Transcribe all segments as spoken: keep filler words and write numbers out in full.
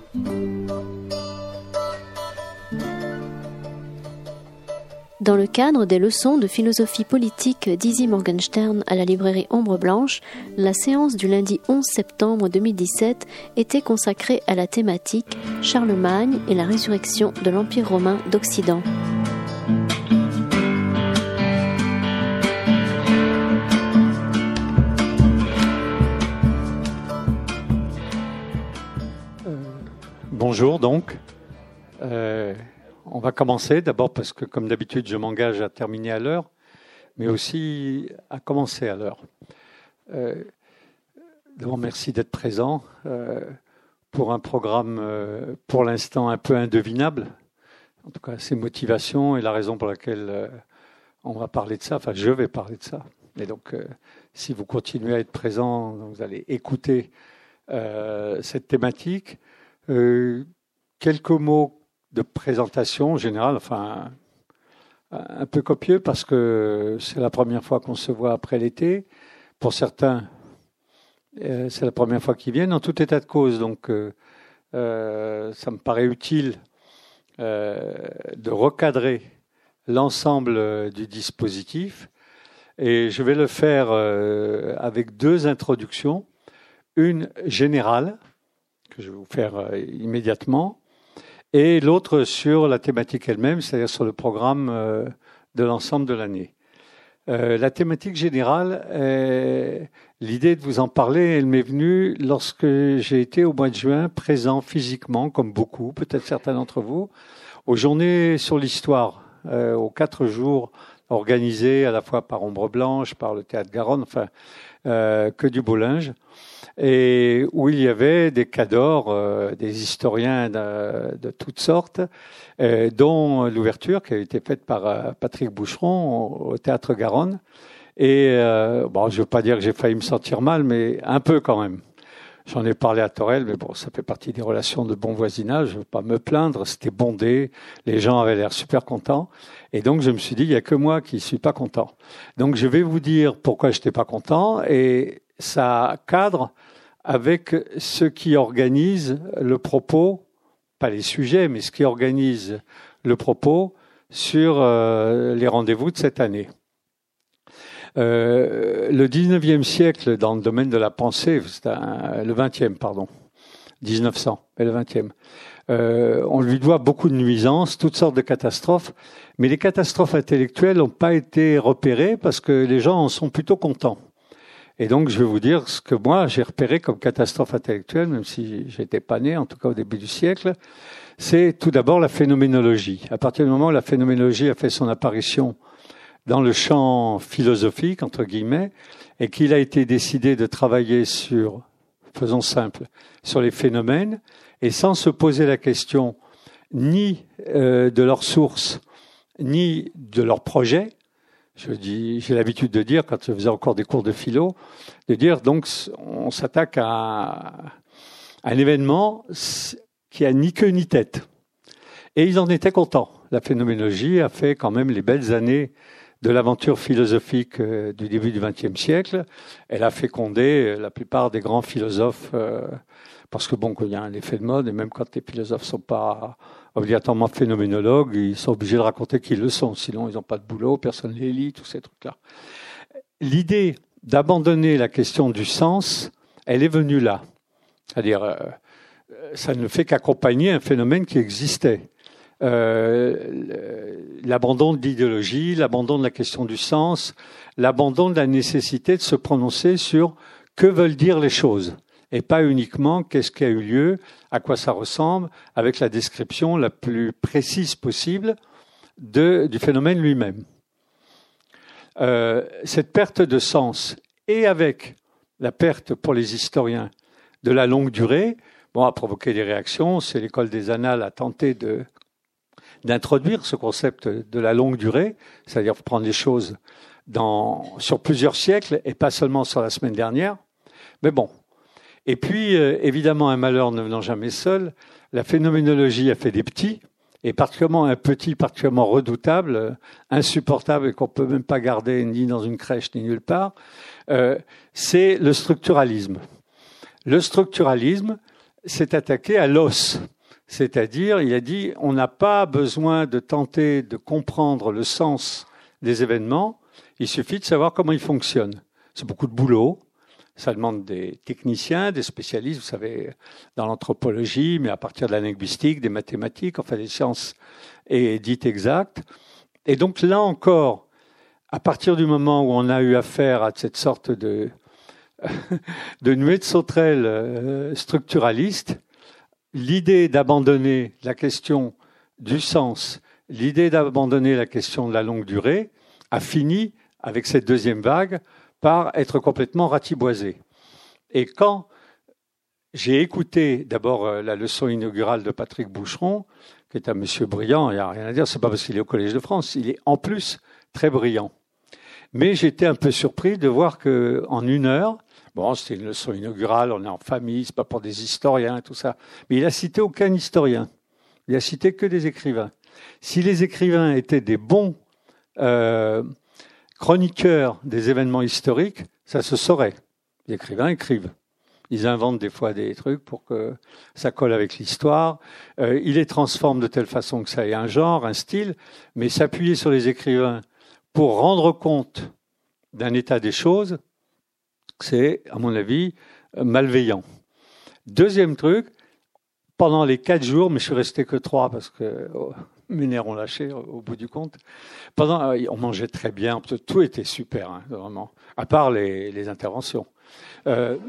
Dans le cadre des leçons de philosophie politique d'Izzy Morgenstern à la librairie Ombre Blanche, la séance du lundi onze septembre deux mille dix-sept était consacrée à la thématique Charlemagne et la résurrection de l'Empire romain d'Occident. Euh, bonjour donc. Euh... On va commencer, d'abord parce que, comme d'habitude, je m'engage à terminer à l'heure, mais aussi à commencer à l'heure. Euh, d'abord, merci d'être présent euh, pour un programme, euh, pour l'instant, un peu indevinable. En tout cas, c'est motivation et la raison pour laquelle euh, on va parler de ça, enfin, je vais parler de ça. Et donc, euh, si vous continuez à être présent, vous allez écouter euh, cette thématique. Euh, quelques mots de présentation générale, enfin un peu copieux parce que c'est la première fois qu'on se voit après l'été. Pour certains, euh, c'est la première fois qu'ils viennent en tout état de cause. Donc, euh, euh, ça me paraît utile euh, de recadrer l'ensemble du dispositif. Et je vais le faire euh, avec deux introductions. Une générale, que je vais vous faire euh, immédiatement, et l'autre sur la thématique elle-même, c'est-à-dire sur le programme euh, de l'ensemble de l'année. Euh, la thématique générale, est, l'idée de vous en parler, elle m'est venue lorsque j'ai été au mois de juin présent physiquement, comme beaucoup, peut-être certains d'entre vous, aux journées sur l'histoire, euh, aux quatre jours organisés à la fois par Ombre Blanche, par le Théâtre Garonne, enfin, euh, que du beau linge. Et où il y avait des cadors, euh, des historiens de, de toutes sortes, euh, dont l'ouverture qui a été faite par euh, Patrick Boucheron au, au Théâtre Garonne. Et euh, bon, je ne veux pas dire que j'ai failli me sentir mal, mais un peu quand même. J'en ai parlé à Torel, mais bon, ça fait partie des relations de bon voisinage. Je ne veux pas me plaindre, c'était bondé, les gens avaient l'air super contents. Et donc, je me suis dit, il n'y a que moi qui ne suis pas content. Donc, je vais vous dire pourquoi je n'étais pas content. Et ça cadre avec ce qui organise le propos, pas les sujets, mais ce qui organise le propos sur euh, les rendez-vous de cette année. Euh, le dix-neuvième siècle, dans le domaine de la pensée, c'est un, le vingtième, pardon, dix-neuf cents, mais le vingtième, euh, on lui doit beaucoup de nuisances, toutes sortes de catastrophes, mais les catastrophes intellectuelles n'ont pas été repérées parce que les gens en sont plutôt contents. Et donc, je vais vous dire ce que moi, j'ai repéré comme catastrophe intellectuelle, même si j'étais pas né, en tout cas au début du siècle, c'est tout d'abord la phénoménologie. À partir du moment où la phénoménologie a fait son apparition dans le champ philosophique, entre guillemets, et qu'il a été décidé de travailler sur, faisons simple, sur les phénomènes, et sans se poser la question ni euh, de leur source, ni de leur projet. Je dis, j'ai l'habitude de dire, quand je faisais encore des cours de philo, de dire, donc, on s'attaque à, à un événement qui a ni queue ni tête. Et ils en étaient contents. La phénoménologie a fait quand même les belles années de l'aventure philosophique du début du vingtième siècle. Elle a fécondé la plupart des grands philosophes, euh, parce que bon, qu'il y a un effet de mode, et même quand les philosophes sont pas obligatoirement phénoménologues, ils sont obligés de raconter qu'ils le sont, sinon ils n'ont pas de boulot, personne ne les lit, tous ces trucs-là. L'idée d'abandonner la question du sens, elle est venue là. C'est-à-dire, euh, ça ne fait qu'accompagner un phénomène qui existait. Euh, l'abandon de l'idéologie, l'abandon de la question du sens, l'abandon de la nécessité de se prononcer sur que veulent dire les choses. Et pas uniquement qu'est-ce qui a eu lieu, à quoi ça ressemble, avec la description la plus précise possible de, du phénomène lui-même. Euh, cette perte de sens, et avec la perte pour les historiens de la longue durée, bon, a provoqué des réactions. C'est l'école des Annales a tenté de, d'introduire ce concept de la longue durée, c'est-à-dire prendre les choses dans, sur plusieurs siècles et pas seulement sur la semaine dernière. Mais bon. Et puis, euh, évidemment, un malheur ne venant jamais seul, la phénoménologie a fait des petits, et particulièrement un petit particulièrement redoutable, euh, insupportable et qu'on peut même pas garder ni dans une crèche ni nulle part, euh, c'est le structuralisme. Le structuralisme, s'est attaqué à l'os. C'est-à-dire, il a dit, on n'a pas besoin de tenter de comprendre le sens des événements, il suffit de savoir comment ils fonctionnent. C'est beaucoup de boulot, ça demande des techniciens, des spécialistes, vous savez, dans l'anthropologie, mais à partir de la linguistique, des mathématiques, enfin des sciences dites exactes. Et donc là encore, à partir du moment où on a eu affaire à cette sorte de, de nuée de sauterelles structuraliste, l'idée d'abandonner la question du sens, l'idée d'abandonner la question de la longue durée, a fini, avec cette deuxième vague, par être complètement ratiboisée. Et quand j'ai écouté d'abord la leçon inaugurale de Patrick Boucheron, qui est un monsieur brillant, il n'y a rien à dire, c'est pas parce qu'il est au Collège de France, il est en plus très brillant. Mais j'étais un peu surpris de voir qu'en une heure, bon, c'était une leçon inaugurale, on est en famille, c'est pas pour des historiens, tout ça, mais il a cité aucun historien. Il a cité que des écrivains. Si les écrivains étaient des bons euh, chroniqueurs des événements historiques, ça se saurait. Les écrivains écrivent. Ils inventent des fois des trucs pour que ça colle avec l'histoire. Euh, ils les transforment de telle façon que ça ait un genre, un style, mais s'appuyer sur les écrivains pour rendre compte d'un état des choses, c'est, à mon avis, malveillant. Deuxième truc, pendant les quatre jours, mais je suis resté que trois parce que oh, mes nerfs ont lâché au bout du compte. Pendant, on mangeait très bien, tout était super, hein, vraiment, à part les, les interventions. Euh,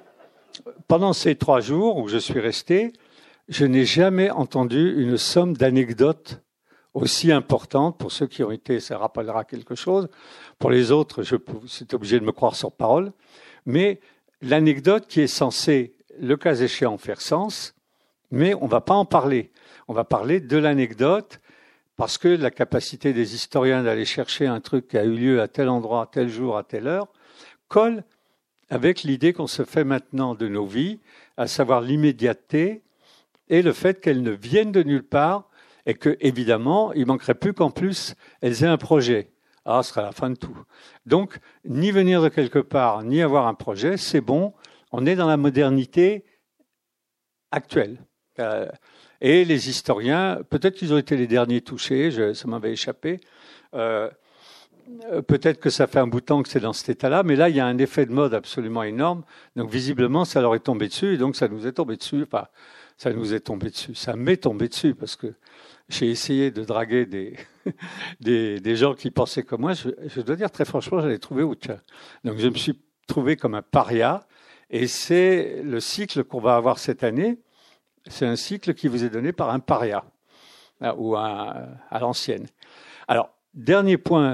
pendant ces trois jours où je suis resté, je n'ai jamais entendu une somme d'anecdotes aussi importante. Pour ceux qui ont été, ça rappellera quelque chose. Pour les autres, je suis obligé de me croire sur parole. Mais l'anecdote qui est censée, le cas échéant, faire sens, mais on ne va pas en parler. On va parler de l'anecdote parce que la capacité des historiens d'aller chercher un truc qui a eu lieu à tel endroit, à tel jour, à telle heure, colle avec l'idée qu'on se fait maintenant de nos vies, à savoir l'immédiateté et le fait qu'elles ne viennent de nulle part et que, évidemment, il ne manquerait plus qu'en plus, elles aient un projet. Ah, ce sera la fin de tout. Donc, ni venir de quelque part, ni avoir un projet, c'est bon. On est dans la modernité actuelle. Euh, et les historiens, peut-être qu'ils ont été les derniers touchés, je, ça m'avait échappé. Euh, peut-être que ça fait un bout de temps que c'est dans cet état-là, mais là, il y a un effet de mode absolument énorme. Donc, visiblement, ça leur est tombé dessus, et donc ça nous est tombé dessus. Enfin, ça nous est tombé dessus. Ça m'est tombé dessus, parce que j'ai essayé de draguer des, des, des gens qui pensaient comme moi. Je, je dois dire très franchement, j'allais trouver autre chose. Donc, je me suis trouvé comme un paria, et c'est le cycle qu'on va avoir cette année. C'est un cycle qui vous est donné par un paria, ou un, à l'ancienne. Alors, dernier point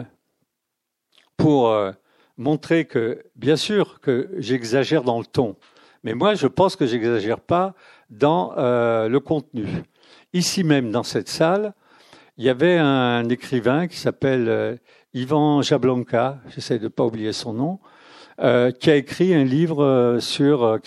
pour euh, montrer que, bien sûr, que j'exagère dans le ton, mais moi, je pense que j'exagère pas dans euh, le contenu. Ici même, dans cette salle, il y avait un écrivain qui s'appelle euh, Ivan Jablonka, j'essaie de ne pas oublier son nom, euh, qui a écrit un livre euh, sur euh,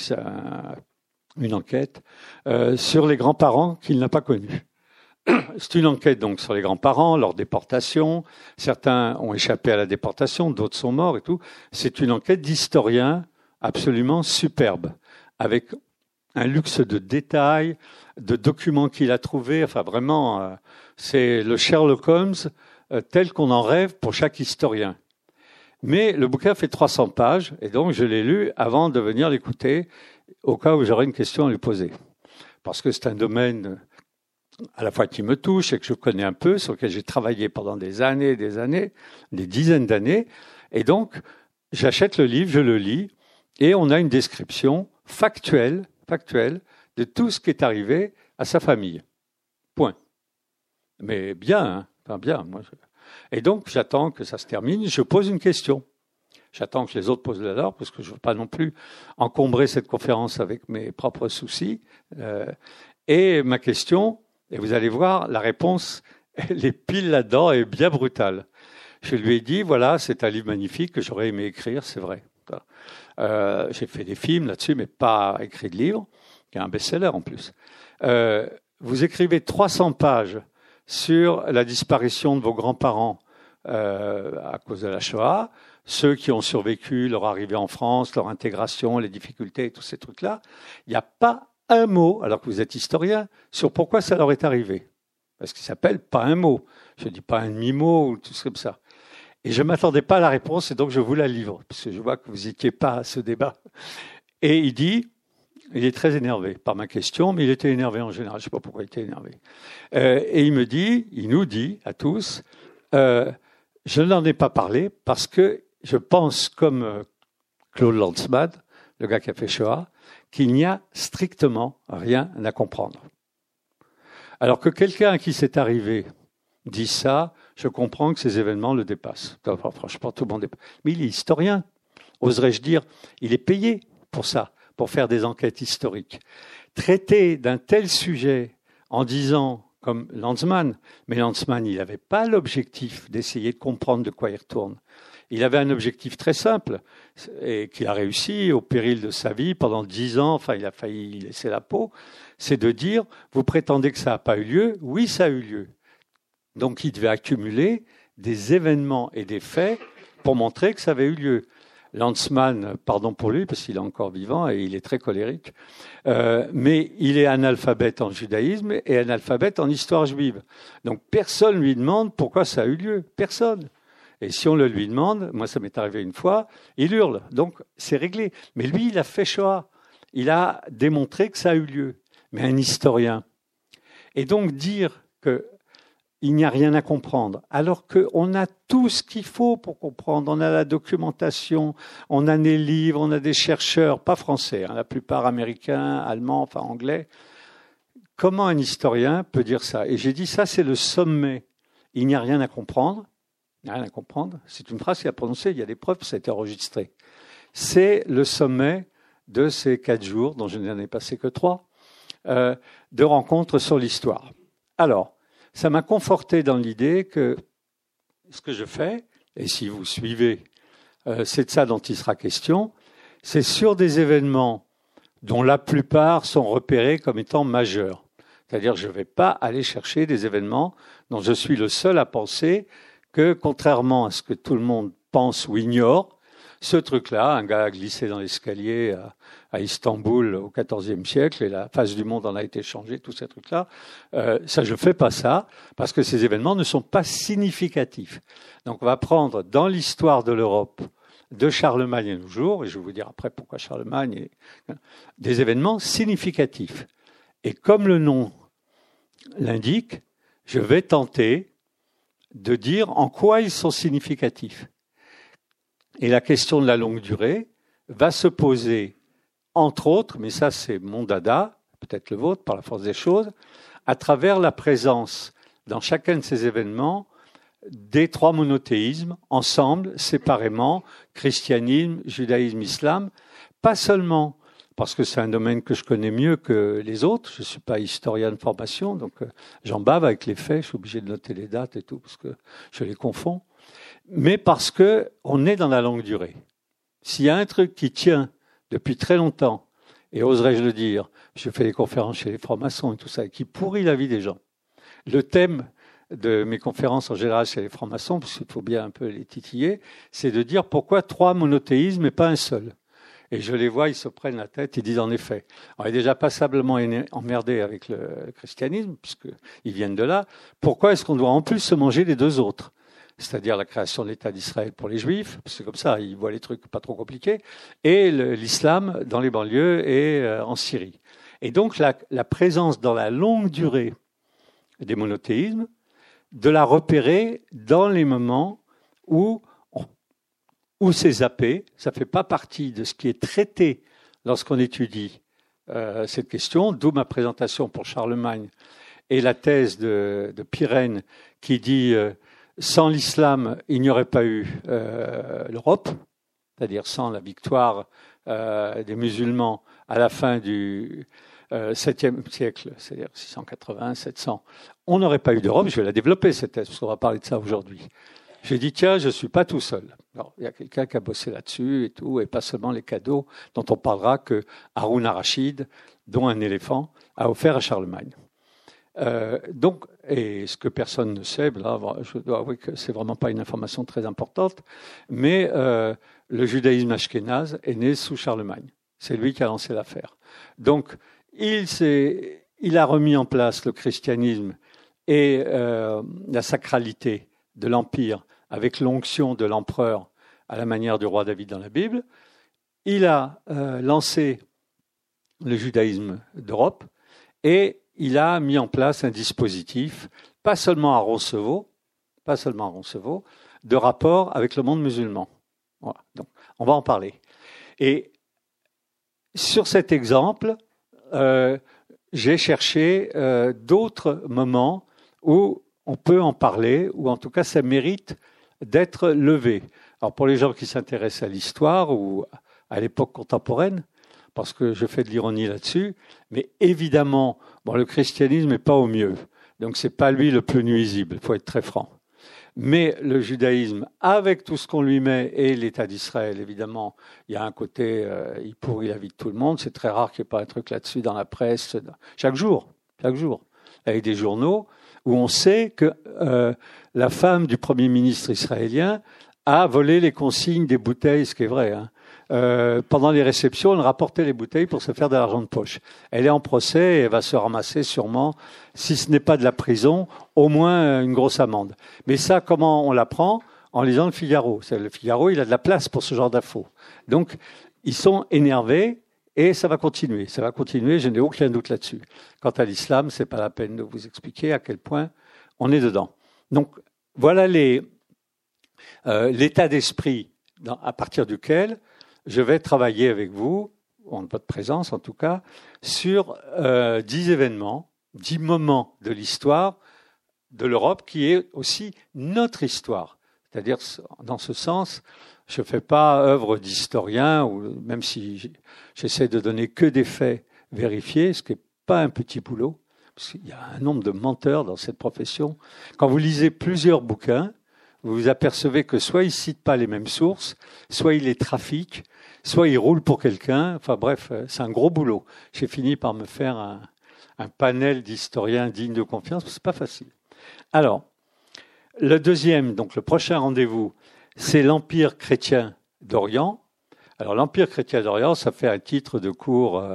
une enquête euh, sur les grands-parents qu'il n'a pas connus. C'est une enquête donc sur les grands-parents, leur déportation. Certains ont échappé à la déportation, d'autres sont morts et tout. C'est une enquête d'historien absolument superbe, avec un luxe de détails, de documents qu'il a trouvés. Enfin, vraiment, euh, c'est le Sherlock Holmes euh, tel qu'on en rêve pour chaque historien. Mais le bouquin fait trois cents pages, et donc je l'ai lu avant de venir l'écouter, au cas où j'aurais une question à lui poser. Parce que c'est un domaine à la fois qui me touche et que je connais un peu, sur lequel j'ai travaillé pendant des années, des années, des dizaines d'années. Et donc, j'achète le livre, je le lis, et on a une description factuelle, factuelle de tout ce qui est arrivé à sa famille. Point. Mais bien, hein, enfin bien. Moi, je... Et donc, j'attends que ça se termine, je pose une question. J'attends que les autres posent la leur, parce que je ne veux pas non plus encombrer cette conférence avec mes propres soucis. Euh, et ma question, et vous allez voir, la réponse, elle est pile là-dedans et bien brutale. Je lui ai dit, voilà, c'est un livre magnifique que j'aurais aimé écrire, c'est vrai. Euh, j'ai fait des films là-dessus, mais pas écrit de livre, qui est un best-seller en plus. Euh, vous écrivez trois cents pages sur la disparition de vos grands-parents euh, à cause de la Shoah, ceux qui ont survécu, leur arrivée en France, leur intégration, les difficultés et tous ces trucs-là. Il n'y a pas un mot, alors que vous êtes historien, sur pourquoi ça leur est arrivé. Parce qu'il s'appelle pas un mot. Je ne dis pas un demi-mot ou tout comme ça. Et je ne m'attendais pas à la réponse, et donc je vous la livre, parce que je vois que vous n'étiez pas à ce débat. Et il dit, il est très énervé par ma question, mais il était énervé en général, je ne sais pas pourquoi il était énervé. Euh, et il me dit, il nous dit à tous, euh, je n'en ai pas parlé parce que je pense, comme euh, Claude Lanzmann, le gars qui a fait Shoah, qu'il n'y a strictement rien à comprendre. Alors que quelqu'un à qui c'est arrivé dit ça, je comprends que ces événements le dépassent. Enfin, franchement, tout le monde dépasse. Mais il est historien, oserais-je dire. Il est payé pour ça, pour faire des enquêtes historiques. Traiter d'un tel sujet en disant, comme Lanzmann, mais Lanzmann, il n'avait pas l'objectif d'essayer de comprendre de quoi il retourne. Il avait un objectif très simple et qu'il a réussi au péril de sa vie pendant dix ans, enfin il a failli laisser la peau, c'est de dire, vous prétendez que ça n'a pas eu lieu? Oui, ça a eu lieu. Donc il devait accumuler des événements et des faits pour montrer que ça avait eu lieu. Lanzmann, pardon pour lui, parce qu'il est encore vivant et il est très colérique, euh, mais il est analphabète en judaïsme et analphabète en histoire juive. Donc personne ne lui demande pourquoi ça a eu lieu. Personne. Et si on le lui demande, moi ça m'est arrivé une fois, il hurle. Donc c'est réglé. Mais lui, il a fait Shoah. Il a démontré que ça a eu lieu. Mais un historien. Et donc dire qu'il n'y a rien à comprendre, alors qu'on a tout ce qu'il faut pour comprendre. On a la documentation, on a des livres, on a des chercheurs, pas français, hein, la plupart américains, allemands, enfin anglais. Comment un historien peut dire ça? Et j'ai dit, ça c'est le sommet. Il n'y a rien à comprendre. Il n'y a rien à comprendre. C'est une phrase qu'il a prononcée, il y a des preuves, ça a été enregistré. C'est le sommet de ces quatre jours, dont je n'en ai passé que trois, euh, de rencontres sur l'histoire. Alors, ça m'a conforté dans l'idée que ce que je fais, et si vous suivez, euh, c'est de ça dont il sera question, c'est sur des événements dont la plupart sont repérés comme étant majeurs. C'est-à-dire, je ne vais pas aller chercher des événements dont je suis le seul à penser que, contrairement à ce que tout le monde pense ou ignore, ce truc-là, un gars a glissé dans l'escalier à, à Istanbul au quatorzième siècle et la face du monde en a été changée, tous ces trucs-là, euh, ça, je ne fais pas ça parce que ces événements ne sont pas significatifs. Donc on va prendre dans l'histoire de l'Europe de Charlemagne à nos jours, et je vais vous dire après pourquoi Charlemagne, et, des événements significatifs. Et comme le nom l'indique, je vais tenter de dire en quoi ils sont significatifs. Et la question de la longue durée va se poser, entre autres, mais ça c'est mon dada, peut-être le vôtre par la force des choses, à travers la présence dans chacun de ces événements des trois monothéismes, ensemble, séparément, christianisme, judaïsme, islam, pas seulement parce que c'est un domaine que je connais mieux que les autres, je ne suis pas historien de formation, donc j'en bave avec les faits, je suis obligé de noter les dates et tout, parce que je les confonds, mais parce qu'on est dans la longue durée. S'il y a un truc qui tient depuis très longtemps, et oserais-je le dire, je fais des conférences chez les francs-maçons et tout ça, et qui pourrit la vie des gens. Le thème de mes conférences en général chez les francs-maçons, parce qu'il faut bien un peu les titiller, c'est de dire pourquoi trois monothéismes et pas un seul. Et je les vois, ils se prennent la tête, ils disent en effet, on est déjà passablement emmerdé avec le christianisme, puisqu'ils viennent de là, pourquoi est-ce qu'on doit en plus se manger les deux autres? C'est-à-dire la création de l'État d'Israël pour les Juifs, parce que c'est comme ça, ils voient les trucs pas trop compliqués, et le, l'islam dans les banlieues et euh, en Syrie. Et donc la, la présence dans la longue durée des monothéismes, de la repérer dans les moments où où c'est zappé, ça ne fait pas partie de ce qui est traité lorsqu'on étudie euh, cette question, d'où ma présentation pour Charlemagne et la thèse de, de Pirenne qui dit euh, sans l'islam, il n'y aurait pas eu euh, l'Europe, c'est-à-dire sans la victoire euh, des musulmans à la fin du euh, septième siècle, c'est-à-dire six cent quatre-vingts, sept cents, on n'aurait pas eu d'Europe. Je vais la développer cette thèse, parce qu'on va parler de ça aujourd'hui. J'ai dit, tiens, je ne suis pas tout seul. Alors, il y a quelqu'un qui a bossé là-dessus et tout, et pas seulement les cadeaux dont on parlera que Haroun al-Rachid, dont un éléphant, a offert à Charlemagne. Euh, donc, et ce que personne ne sait, là, je dois avouer que c'est vraiment pas une information très importante, mais euh, le judaïsme ashkénaze est né sous Charlemagne. C'est lui qui a lancé l'affaire. Donc, il, s'est, il a remis en place le christianisme et euh, la sacralité de l'Empire avec l'onction de l'empereur à la manière du roi David dans la Bible. Il a euh, lancé le judaïsme d'Europe et il a mis en place un dispositif, pas seulement à Roncevaux, pas seulement à Roncevaux, de rapport avec le monde musulman. Voilà. Donc, on va en parler. Et sur cet exemple, euh, j'ai cherché euh, d'autres moments où on peut en parler, ou en tout cas ça mérite d'être levé. Alors pour les gens qui s'intéressent à l'histoire ou à l'époque contemporaine, parce que je fais de l'ironie là-dessus, mais évidemment, bon, le christianisme n'est pas au mieux, donc c'est pas lui le plus nuisible, il faut être très franc. Mais le judaïsme, avec tout ce qu'on lui met, et l'État d'Israël, évidemment, il y a un côté, euh, il pourrit la vie de tout le monde. C'est très rare qu'il n'y ait pas un truc là-dessus dans la presse, chaque jour, chaque jour, avec des journaux où on sait que euh, la femme du Premier ministre israélien a volé les consignes des bouteilles, ce qui est vrai, hein. Euh, pendant les réceptions, elle rapportait les bouteilles pour se faire de l'argent de poche. Elle est en procès et elle va se ramasser sûrement, si ce n'est pas de la prison, au moins une grosse amende. Mais ça, comment on l'apprend ? En lisant le Figaro. Le Figaro, il a de la place pour ce genre d'infos. Donc, ils sont énervés et ça va continuer. Ça va continuer, je n'ai aucun doute là-dessus. Quant à l'islam, c'est pas la peine de vous expliquer à quel point on est dedans. Donc, voilà les, euh, l'état d'esprit dans, à partir duquel je vais travailler avec vous, en votre présence en tout cas, sur euh, dix événements, dix moments de l'histoire de l'Europe qui est aussi notre histoire. C'est-à-dire, dans ce sens, je ne fais pas œuvre d'historien, ou même si j'essaie de donner que des faits vérifiés, ce qui n'est pas un petit boulot, parce qu'il y a un nombre de menteurs dans cette profession. Quand vous lisez plusieurs bouquins, vous vous apercevez que soit ils ne citent pas les mêmes sources, soit ils les trafiquent, soit ils roulent pour quelqu'un. Enfin bref, c'est un gros boulot. J'ai fini par me faire un, un panel d'historiens dignes de confiance, ce n'est pas facile. Alors, le deuxième, donc le prochain rendez-vous, c'est l'Empire chrétien d'Orient. Alors l'Empire chrétien d'Orient, ça fait un titre de cours euh,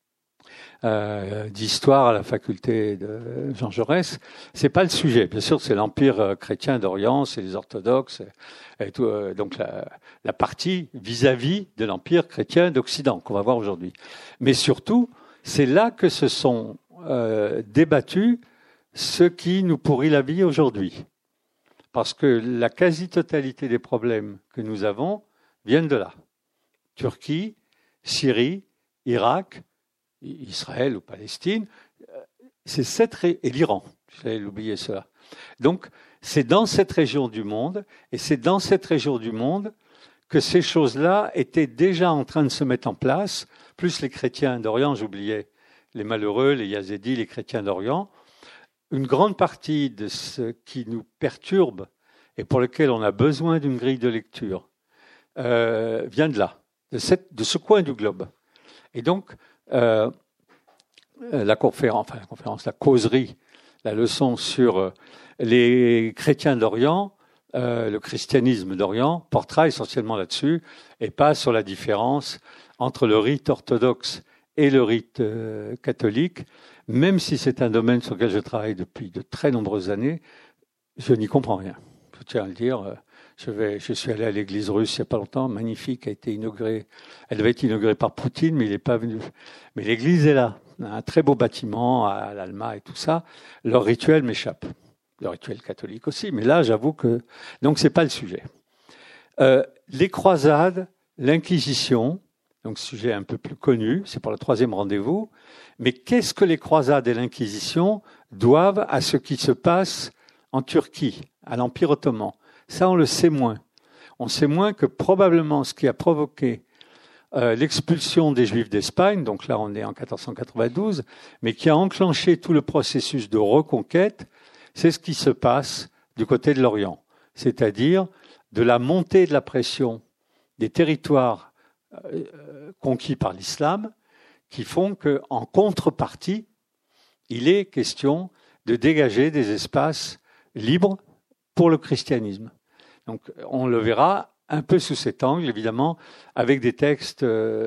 euh, d'histoire à la faculté de Jean Jaurès. C'est pas le sujet. Bien sûr, c'est l'Empire chrétien d'Orient, c'est les orthodoxes, et tout, euh, donc la, la partie vis-à-vis de l'Empire chrétien d'Occident qu'on va voir aujourd'hui. Mais surtout, c'est là que se sont euh, débattus ce qui nous pourrit la vie aujourd'hui. Parce que la quasi-totalité des problèmes que nous avons viennent de là. Turquie, Syrie, Irak, Israël ou Palestine, c'est cette ré... et l'Iran, j'allais l'oublier cela. Donc, c'est dans cette région du monde, et c'est dans cette région du monde que ces choses-là étaient déjà en train de se mettre en place, plus les chrétiens d'Orient, j'oubliais les malheureux, les Yazidis, les chrétiens d'Orient. Une grande partie de ce qui nous perturbe et pour lequel on a besoin d'une grille de lecture euh, vient de là, de, cette, de ce coin du globe. Et donc, euh, la conférence, enfin la conférence, la causerie, la leçon sur euh, les chrétiens d'Orient, euh, le christianisme d'Orient, portera essentiellement là-dessus et pas sur la différence entre le rite orthodoxe et le rite euh, catholique. Même si c'est un domaine sur lequel je travaille depuis de très nombreuses années, je n'y comprends rien. Je tiens à le dire. Je, vais, je suis allé à l'église russe il n'y a pas longtemps, magnifique, a été inaugurée. Elle devait être inaugurée par Poutine, mais il n'est pas venu. Mais l'église est là, un très beau bâtiment à l'Alma et tout ça. Leur rituel m'échappe. Le rituel catholique aussi, mais là, j'avoue que... Donc, c'est pas le sujet. Euh, les croisades, l'Inquisition, donc sujet un peu plus connu, c'est pour le troisième rendez-vous. Mais qu'est-ce que les croisades et l'Inquisition doivent à ce qui se passe en Turquie, à l'Empire ottoman? Ça, on le sait moins. On sait moins que probablement ce qui a provoqué euh, l'expulsion des Juifs d'Espagne, donc là on est en quatorze cent quatre-vingt-douze, mais qui a enclenché tout le processus de reconquête, c'est ce qui se passe du côté de l'Orient, c'est-à-dire de la montée de la pression des territoires euh, conquis par l'islam, qui font qu'en contrepartie, il est question de dégager des espaces libres pour le christianisme. Donc on le verra un peu sous cet angle, évidemment, avec des textes euh,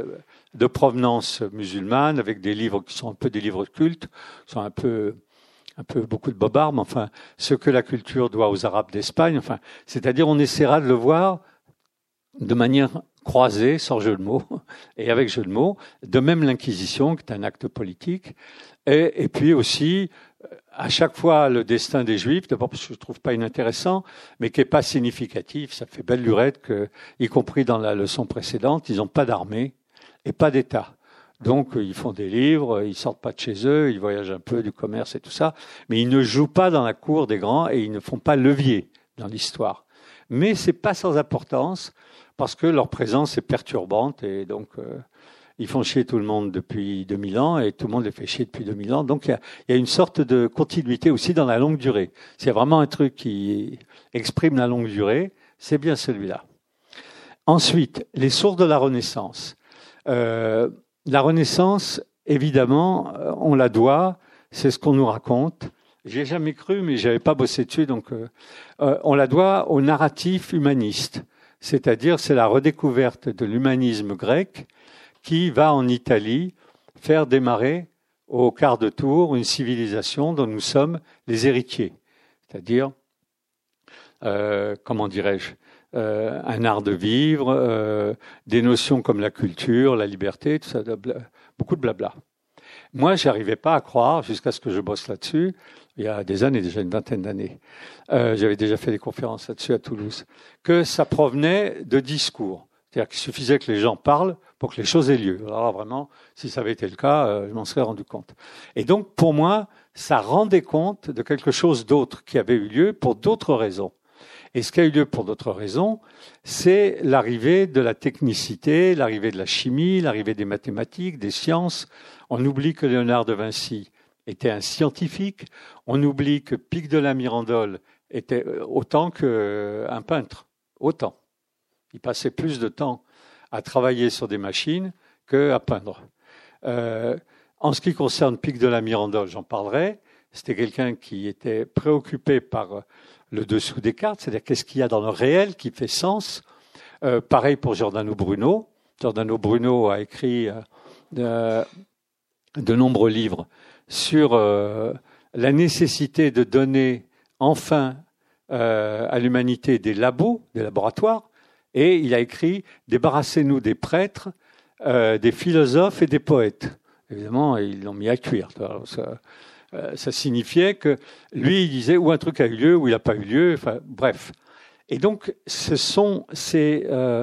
de provenance musulmane, avec des livres qui sont un peu des livres cultes, qui sont un peu, un peu beaucoup de bobards, mais enfin, ce que la culture doit aux Arabes d'Espagne. Enfin, c'est-à-dire, on essaiera de le voir de manière croisée, sans jeu de mots, et avec jeu de mots. De même, l'Inquisition, qui est un acte politique, et, et puis aussi, à chaque fois, le destin des Juifs, d'abord parce que je ne trouve pas inintéressant, mais qui n'est pas significatif. Ça fait belle lurette que, y compris dans la leçon précédente, ils n'ont pas d'armée et pas d'État. Donc, ils font des livres, ils sortent pas de chez eux, ils voyagent un peu du commerce et tout ça, mais ils ne jouent pas dans la cour des grands et ils ne font pas levier dans l'histoire. Mais c'est pas sans importance parce que leur présence est perturbante et donc euh, ils font chier tout le monde depuis deux mille ans et tout le monde les fait chier depuis deux mille ans. Donc il y a, il y a une sorte de continuité aussi dans la longue durée. S'il y a vraiment un truc qui exprime la longue durée, c'est bien celui-là. Ensuite, les sources de la Renaissance. Euh, la Renaissance, évidemment, on la doit, c'est ce qu'on nous raconte. J'y ai jamais cru, mais j'avais pas bossé dessus, donc euh, euh, on la doit au narratif humaniste. C'est-à-dire, c'est la redécouverte de l'humanisme grec qui va en Italie faire démarrer au quart de tour une civilisation dont nous sommes les héritiers. C'est-à-dire, euh, comment dirais-je, euh, un art de vivre, euh, des notions comme la culture, la liberté, tout ça, beaucoup de blabla. Moi, j'arrivais pas à croire, jusqu'à ce que je bosse là-dessus, il y a des années, déjà une vingtaine d'années, euh, j'avais déjà fait des conférences là-dessus à Toulouse, que ça provenait de discours. C'est-à-dire qu'il suffisait que les gens parlent pour que les choses aient lieu. Alors vraiment, si ça avait été le cas, euh, je m'en serais rendu compte. Et donc, pour moi, ça rendait compte de quelque chose d'autre qui avait eu lieu pour d'autres raisons. Et ce qui a eu lieu pour d'autres raisons, c'est l'arrivée de la technicité, l'arrivée de la chimie, l'arrivée des mathématiques, des sciences. On oublie que Léonard de Vinci était un scientifique. On oublie que Pic de la Mirandole était autant qu'un peintre. Autant. Il passait plus de temps à travailler sur des machines qu'à peindre. Euh, en ce qui concerne Pic de la Mirandole, j'en parlerai. C'était quelqu'un qui était préoccupé par le dessous des cartes, c'est-à-dire qu'est-ce qu'il y a dans le réel qui fait sens. Euh, pareil pour Giordano Bruno. Giordano Bruno a écrit euh, de, de nombreux livres sur euh, la nécessité de donner enfin euh, à l'humanité des labos, des laboratoires, et il a écrit « Débarrassez-nous des prêtres, euh, des philosophes et des poètes ». Évidemment, ils l'ont mis à cuire. Alors, ça, euh, ça signifiait que lui, il disait où un truc a eu lieu, où il n'a pas eu lieu, enfin, bref. Et donc, ce sont ces, euh,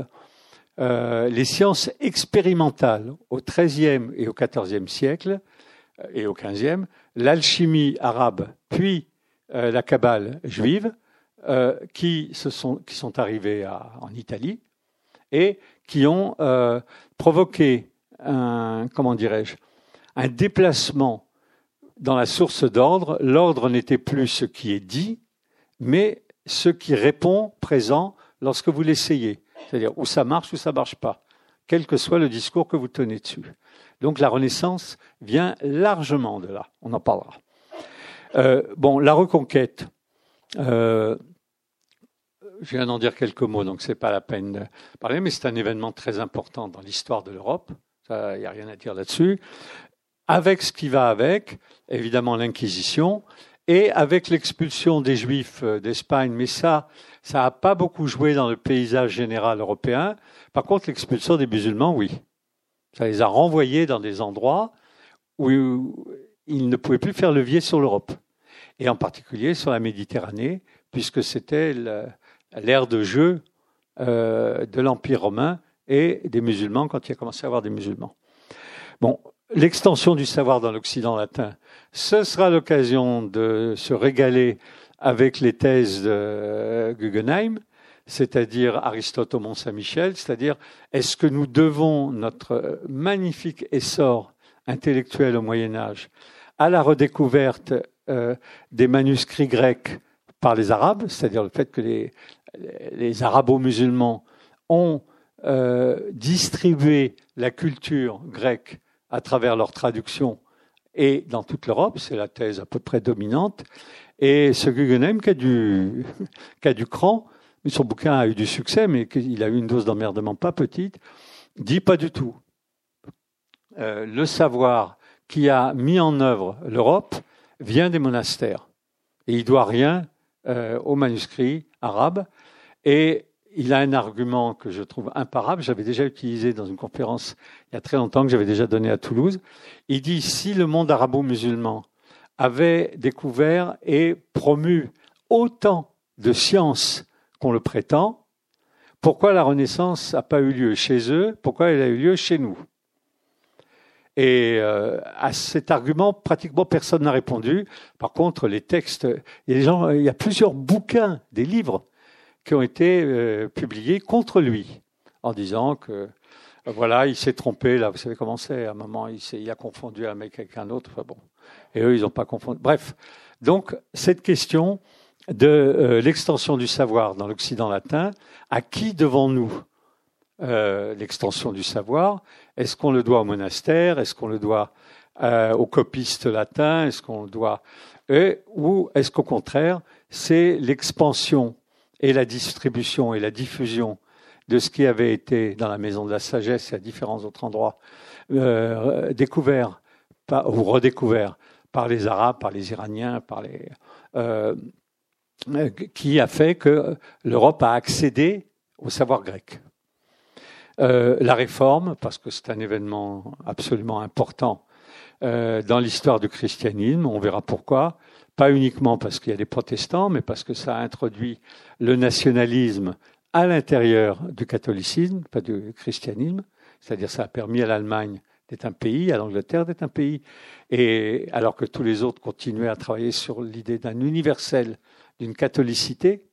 euh, les sciences expérimentales au treizième et au quatorzième siècle, et au quinzième, l'alchimie arabe, puis euh, la Kabbale juive, euh, qui, se sont, qui sont arrivés à, en Italie et qui ont euh, provoqué un, comment dirais-je, un déplacement dans la source d'ordre. L'ordre n'était plus ce qui est dit, mais ce qui répond présent lorsque vous l'essayez. C'est-à-dire où ça marche ou ça ne marche pas, quel que soit le discours que vous tenez dessus. Donc la Renaissance vient largement de là. On en parlera. Euh, bon, la Reconquête. Euh, je viens d'en dire quelques mots, donc c'est pas la peine de parler, mais c'est un événement très important dans l'histoire de l'Europe. Il n'y a rien à dire là-dessus. Avec ce qui va avec, évidemment l'Inquisition, et avec l'expulsion des Juifs d'Espagne, mais ça, ça n'a pas beaucoup joué dans le paysage général européen. Par contre, l'expulsion des musulmans, oui. Ça les a renvoyés dans des endroits où ils ne pouvaient plus faire levier sur l'Europe. Et en particulier sur la Méditerranée, puisque c'était l'ère de jeu euh, de l'Empire romain et des musulmans quand il a commencé à avoir des musulmans. Bon, l'extension du savoir dans l'Occident latin, ce sera l'occasion de se régaler avec les thèses de Guggenheim, c'est-à-dire Aristote au Mont-Saint-Michel, c'est-à-dire est-ce que nous devons notre magnifique essor intellectuel au Moyen-Âge à la redécouverte euh, des manuscrits grecs par les Arabes, c'est-à-dire le fait que les, les arabo-musulmans ont euh, distribué la culture grecque à travers leur traduction et dans toute l'Europe, c'est la thèse à peu près dominante, et ce Guggenheim qui a du, qui a du cran, mais son bouquin a eu du succès, mais il a eu une dose d'emmerdement pas petite, dit pas du tout. euh, le savoir qui a mis en œuvre l'Europe vient des monastères. Et il ne doit rien euh, aux manuscrits arabes. Et il a un argument que je trouve imparable. J'avais déjà utilisé dans une conférence il y a très longtemps, que j'avais déjà donnée à Toulouse. Il dit, si le monde arabo-musulman avait découvert et promu autant de sciences qu'on le prétend, pourquoi la Renaissance n'a pas eu lieu chez eux? Pourquoi elle a eu lieu chez nous? Et euh, à cet argument, pratiquement personne n'a répondu. Par contre, les textes, il y a, des gens, il y a plusieurs bouquins, des livres qui ont été euh, publiés contre lui, en disant que euh, voilà, il s'est trompé. Là, vous savez comment c'est. À un moment, il, s'est, il a confondu un mec avec un autre. Enfin bon, et eux, ils n'ont pas confondu. Bref, donc cette question de euh, l'extension du savoir dans l'Occident latin, à qui devons-nous euh, l'extension du savoir? Est-ce qu'on le doit au monastère? Est-ce qu'on le doit euh, aux copistes latins? Est-ce qu'on le doit et, ou est-ce qu'au contraire, c'est l'expansion et la distribution et la diffusion de ce qui avait été dans la Maison de la Sagesse et à différents autres endroits euh, découvert par, ou redécouvert par les Arabes, par les Iraniens, par les euh, qui a fait que l'Europe a accédé au savoir grec. Euh, la Réforme, parce que c'est un événement absolument important euh, dans l'histoire du christianisme, on verra pourquoi, pas uniquement parce qu'il y a des protestants, mais parce que ça a introduit le nationalisme à l'intérieur du catholicisme, pas du christianisme, c'est-à-dire ça a permis à l'Allemagne d'être un pays, à l'Angleterre d'être un pays, et alors que tous les autres continuaient à travailler sur l'idée d'un universel, d'une catholicité.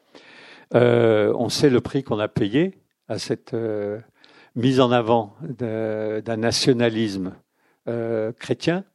Euh, on sait le prix qu'on a payé à cette euh, mise en avant de, d'un nationalisme euh, chrétien.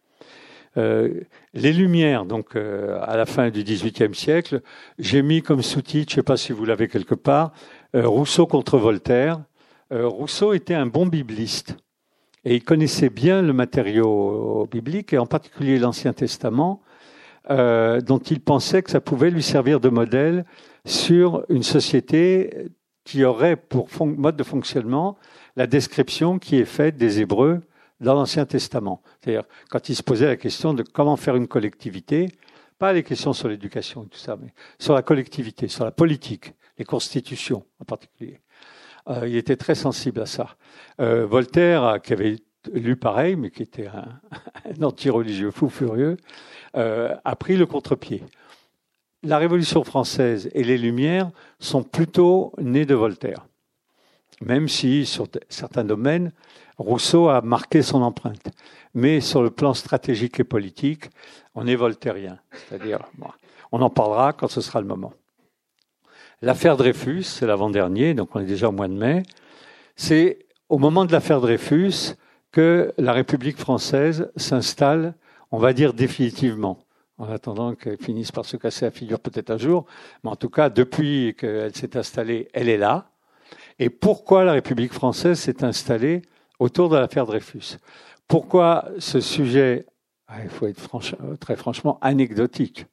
Euh, les Lumières, donc euh, à la fin du dix-huitième siècle, j'ai mis comme sous-titre, je ne sais pas si vous l'avez quelque part, euh, Rousseau contre Voltaire. Euh, Rousseau était un bon bibliste et il connaissait bien le matériau biblique et en particulier l'Ancien Testament, Euh, dont il pensait que ça pouvait lui servir de modèle sur une société qui aurait pour fon- mode de fonctionnement la description qui est faite des Hébreux dans l'Ancien Testament. C'est-à-dire, quand il se posait la question de comment faire une collectivité, pas les questions sur l'éducation et tout ça, mais sur la collectivité, sur la politique, les constitutions en particulier. Euh, il était très sensible à ça. Euh, Voltaire, qui avait lu pareil, mais qui était un, un anti-religieux fou furieux, Euh, a pris le contre-pied. La Révolution française et les Lumières sont plutôt nées de Voltaire, même si, sur certains domaines, Rousseau a marqué son empreinte. Mais sur le plan stratégique et politique, on est voltairien. C'est-à-dire, bon, on en parlera quand ce sera le moment. L'affaire Dreyfus, c'est l'avant-dernier, donc on est déjà au mois de mai. C'est au moment de l'affaire Dreyfus que la République française s'installe, on va dire définitivement, en attendant qu'elle finisse par se casser la figure peut-être un jour. Mais en tout cas, depuis qu'elle s'est installée, elle est là. Et pourquoi la République française s'est installée autour de l'affaire Dreyfus? Pourquoi ce sujet, il faut être franch, très franchement anecdotique,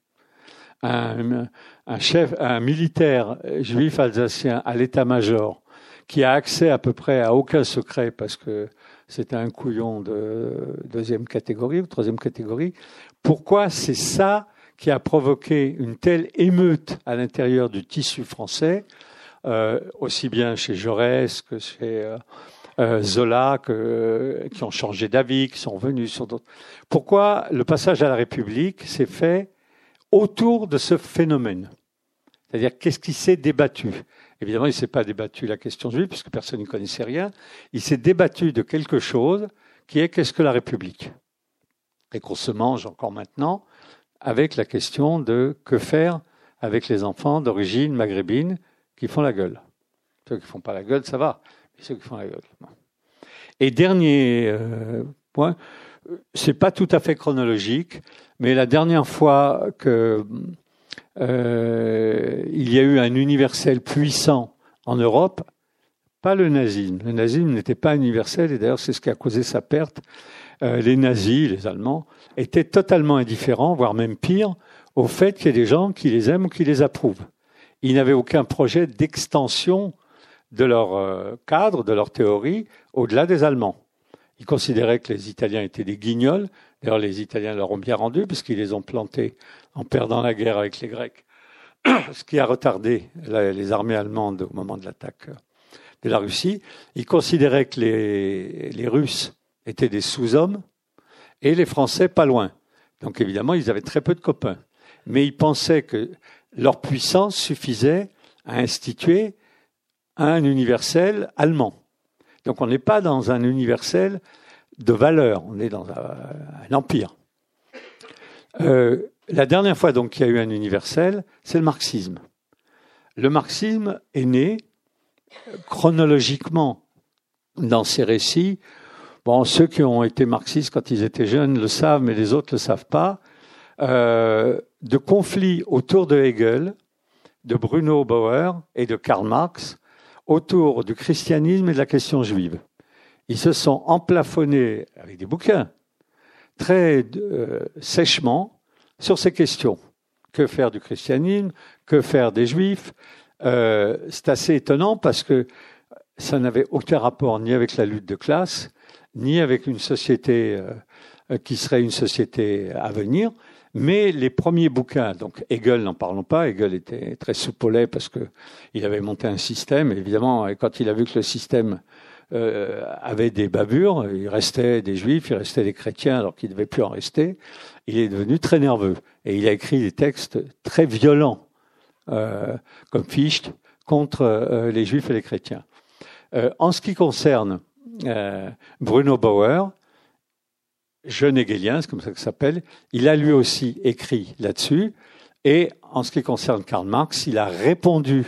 un, un chef, un militaire juif alsacien à l'état-major qui a accès à peu près à aucun secret parce que c'était un couillon de deuxième catégorie ou troisième catégorie. Pourquoi c'est ça qui a provoqué une telle émeute à l'intérieur du tissu français, euh, aussi bien chez Jaurès que chez euh, euh, Zola, que, euh, qui ont changé d'avis, qui sont revenus sur d'autres. Pourquoi le passage à la République s'est fait autour de ce phénomène? C'est-à-dire, qu'est-ce qui s'est débattu? Évidemment, il ne s'est pas débattu la question juive, puisque personne n'y connaissait rien. Il s'est débattu de quelque chose qui est qu'est-ce que la République? Et qu'on se mange encore maintenant avec la question de que faire avec les enfants d'origine maghrébine qui font la gueule. Ceux qui ne font pas la gueule, ça va, mais ceux qui font la gueule. Non. Et dernier euh, point, c'est pas tout à fait chronologique, mais la dernière fois que Euh, il y a eu un universel puissant en Europe, pas le nazisme. Le nazisme n'était pas universel et d'ailleurs c'est ce qui a causé sa perte. Euh, les nazis, les Allemands, étaient totalement indifférents, voire même pire, au fait qu'il y ait des gens qui les aiment ou qui les approuvent. Ils n'avaient aucun projet d'extension de leur euh, cadre, de leur théorie, au-delà des Allemands. Ils considéraient que les Italiens étaient des guignols. D'ailleurs, les Italiens leur ont bien rendu, puisqu'ils les ont plantés en perdant la guerre avec les Grecs, ce qui a retardé les armées allemandes au moment de l'attaque de la Russie. Ils considéraient que les, les Russes étaient des sous-hommes et les Français pas loin. Donc évidemment, ils avaient très peu de copains. Mais ils pensaient que leur puissance suffisait à instituer un universel allemand. Donc on n'est pas dans un universel de valeur, on est dans un, un empire. Euh, la dernière fois donc qu'il y a eu un universel, c'est le marxisme. Le marxisme est né chronologiquement dans ces récits. Bon, ceux qui ont été marxistes quand ils étaient jeunes le savent, mais les autres ne le savent pas. Euh, de conflits autour de Hegel, de Bruno Bauer et de Karl Marx, autour du christianisme et de la question juive. Ils se sont emplafonnés avec des bouquins très euh, sèchement sur ces questions. Que faire du christianisme? Que faire des juifs? euh, C'est assez étonnant parce que ça n'avait aucun rapport ni avec la lutte de classe, ni avec une société euh, qui serait une société à venir. Mais les premiers bouquins, donc Hegel, n'en parlons pas, Hegel était très soupe au lait parce qu'il avait monté un système. Évidemment, et quand il a vu que le système euh, avait des bavures, il restait des juifs, il restait des chrétiens alors qu'il ne devait plus en rester, il est devenu très nerveux. Et il a écrit des textes très violents, euh, comme Fichte, contre euh, les juifs et les chrétiens. Euh, en ce qui concerne euh, Bruno Bauer, jeune hegelien, c'est comme ça que ça s'appelle, il a lui aussi écrit là-dessus. Et en ce qui concerne Karl Marx, il a répondu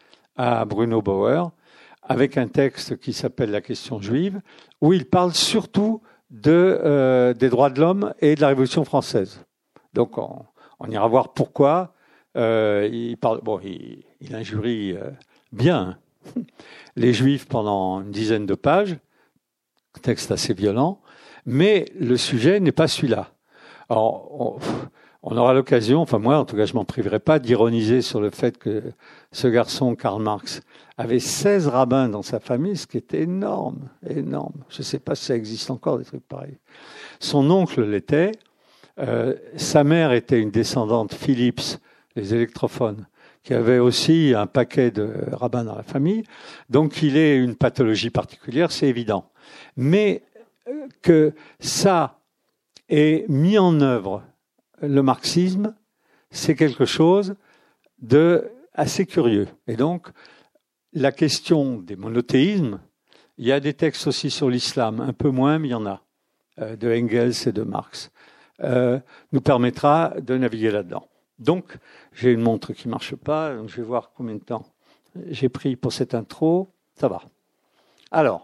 à Bruno Bauer avec un texte qui s'appelle La question juive, où il parle surtout de, euh, des droits de l'homme et de la Révolution française. Donc on, on ira voir pourquoi. Euh, il, parle, bon, il, il injurie euh, bien les Juifs pendant une dizaine de pages, un texte assez violent. Mais le sujet n'est pas celui-là. Alors, on, on aura l'occasion, enfin moi en tout cas je m'en priverai pas, d'ironiser sur le fait que ce garçon, Karl Marx, avait seize rabbins dans sa famille, ce qui était énorme, énorme. Je ne sais pas si ça existe encore des trucs pareils. Son oncle l'était, euh, sa mère était une descendante Philips, les électrophones, qui avait aussi un paquet de rabbins dans la famille. Donc il est une pathologie particulière, c'est évident. Mais que ça ait mis en œuvre le marxisme, c'est quelque chose de assez curieux. Et donc, la question des monothéismes, il y a des textes aussi sur l'islam, un peu moins, mais il y en a, euh, de Engels et de Marx, euh, nous permettra de naviguer là-dedans. Donc, j'ai une montre qui ne marche pas, donc je vais voir combien de temps j'ai pris pour cette intro. Ça va. Alors,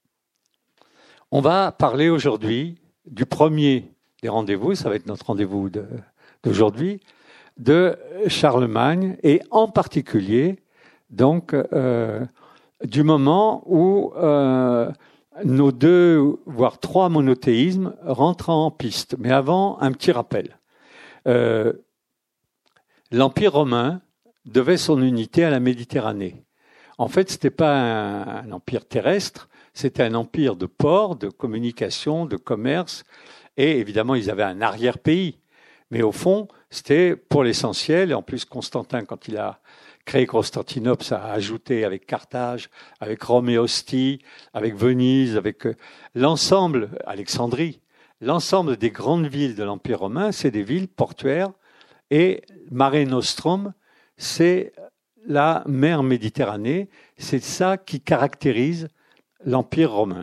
on va parler aujourd'hui du premier des rendez-vous, ça va être notre rendez-vous de, d'aujourd'hui, de Charlemagne et en particulier donc euh, du moment où euh, nos deux, voire trois monothéismes rentrent en piste. Mais avant, un petit rappel. Euh, L'Empire romain devait son unité à la Méditerranée. En fait, ce n'était pas un, un empire terrestre, c'était un empire de ports, de communication, de commerce, et évidemment, ils avaient un arrière-pays. Mais au fond, c'était pour l'essentiel, et en plus, Constantin, quand il a créé Constantinople, ça a ajouté avec Carthage, avec Rome et Ostie, avec Venise, avec l'ensemble, Alexandrie, l'ensemble des grandes villes de l'Empire romain, c'est des villes portuaires, et Mare Nostrum, c'est la mer Méditerranée, c'est ça qui caractérise l'Empire romain.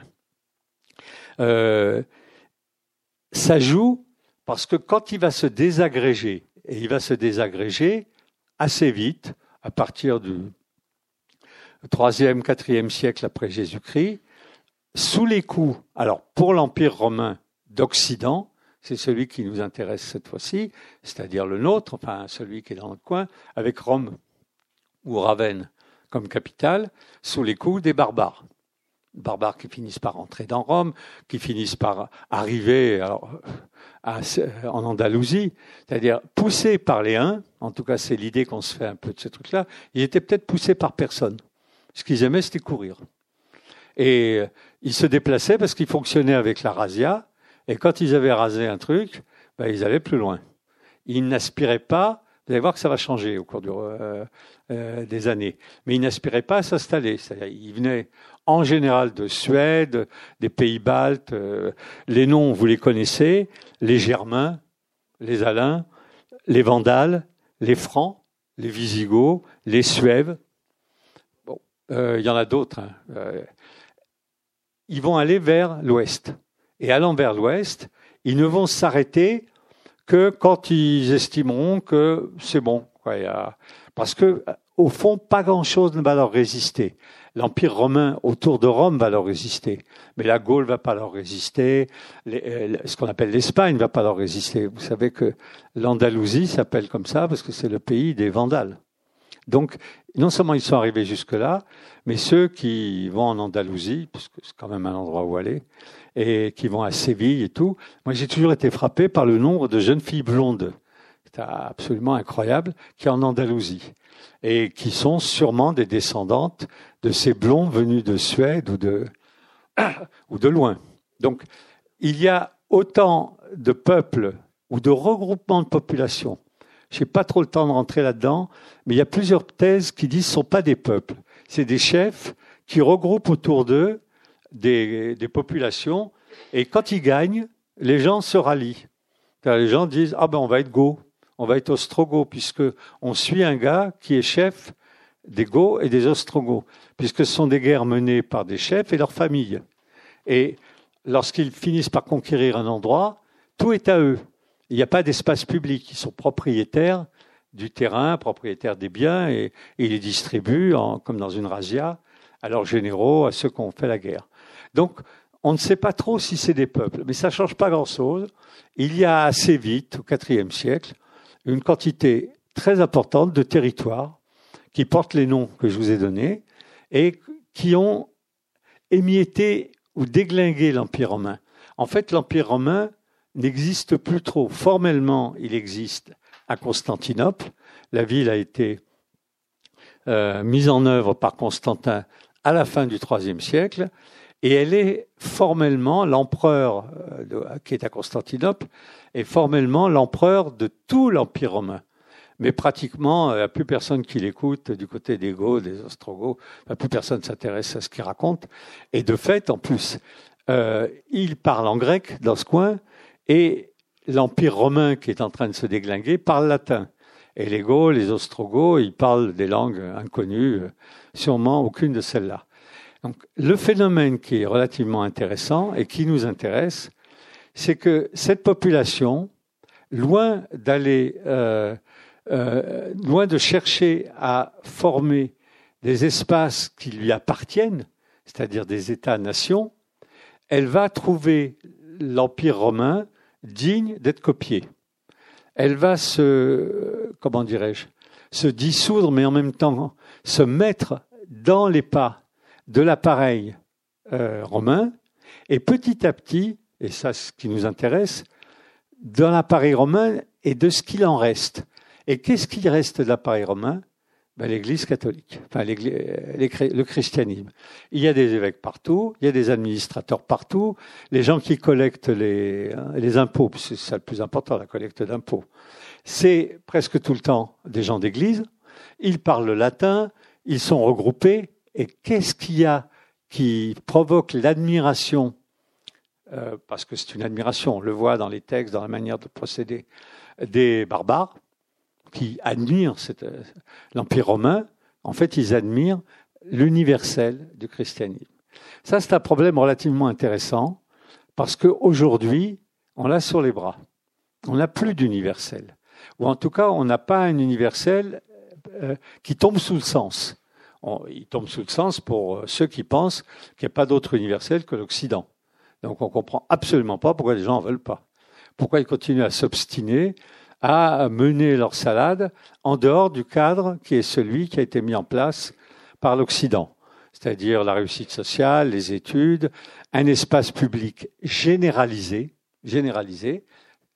Euh, ça joue parce que quand il va se désagréger, et il va se désagréger assez vite, à partir du troisième, quatrième siècle après Jésus-Christ, sous les coups, alors pour l'Empire romain d'Occident, c'est celui qui nous intéresse cette fois-ci, c'est-à-dire le nôtre, enfin celui qui est dans notre coin, avec Rome ou Ravenne comme capitale, sous les coups des barbares. Barbares qui finissent par entrer dans Rome, qui finissent par arriver alors, à, en Andalousie, c'est-à-dire poussés par les Huns, en tout cas c'est l'idée qu'on se fait un peu de ce truc-là, ils étaient peut-être poussés par personne. Ce qu'ils aimaient, c'était courir. Et ils se déplaçaient parce qu'ils fonctionnaient avec la razzia, et quand ils avaient rasé un truc, ben, ils allaient plus loin. Ils n'aspiraient pas, vous allez voir que ça va changer au cours du, euh, euh, des années, mais ils n'aspiraient pas à s'installer. C'est-à-dire, ils venaient en général de Suède, des pays baltes, euh, les noms vous les connaissez, les Germains, les Alains, les Vandales, les Francs, les Visigoths, les Suèves. Bon, euh, il y en a d'autres. Hein. Euh, ils vont aller vers l'ouest. Et allant vers l'ouest, ils ne vont s'arrêter que quand ils estimeront que c'est bon. Quoi, y a... Parce que, au fond, pas grand-chose ne va leur résister. L'Empire romain autour de Rome va leur résister, mais la Gaule va pas leur résister. Les, ce qu'on appelle l'Espagne va pas leur résister. Vous savez que l'Andalousie s'appelle comme ça parce que c'est le pays des Vandales. Donc, non seulement ils sont arrivés jusque-là, mais ceux qui vont en Andalousie, parce que c'est quand même un endroit où aller, et qui vont à Séville et tout, moi j'ai toujours été frappé par le nombre de jeunes filles blondes. C'est absolument incroyable, qui est en Andalousie, et qui sont sûrement des descendantes de ces blonds venus de Suède ou de, ou de loin. Donc, il y a autant de peuples ou de regroupements de population. Je n'ai pas trop le temps de rentrer là-dedans, mais il y a plusieurs thèses qui disent que ce ne sont pas des peuples. C'est des chefs qui regroupent autour d'eux des, des populations, et quand ils gagnent, les gens se rallient. Les gens disent « Ah ben on va être Goths, on va être Ostrogoths, puisqu'on suit un gars qui est chef des Goths et des Ostrogoths, puisque ce sont des guerres menées par des chefs et leurs familles. Et lorsqu'ils finissent par conquérir un endroit, tout est à eux. Il n'y a pas d'espace public. Ils sont propriétaires du terrain, propriétaires des biens, et, et ils les distribuent, en, comme dans une razzia, à leurs généraux, à ceux qui ont fait la guerre. Donc, on ne sait pas trop si c'est des peuples, mais ça ne change pas grand-chose. Il y a assez vite, au quatrième siècle, une quantité très importante de territoires qui portent les noms que je vous ai donnés et qui ont émietté ou déglingué l'Empire romain. En fait, l'Empire romain n'existe plus trop. Formellement, il existe à Constantinople. La ville a été euh, mise en œuvre par Constantin à la fin du troisième siècle, et elle est formellement l'empereur euh, de, qui est à Constantinople, est formellement l'empereur de tout l'Empire romain. Mais pratiquement, il n'y a plus personne qui l'écoute du côté des Goths, des Ostrogoths. Plus personne ne s'intéresse à ce qu'il raconte. Et de fait, en plus, euh, il parle en grec dans ce coin, et l'Empire romain qui est en train de se déglinguer parle latin. Et les Goths, les Ostrogoths, ils parlent des langues inconnues, sûrement aucune de celles-là. Donc, le phénomène qui est relativement intéressant et qui nous intéresse, c'est que cette population, loin d'aller, euh, euh, loin de chercher à former des espaces qui lui appartiennent, c'est-à-dire des États-nations, elle va trouver l'Empire romain digne d'être copié. Elle va se, comment dirais-je, se dissoudre, mais en même temps se mettre dans les pas de l'appareil euh, romain, et petit à petit, et ça c'est ce qui nous intéresse, dans l'appareil romain et de ce qu'il en reste. Et qu'est-ce qui reste de l'appareil romain ? Ben, l'Église catholique, enfin les, les, le christianisme. Il y a des évêques partout, il y a des administrateurs partout, les gens qui collectent les, les impôts, c'est ça le plus important, la collecte d'impôts. C'est presque tout le temps des gens d'église, ils parlent le latin, ils sont regroupés, et qu'est-ce qu'il y a qui provoque l'admiration, euh, parce que c'est une admiration, on le voit dans les textes, dans la manière de procéder, des barbares, qui admirent cette, l'Empire romain, en fait, ils admirent l'universel du christianisme. Ça, c'est un problème relativement intéressant, parce qu'aujourd'hui, on l'a sur les bras. On n'a plus d'universel. Ou en tout cas, on n'a pas un universel euh, qui tombe sous le sens. On, il tombe sous le sens pour ceux qui pensent qu'il n'y a pas d'autre universel que l'Occident. Donc, on ne comprend absolument pas pourquoi les gens n'en veulent pas. Pourquoi ils continuent à s'obstiner à mener leur salade en dehors du cadre qui est celui qui a été mis en place par l'Occident, c'est-à-dire la réussite sociale, les études, un espace public généralisé, généralisé,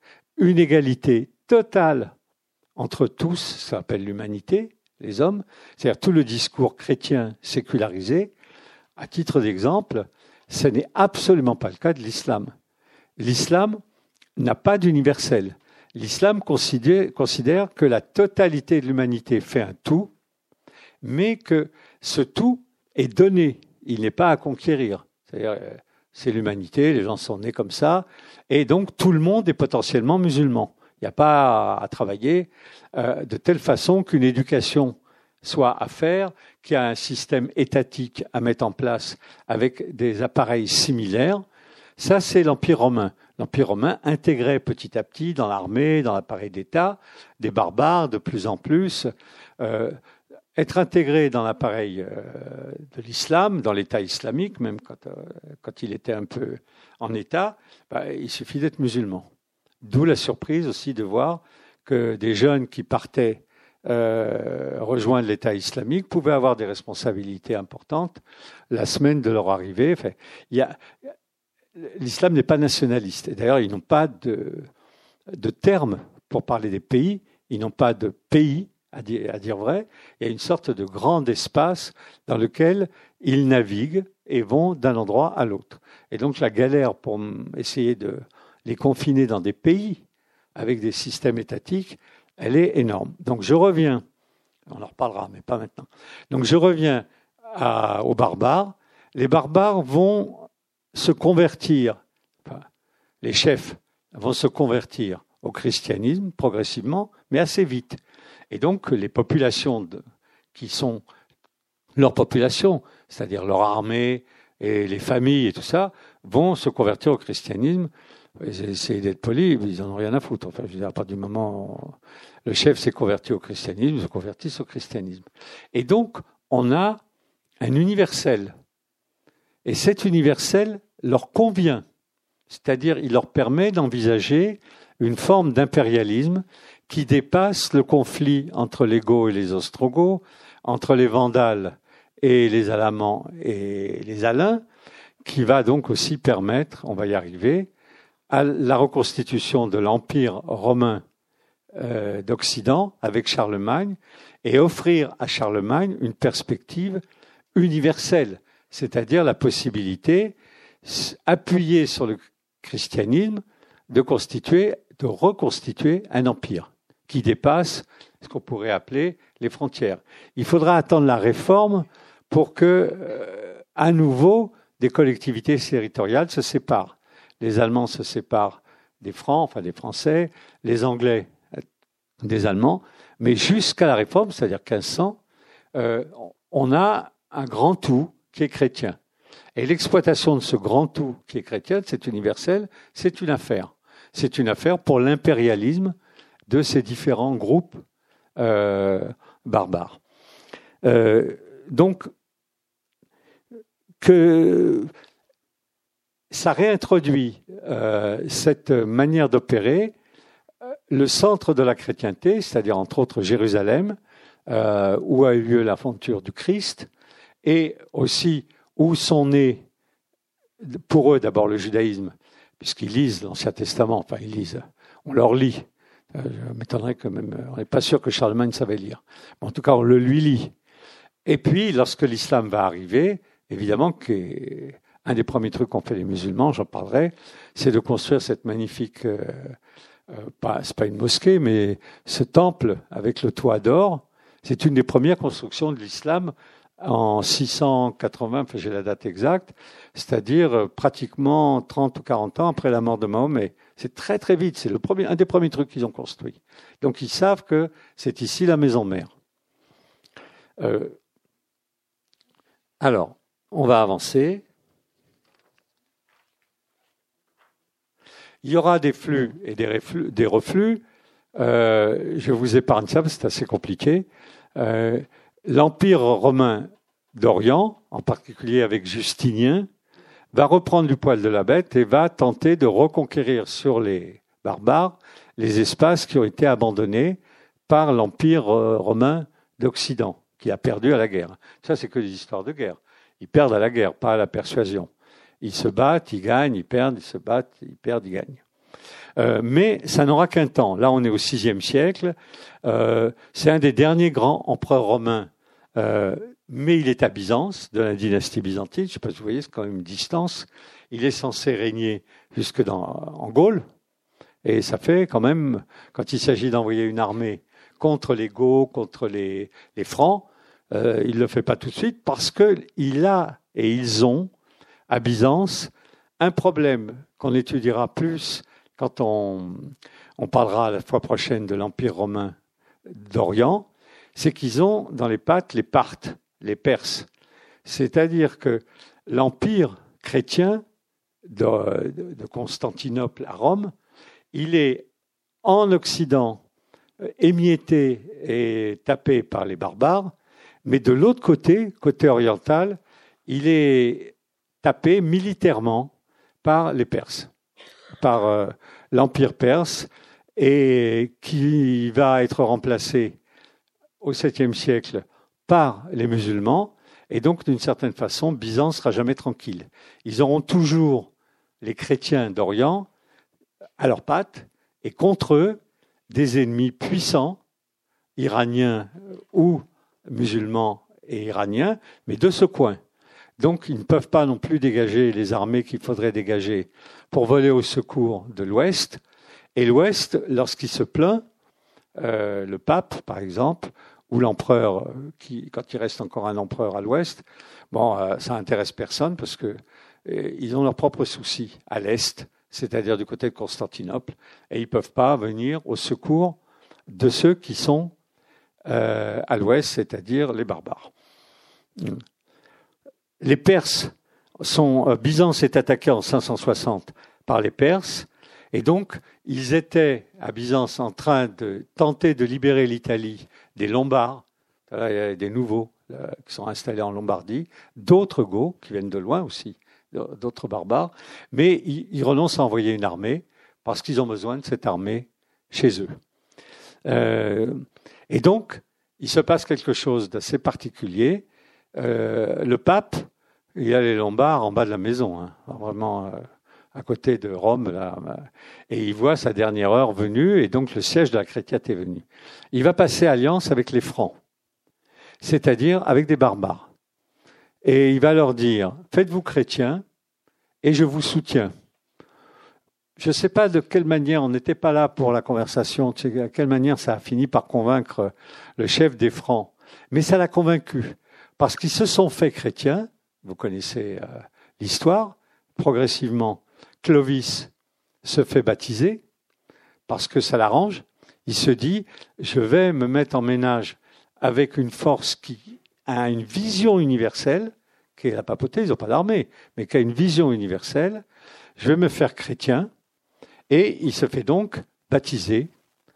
une égalité totale entre tous, ça s'appelle l'humanité, les hommes, c'est-à-dire tout le discours chrétien sécularisé. À titre d'exemple, Ce n'est absolument pas le cas de l'islam. L'islam n'a pas d'universel. L'islam considère, considère que la totalité de l'humanité fait un tout, mais que ce tout est donné, il n'est pas à conquérir. C'est-à-dire, c'est l'humanité, les gens sont nés comme ça, et donc tout le monde est potentiellement musulman. Il n'y a pas à, à travailler euh, de telle façon qu'une éducation soit à faire, qu'il y a un système étatique à mettre en place avec des appareils similaires. Ça, c'est l'Empire romain. L'Empire romain intégrait petit à petit dans l'armée, dans l'appareil d'État, des barbares de plus en plus. Euh, être intégré dans l'appareil euh, de l'islam, dans l'État islamique, même quand, euh, quand il était un peu en État, bah, il suffit d'être musulman. D'où la surprise aussi de voir que des jeunes qui partaient euh, rejoindre l'État islamique pouvaient avoir des responsabilités importantes la semaine de leur arrivée. Enfin, il y a... L'islam n'est pas nationaliste. Et d'ailleurs, ils n'ont pas de, de terme pour parler des pays. Ils n'ont pas de pays, à dire, à dire vrai. Il y a une sorte de grand espace dans lequel ils naviguent et vont d'un endroit à l'autre. Et donc, la galère pour essayer de les confiner dans des pays avec des systèmes étatiques, elle est énorme. Donc, je reviens, on en reparlera, mais pas maintenant. Donc, je reviens à, aux barbares. Les barbares vont se convertir, enfin, les chefs vont se convertir au christianisme progressivement, mais assez vite. Et donc, les populations de, qui sont leur population, c'est-à-dire leur armée et les familles et tout ça, vont se convertir au christianisme. J'ai essayé d'être poli, ils n'en ont rien à foutre. Enfin, je veux dire, à partir du moment où le chef s'est converti au christianisme, ils se convertissent au christianisme. Et donc, on a un universel. Et cet universel leur convient, c'est-à-dire il leur permet d'envisager une forme d'impérialisme qui dépasse le conflit entre les Goths et les Ostrogoths, entre les Vandales et les Alamans et les Alains, qui va donc aussi permettre, on va y arriver, à la reconstitution de l'Empire romain euh, d'Occident avec Charlemagne et offrir à Charlemagne une perspective universelle, c'est-à-dire la possibilité, appuyée sur le christianisme, de constituer, de reconstituer un empire qui dépasse ce qu'on pourrait appeler les frontières. Il faudra attendre la réforme pour que, euh, à nouveau, des collectivités territoriales se séparent. Les Allemands se séparent des Francs, enfin des Français, les Anglais des Allemands, mais jusqu'à la réforme, c'est-à-dire quinze cents, euh, on a un grand tout qui est chrétien. Et l'exploitation de ce grand tout qui est chrétien, c'est universel, c'est une affaire. C'est une affaire pour l'impérialisme de ces différents groupes euh, barbares. Euh, donc, que ça réintroduit euh, cette manière d'opérer, le centre de la chrétienté, c'est-à-dire entre autres Jérusalem, euh, où a eu lieu l'aventure du Christ, et aussi où sont nés, pour eux d'abord le judaïsme, puisqu'ils lisent l'Ancien Testament, enfin ils lisent, on leur lit. Euh, je m'étonnerais que même, on n'est pas sûr que Charlemagne savait lire. Mais en tout cas, on le lui lit. Et puis, lorsque l'islam va arriver, évidemment qu'un des premiers trucs qu'ont fait les musulmans, j'en parlerai, c'est de construire cette magnifique, euh, euh, pas, c'est pas une mosquée, mais ce temple avec le toit d'or. C'est une des premières constructions de l'islam en six cent quatre-vingts, enfin j'ai la date exacte, c'est-à-dire pratiquement trente ou quarante ans après la mort de Mahomet. C'est très très vite, c'est le premier, un des premiers trucs qu'ils ont construit. Donc ils savent que c'est ici la maison mère. Euh, alors, on va avancer. Il y aura des flux et des, reflux. Des reflux. Euh, je vous épargne ça parce que c'est assez compliqué. Euh, L'Empire romain d'Orient, en particulier avec Justinien, va reprendre du poil de la bête et va tenter de reconquérir sur les barbares les espaces qui ont été abandonnés par l'Empire romain d'Occident, qui a perdu à la guerre. Ça, c'est que des histoires de guerre. Ils perdent à la guerre, pas à la persuasion. Ils se battent, ils gagnent, ils perdent, ils se battent, ils perdent, ils gagnent. Euh, mais ça n'aura qu'un temps. Là, on est au sixième siècle. Euh, c'est un des derniers grands empereurs romains euh, mais il est à Byzance, de la dynastie byzantine. Je ne sais pas si vous voyez, c'est quand même une distance. Il est censé régner jusque dans, en Gaule. Et ça fait quand même, quand il s'agit d'envoyer une armée contre les Goths, contre les, les Francs, euh, il ne le fait pas tout de suite parce qu'il a et ils ont à Byzance un problème qu'on étudiera plus quand on, on parlera la fois prochaine de l'Empire romain d'Orient, c'est qu'ils ont dans les pattes les Parthes, les Perses. C'est-à-dire que l'Empire chrétien de, de, de Constantinople à Rome, il est en Occident émietté et tapé par les barbares, mais de l'autre côté, côté oriental, il est tapé militairement par les Perses, par euh, l'Empire perse, et qui va être remplacé au septième siècle par les musulmans. Et donc, d'une certaine façon, Byzance ne sera jamais tranquille. Ils auront toujours les chrétiens d'Orient à leurs pattes, et contre eux, des ennemis puissants, iraniens ou musulmans et iraniens, mais de ce coin. Donc, ils ne peuvent pas non plus dégager les armées qu'il faudrait dégager pour voler au secours de l'Ouest. Et l'Ouest, lorsqu'il se plaint, euh, le pape, par exemple, ou l'empereur, qui, quand il reste encore un empereur à l'Ouest, bon, euh, ça intéresse personne parce que euh, ils ont leurs propres soucis à l'Est, c'est-à-dire du côté de Constantinople, et ils ne peuvent pas venir au secours de ceux qui sont euh, à l'Ouest, c'est-à-dire les barbares. Les Perses sont... Euh, Byzance est attaquée en cinq cent soixante par les Perses, et donc ils étaient à Byzance en train de tenter de libérer l'Italie des Lombards. Là, il y a des nouveaux là, qui sont installés en Lombardie, d'autres Goths qui viennent de loin aussi, d'autres barbares, mais ils, ils renoncent à envoyer une armée parce qu'ils ont besoin de cette armée chez eux. Euh, et donc, il se passe quelque chose d'assez particulier. Euh, le pape, il y a les Lombards en bas de la maison, hein, vraiment euh, à côté de Rome, là, et il voit sa dernière heure venue, et donc le siège de la chrétienté est venu. Il va passer alliance avec les Francs, c'est-à-dire avec des barbares. Et il va leur dire, faites-vous chrétiens, et je vous soutiens. Je ne sais pas de quelle manière, on n'était pas là pour la conversation, de de quelle manière ça a fini par convaincre le chef des Francs, mais ça l'a convaincu. Parce qu'ils se sont faits chrétiens, vous connaissez euh, l'histoire, progressivement, Clovis se fait baptiser, parce que ça l'arrange. Il se dit, je vais me mettre en ménage avec une force qui a une vision universelle, qui est la papauté, ils n'ont pas d'armée, mais qui a une vision universelle, je vais me faire chrétien, et il se fait donc baptiser.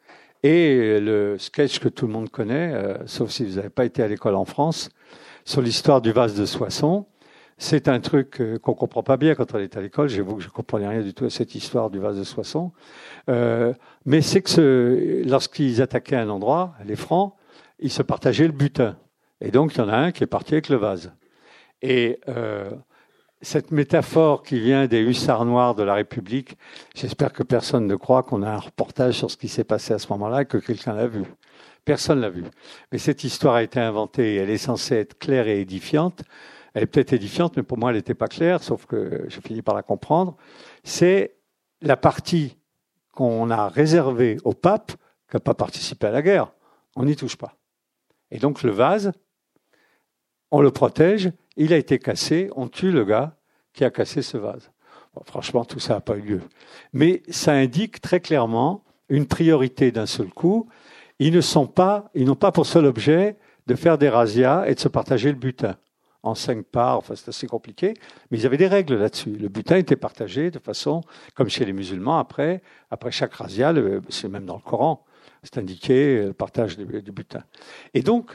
Et le sketch que tout le monde connaît, euh, sauf si vous n'avez pas été à l'école en France, sur l'histoire du vase de Soissons. C'est un truc euh, qu'on ne comprend pas bien quand on est à l'école. J'avoue que je ne comprenais rien du tout à cette histoire du vase de Soissons. Euh, mais c'est que ce, lorsqu'ils attaquaient un endroit, les Francs, ils se partageaient le butin. Et donc, il y en a un qui est parti avec le vase. Et euh, cette métaphore qui vient des hussards noirs de la République, j'espère que personne ne croit qu'on a un reportage sur ce qui s'est passé à ce moment-là et que quelqu'un l'a vu. Personne ne l'a vu. Mais cette histoire a été inventée et elle est censée être claire et édifiante. Elle est peut-être édifiante, mais pour moi, elle n'était pas claire, sauf que je finis par la comprendre. C'est la partie qu'on a réservée au pape qui n'a pas participé à la guerre. On n'y touche pas. Et donc, le vase, on le protège. Il a été cassé. On tue le gars qui a cassé ce vase. Bon, franchement, tout ça n'a pas eu lieu. Mais ça indique très clairement une priorité d'un seul coup. Ils ne sont pas, ils n'ont pas pour seul objet de faire des razzias et de se partager le butin en cinq parts. Enfin, c'est assez compliqué, mais ils avaient des règles là-dessus. Le butin était partagé de façon, comme chez les musulmans, après, après chaque razzia, le, c'est même dans le Coran, c'est indiqué le partage du, du butin. Et donc,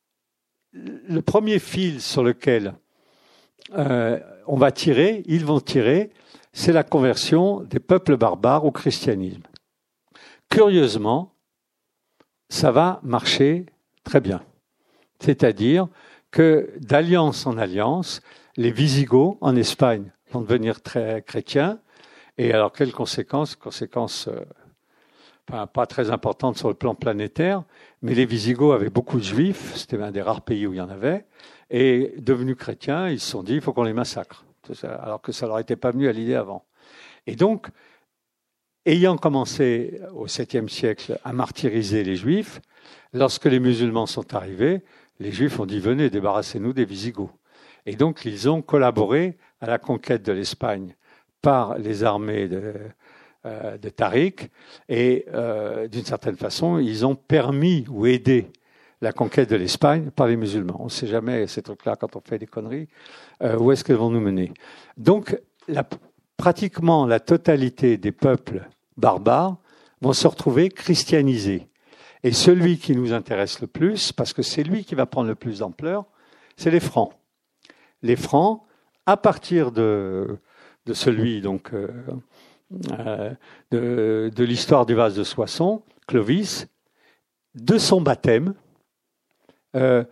le premier fil sur lequel euh, on va tirer, ils vont tirer, c'est la conversion des peuples barbares au christianisme. Curieusement, ça va marcher très bien. C'est-à-dire que d'alliance en alliance, les Visigoths en Espagne vont devenir très chrétiens. Et alors, quelles conséquences Conséquences euh, pas, pas très importante sur le plan planétaire, mais les Visigoths avaient beaucoup de juifs, c'était un des rares pays où il y en avait, et devenus chrétiens, ils se sont dit, il faut qu'on les massacre, alors que ça leur était pas venu à l'idée avant. Et donc, ayant commencé au septième siècle à martyriser les juifs, lorsque les musulmans sont arrivés, les juifs ont dit, venez, débarrassez-nous des Visigoths. Et donc, ils ont collaboré à la conquête de l'Espagne par les armées de, euh, de Tariq, et euh, d'une certaine façon, ils ont permis ou aidé la conquête de l'Espagne par les musulmans. On ne sait jamais, ces trucs-là, quand on fait des conneries, euh, où est-ce qu'elles vont nous mener. Donc, la, pratiquement la totalité des peuples barbares vont se retrouver christianisés. Et celui qui nous intéresse le plus, parce que c'est lui qui va prendre le plus d'ampleur, c'est les Francs. Les Francs, à partir de, de celui donc euh, euh, de, de l'histoire du vase de Soissons, Clovis, de son baptême, euh,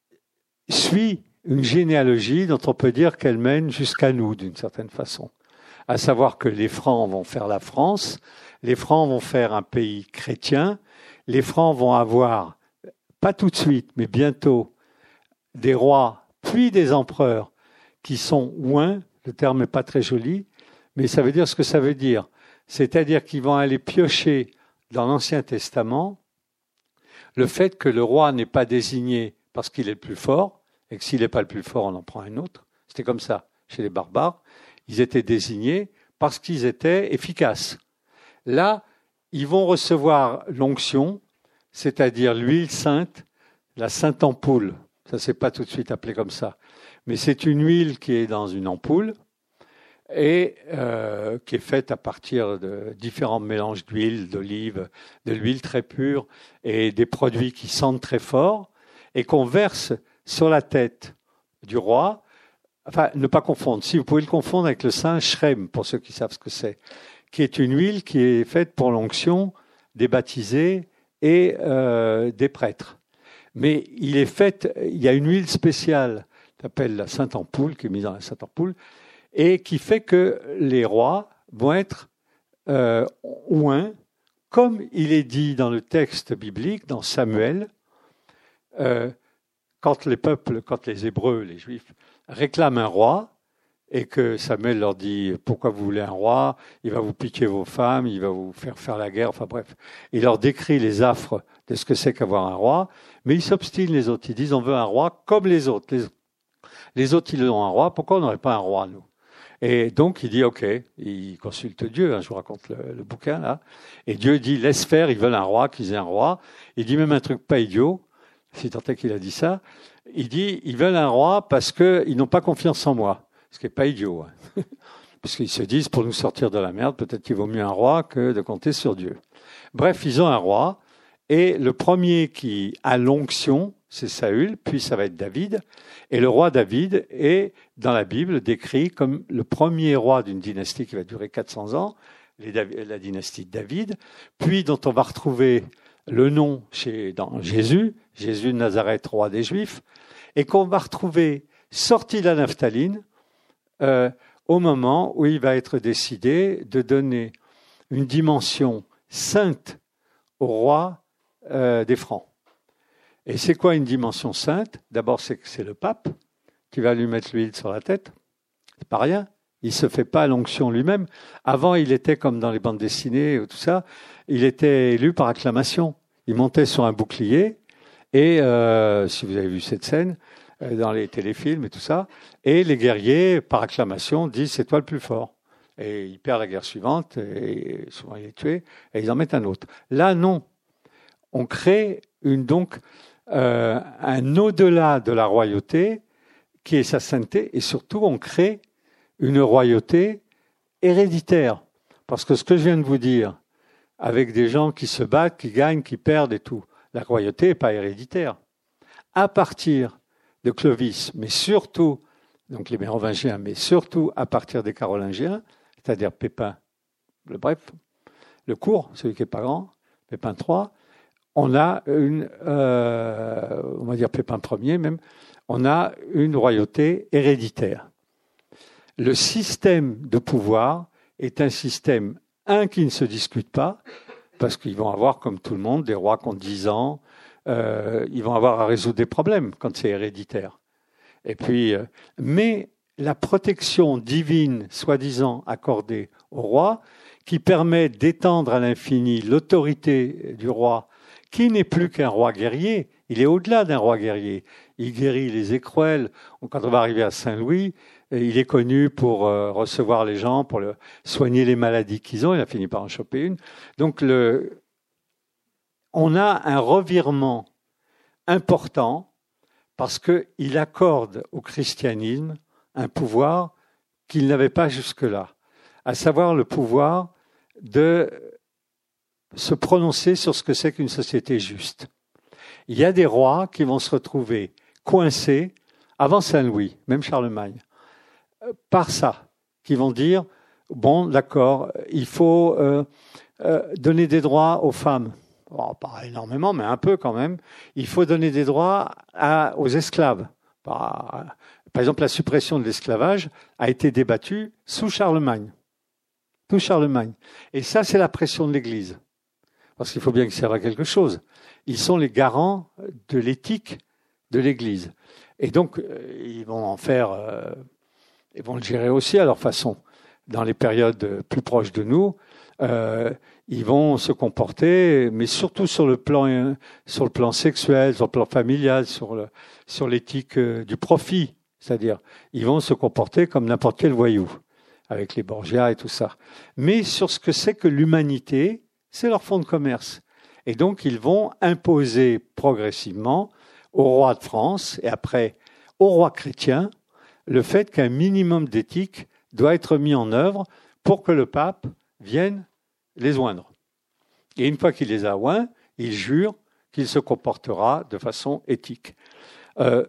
suit une généalogie dont on peut dire qu'elle mène jusqu'à nous, d'une certaine façon. À savoir que les Francs vont faire la France, les Francs vont faire un pays chrétien, les Francs vont avoir, pas tout de suite, mais bientôt, des rois, puis des empereurs, qui sont ouins, le terme n'est pas très joli, mais ça veut dire ce que ça veut dire. C'est-à-dire qu'ils vont aller piocher dans l'Ancien Testament le fait que le roi n'est pas désigné parce qu'il est le plus fort, et que s'il n'est pas le plus fort, on en prend un autre. C'était comme ça chez les barbares. Ils étaient désignés parce qu'ils étaient efficaces. Là, ils vont recevoir l'onction, c'est-à-dire l'huile sainte, la sainte ampoule. Ça ne s'est pas tout de suite appelé comme ça. Mais c'est une huile qui est dans une ampoule et euh, qui est faite à partir de différents mélanges d'huile, d'olive, de l'huile très pure et des produits qui sentent très fort et qu'on verse sur la tête du roi. Enfin, ne pas confondre. Si vous pouvez le confondre avec le saint Shrem, pour ceux qui savent ce que c'est, qui est une huile qui est faite pour l'onction des baptisés et euh, des prêtres. Mais il est fait, il y a une huile spéciale, qui s'appelle la sainte ampoule, qui est mise dans la sainte ampoule, et qui fait que les rois vont être euh, oints, comme il est dit dans le texte biblique, dans Samuel, euh, quand les peuples, quand les Hébreux, les Juifs, réclament un roi, et que Samuel leur dit « Pourquoi vous voulez un roi ? Il va vous piquer vos femmes, il va vous faire faire la guerre. » Enfin bref, il leur décrit les affres de ce que c'est qu'avoir un roi, mais ils s'obstinent les autres. Ils disent « On veut un roi comme les autres. » Les, les autres, ils ont un roi. Pourquoi on n'aurait pas un roi, nous ? Et donc, il dit « Ok. » Il consulte Dieu. Hein, je vous raconte le, le bouquin, là. Et Dieu dit « Laisse faire, ils veulent un roi, qu'ils aient un roi. » Il dit même un truc pas idiot, si tant est qu'il a dit ça. Il dit « Ils veulent un roi parce qu'ils n'ont pas confiance en moi. » Ce qui n'est pas idiot, hein. Parce qu'ils se disent, pour nous sortir de la merde, peut-être qu'il vaut mieux un roi que de compter sur Dieu. Bref, ils ont un roi, et le premier qui a l'onction, c'est Saül, puis ça va être David, et le roi David est, dans la Bible, décrit comme le premier roi d'une dynastie qui va durer quatre cents ans, la dynastie de David, puis dont on va retrouver le nom chez, dans Jésus, Jésus de Nazareth, roi des Juifs, et qu'on va retrouver sorti de la naphtaline, Euh, au moment où il va être décidé de donner une dimension sainte au roi euh, des Francs. Et c'est quoi une dimension sainte ? D'abord, c'est que c'est le pape qui va lui mettre l'huile sur la tête. C'est pas rien. Il ne se fait pas l'onction lui-même. Avant, il était comme dans les bandes dessinées ou tout ça, il était élu par acclamation. Il montait sur un bouclier et, euh, si vous avez vu cette scène, dans les téléfilms et tout ça, et les guerriers, par acclamation, disent « c'est toi le plus fort ». Et il perd la guerre suivante, et souvent il est tué, et ils en mettent un autre. Là, non. On crée une, donc euh, un au-delà de la royauté, qui est sa sainteté, et surtout on crée une royauté héréditaire. Parce que ce que je viens de vous dire, avec des gens qui se battent, qui gagnent, qui perdent et tout, la royauté n'est pas héréditaire. À partir de Clovis, mais surtout, donc les Mérovingiens, mais surtout à partir des Carolingiens, c'est-à-dire Pépin, le bref, le court, celui qui n'est pas grand, Pépin trois, on a une, euh, on va dire Pépin Ier même, on a une royauté héréditaire. Le système de pouvoir est un système, un, qui ne se discute pas, parce qu'ils vont avoir, comme tout le monde, des rois qui ont dix ans. Euh, ils vont avoir à résoudre des problèmes quand c'est héréditaire. Et puis, euh, mais la protection divine, soi-disant accordée au roi, qui permet d'étendre à l'infini l'autorité du roi, qui n'est plus qu'un roi guerrier, il est au-delà d'un roi guerrier. Il guérit les écrouelles. Quand on va arriver à Saint-Louis, il est connu pour euh, recevoir les gens, pour le, soigner les maladies qu'ils ont. Il a fini par en choper une. Donc, le, on a un revirement important parce qu'il accorde au christianisme un pouvoir qu'il n'avait pas jusque-là, à savoir le pouvoir de se prononcer sur ce que c'est qu'une société juste. Il y a des rois qui vont se retrouver coincés, avant Saint-Louis, même Charlemagne, par ça, qui vont dire, bon, d'accord, il faut euh, euh, donner des droits aux femmes. Bon, pas énormément, mais un peu quand même. Il faut donner des droits à, aux esclaves. Par, par exemple, la suppression de l'esclavage a été débattue sous Charlemagne. Sous Charlemagne. Et ça, c'est la pression de l'Église. Parce qu'il faut bien qu'ils servent à quelque chose. Ils sont les garants de l'éthique de l'Église. Et donc, ils vont en faire, euh, ils vont le gérer aussi à leur façon. Dans les périodes plus proches de nous, euh, ils vont se comporter, mais surtout sur le plan, sur le plan sexuel, sur le plan familial, sur le, sur l'éthique du profit. C'est-à-dire, ils vont se comporter comme n'importe quel voyou, avec les Borgia et tout ça. Mais sur ce que c'est que l'humanité, c'est leur fonds de commerce. Et donc, ils vont imposer progressivement au roi de France et après au roi chrétien le fait qu'un minimum d'éthique doit être mis en œuvre pour que le pape vienne les oindre. Et une fois qu'il les a oints, il jure qu'il se comportera de façon éthique. Euh,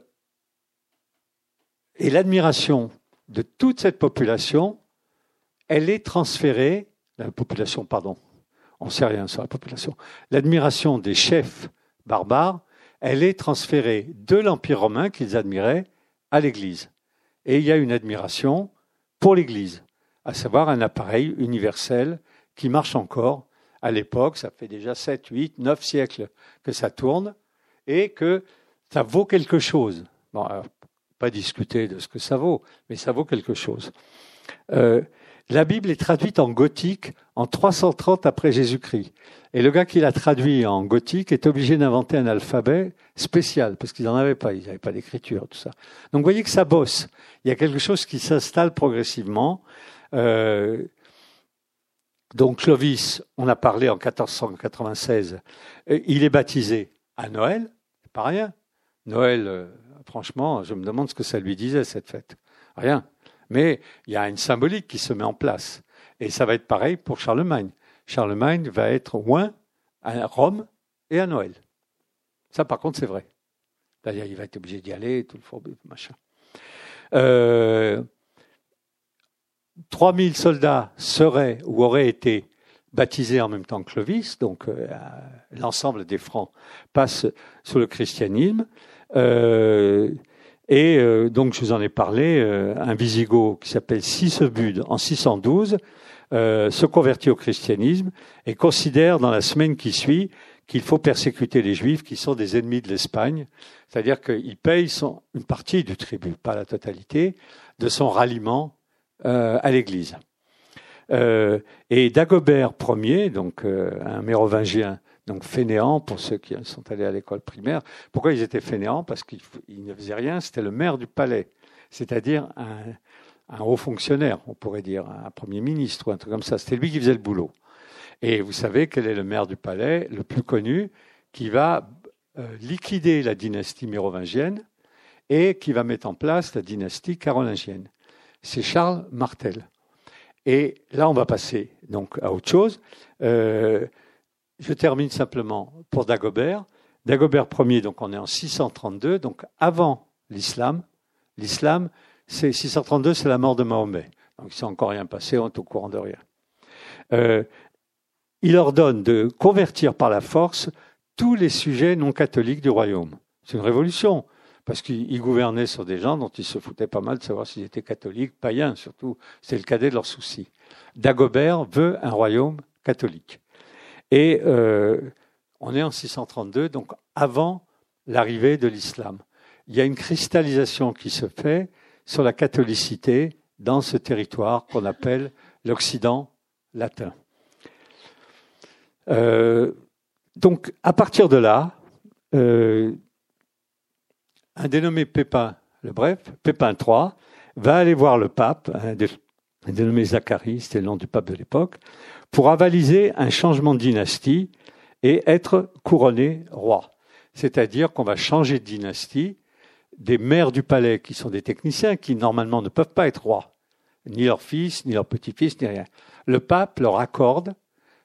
et l'admiration de toute cette population, elle est transférée, la population, pardon, on ne sait rien sur la population, l'admiration des chefs barbares, elle est transférée de l'Empire romain qu'ils admiraient à l'Église. Et il y a une admiration pour l'Église, à savoir un appareil universel qui marche encore. À l'époque, ça fait déjà sept, huit, neuf siècles que ça tourne et que ça vaut quelque chose. Bon, alors, pas discuter de ce que ça vaut, mais ça vaut quelque chose. Euh, la Bible est traduite en gothique en trois cent trente après Jésus-Christ. Et le gars qui l'a traduit en gothique est obligé d'inventer un alphabet spécial, parce qu'ils n'en avaient pas, ils n'avaient pas d'écriture, tout ça. Donc vous voyez que ça bosse. Il y a quelque chose qui s'installe progressivement. Euh, donc Clovis, on a parlé en quatorze cent quatre-vingt-seize, il est baptisé à Noël, c'est pas rien. Noël, euh, franchement, je me demande ce que ça lui disait, cette fête. Rien. Mais il y a une symbolique qui se met en place. Et ça va être pareil pour Charlemagne. Charlemagne va être oint à Rome et à Noël. Ça, par contre, c'est vrai. D'ailleurs, il va être obligé d'y aller, tout le fourbe, machin. Euh, trois mille soldats seraient ou auraient été baptisés en même temps que Clovis, donc euh, l'ensemble des Francs passe sous le christianisme. Euh, et euh, donc, je vous en ai parlé, euh, un Wisigoth qui s'appelle Sisebude en six cent douze euh, se convertit au christianisme et considère dans la semaine qui suit qu'il faut persécuter les Juifs qui sont des ennemis de l'Espagne, c'est-à-dire qu'il paye son, une partie du tribut, pas la totalité, de son ralliement euh, à l'Église. Euh, et Dagobert Ier, donc euh, un mérovingien, donc fainéant pour ceux qui sont allés à l'école primaire. Pourquoi ils étaient fainéants? Parce qu'ils ne faisaient rien, c'était le maire du palais, c'est-à-dire un, un haut fonctionnaire, on pourrait dire, un premier ministre ou un truc comme ça. C'était lui qui faisait le boulot. Et vous savez quel est le maire du palais, le plus connu, qui va euh, liquider la dynastie mérovingienne et qui va mettre en place la dynastie carolingienne. C'est Charles Martel. Et là, on va passer donc à autre chose. Euh, je termine simplement pour Dagobert. Dagobert Ier, donc on est en six cent trente-deux, donc avant l'islam. L'islam, c'est six cent trente-deux, c'est la mort de Mahomet. Donc il ne s'est encore rien passé, on est au courant de rien. Euh, il ordonne de convertir par la force tous les sujets non catholiques du royaume. C'est une révolution, parce qu'il gouvernait sur des gens dont ils se foutaient pas mal de savoir s'ils étaient catholiques, païens surtout. C'était le cadet de leurs soucis. Dagobert veut un royaume catholique. Et euh, on est en six cent trente-deux, donc avant l'arrivée de l'islam. Il y a une cristallisation qui se fait sur la catholicité dans ce territoire qu'on appelle l'Occident latin. Euh, donc, à partir de là, euh, un dénommé Pépin le Bref, Pépin trois, va aller voir le pape, un, dé, un dénommé Zacharie, c'était le nom du pape de l'époque, pour avaliser un changement de dynastie et être couronné roi. C'est-à-dire qu'on va changer de dynastie, des maires du palais qui sont des techniciens qui normalement ne peuvent pas être rois, ni leur fils, ni leur petit-fils, ni rien. Le pape leur accorde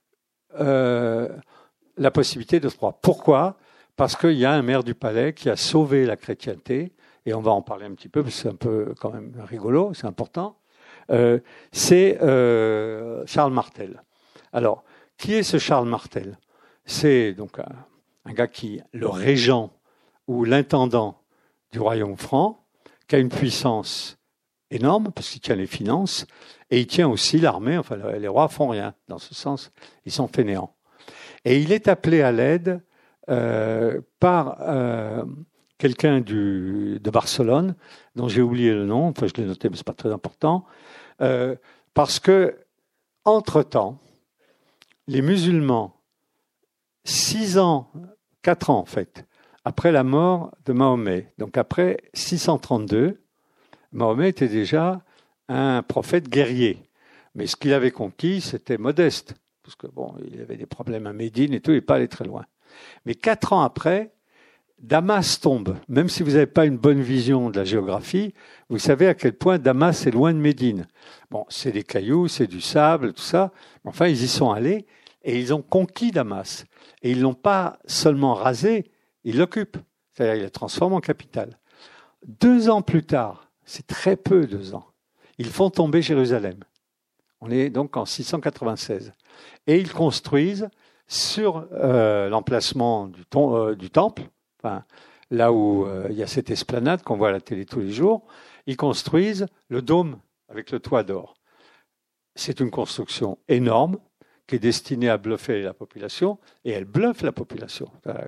euh, la possibilité de se roi. Pourquoi ? Parce qu'il y a un maire du palais qui a sauvé la chrétienté, et on va en parler un petit peu, parce que c'est un peu quand même rigolo, c'est important. Euh, c'est euh, Charles Martel. Alors, qui est ce Charles Martel ? C'est donc un, un gars qui, le régent ou l'intendant du royaume franc, qui a une puissance énorme, parce qu'il tient les finances, et il tient aussi l'armée. Enfin, les rois font rien, dans ce sens, ils sont fainéants. Et il est appelé à l'aide euh, par euh, quelqu'un du, de Barcelone, dont j'ai oublié le nom, enfin je l'ai noté, mais ce n'est pas très important, euh, parce que, entre-temps, les musulmans, six ans, quatre ans en fait, après la mort de Mahomet, donc après six cent trente-deux, Mahomet était déjà un prophète guerrier. Mais ce qu'il avait conquis, c'était modeste. Parce que bon, il avait des problèmes à Médine et tout, il n'est pas allé très loin. Mais quatre ans après, Damas tombe. Même si vous n'avez pas une bonne vision de la géographie, vous savez à quel point Damas est loin de Médine. Bon, c'est des cailloux, c'est du sable, tout ça. Enfin, ils y sont allés et ils ont conquis Damas. Et ils ne l'ont pas seulement rasé, ils l'occupent. C'est-à-dire qu'ils la transforment en capitale. Deux ans plus tard, c'est très peu, deux ans, ils font tomber Jérusalem. On est donc en six cent quatre-vingt-seize. Et ils construisent sur euh, l'emplacement du, ton, euh, du temple, enfin, là où euh, il y a cette esplanade qu'on voit à la télé tous les jours, ils construisent le dôme avec le toit d'or. C'est une construction énorme qui est destinée à bluffer la population, et elle bluffe la population.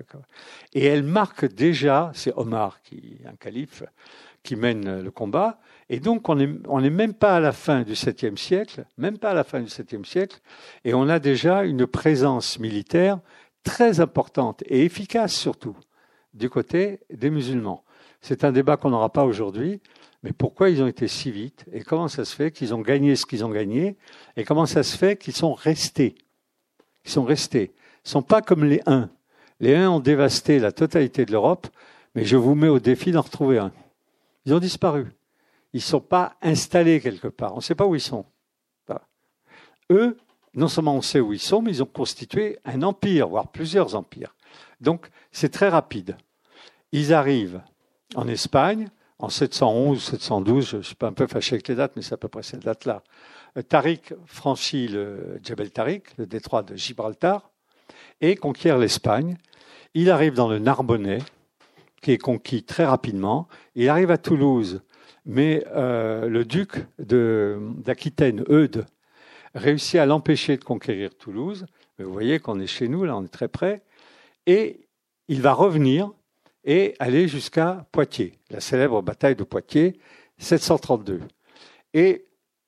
Et elle marque déjà, c'est Omar, qui est un calife, qui mène le combat, et donc on n'est on est même pas à la fin du septième siècle, même pas à la fin du septième siècle, et on a déjà une présence militaire très importante et efficace surtout du côté des musulmans. C'est un débat qu'on n'aura pas aujourd'hui, mais pourquoi ils ont été si vite, et comment ça se fait qu'ils ont gagné ce qu'ils ont gagné, et comment ça se fait qu'ils sont restés. Ils sont restés. Ils ne sont pas comme les Huns. Les Huns ont dévasté la totalité de l'Europe, mais je vous mets au défi d'en retrouver un. Ils ont disparu. Ils ne sont pas installés quelque part. On ne sait pas où ils sont. Voilà. Eux, non seulement on sait où ils sont, mais ils ont constitué un empire, voire plusieurs empires. Donc, c'est très rapide. Ils arrivent en Espagne, en sept cent onze, sept cent douze, je suis pas un peu fâché avec les dates, mais c'est à peu près cette date-là. Tariq franchit le Djebel Tariq, le détroit de Gibraltar, et conquiert l'Espagne. Il arrive dans le Narbonnais, qui est conquis très rapidement. Il arrive à Toulouse, mais euh, le duc de, d'Aquitaine, Eudes, réussit à l'empêcher de conquérir Toulouse. Mais vous voyez qu'on est chez nous, là, on est très près. Et il va revenir et aller jusqu'à Poitiers, la célèbre bataille de Poitiers, sept cent trente-deux. Et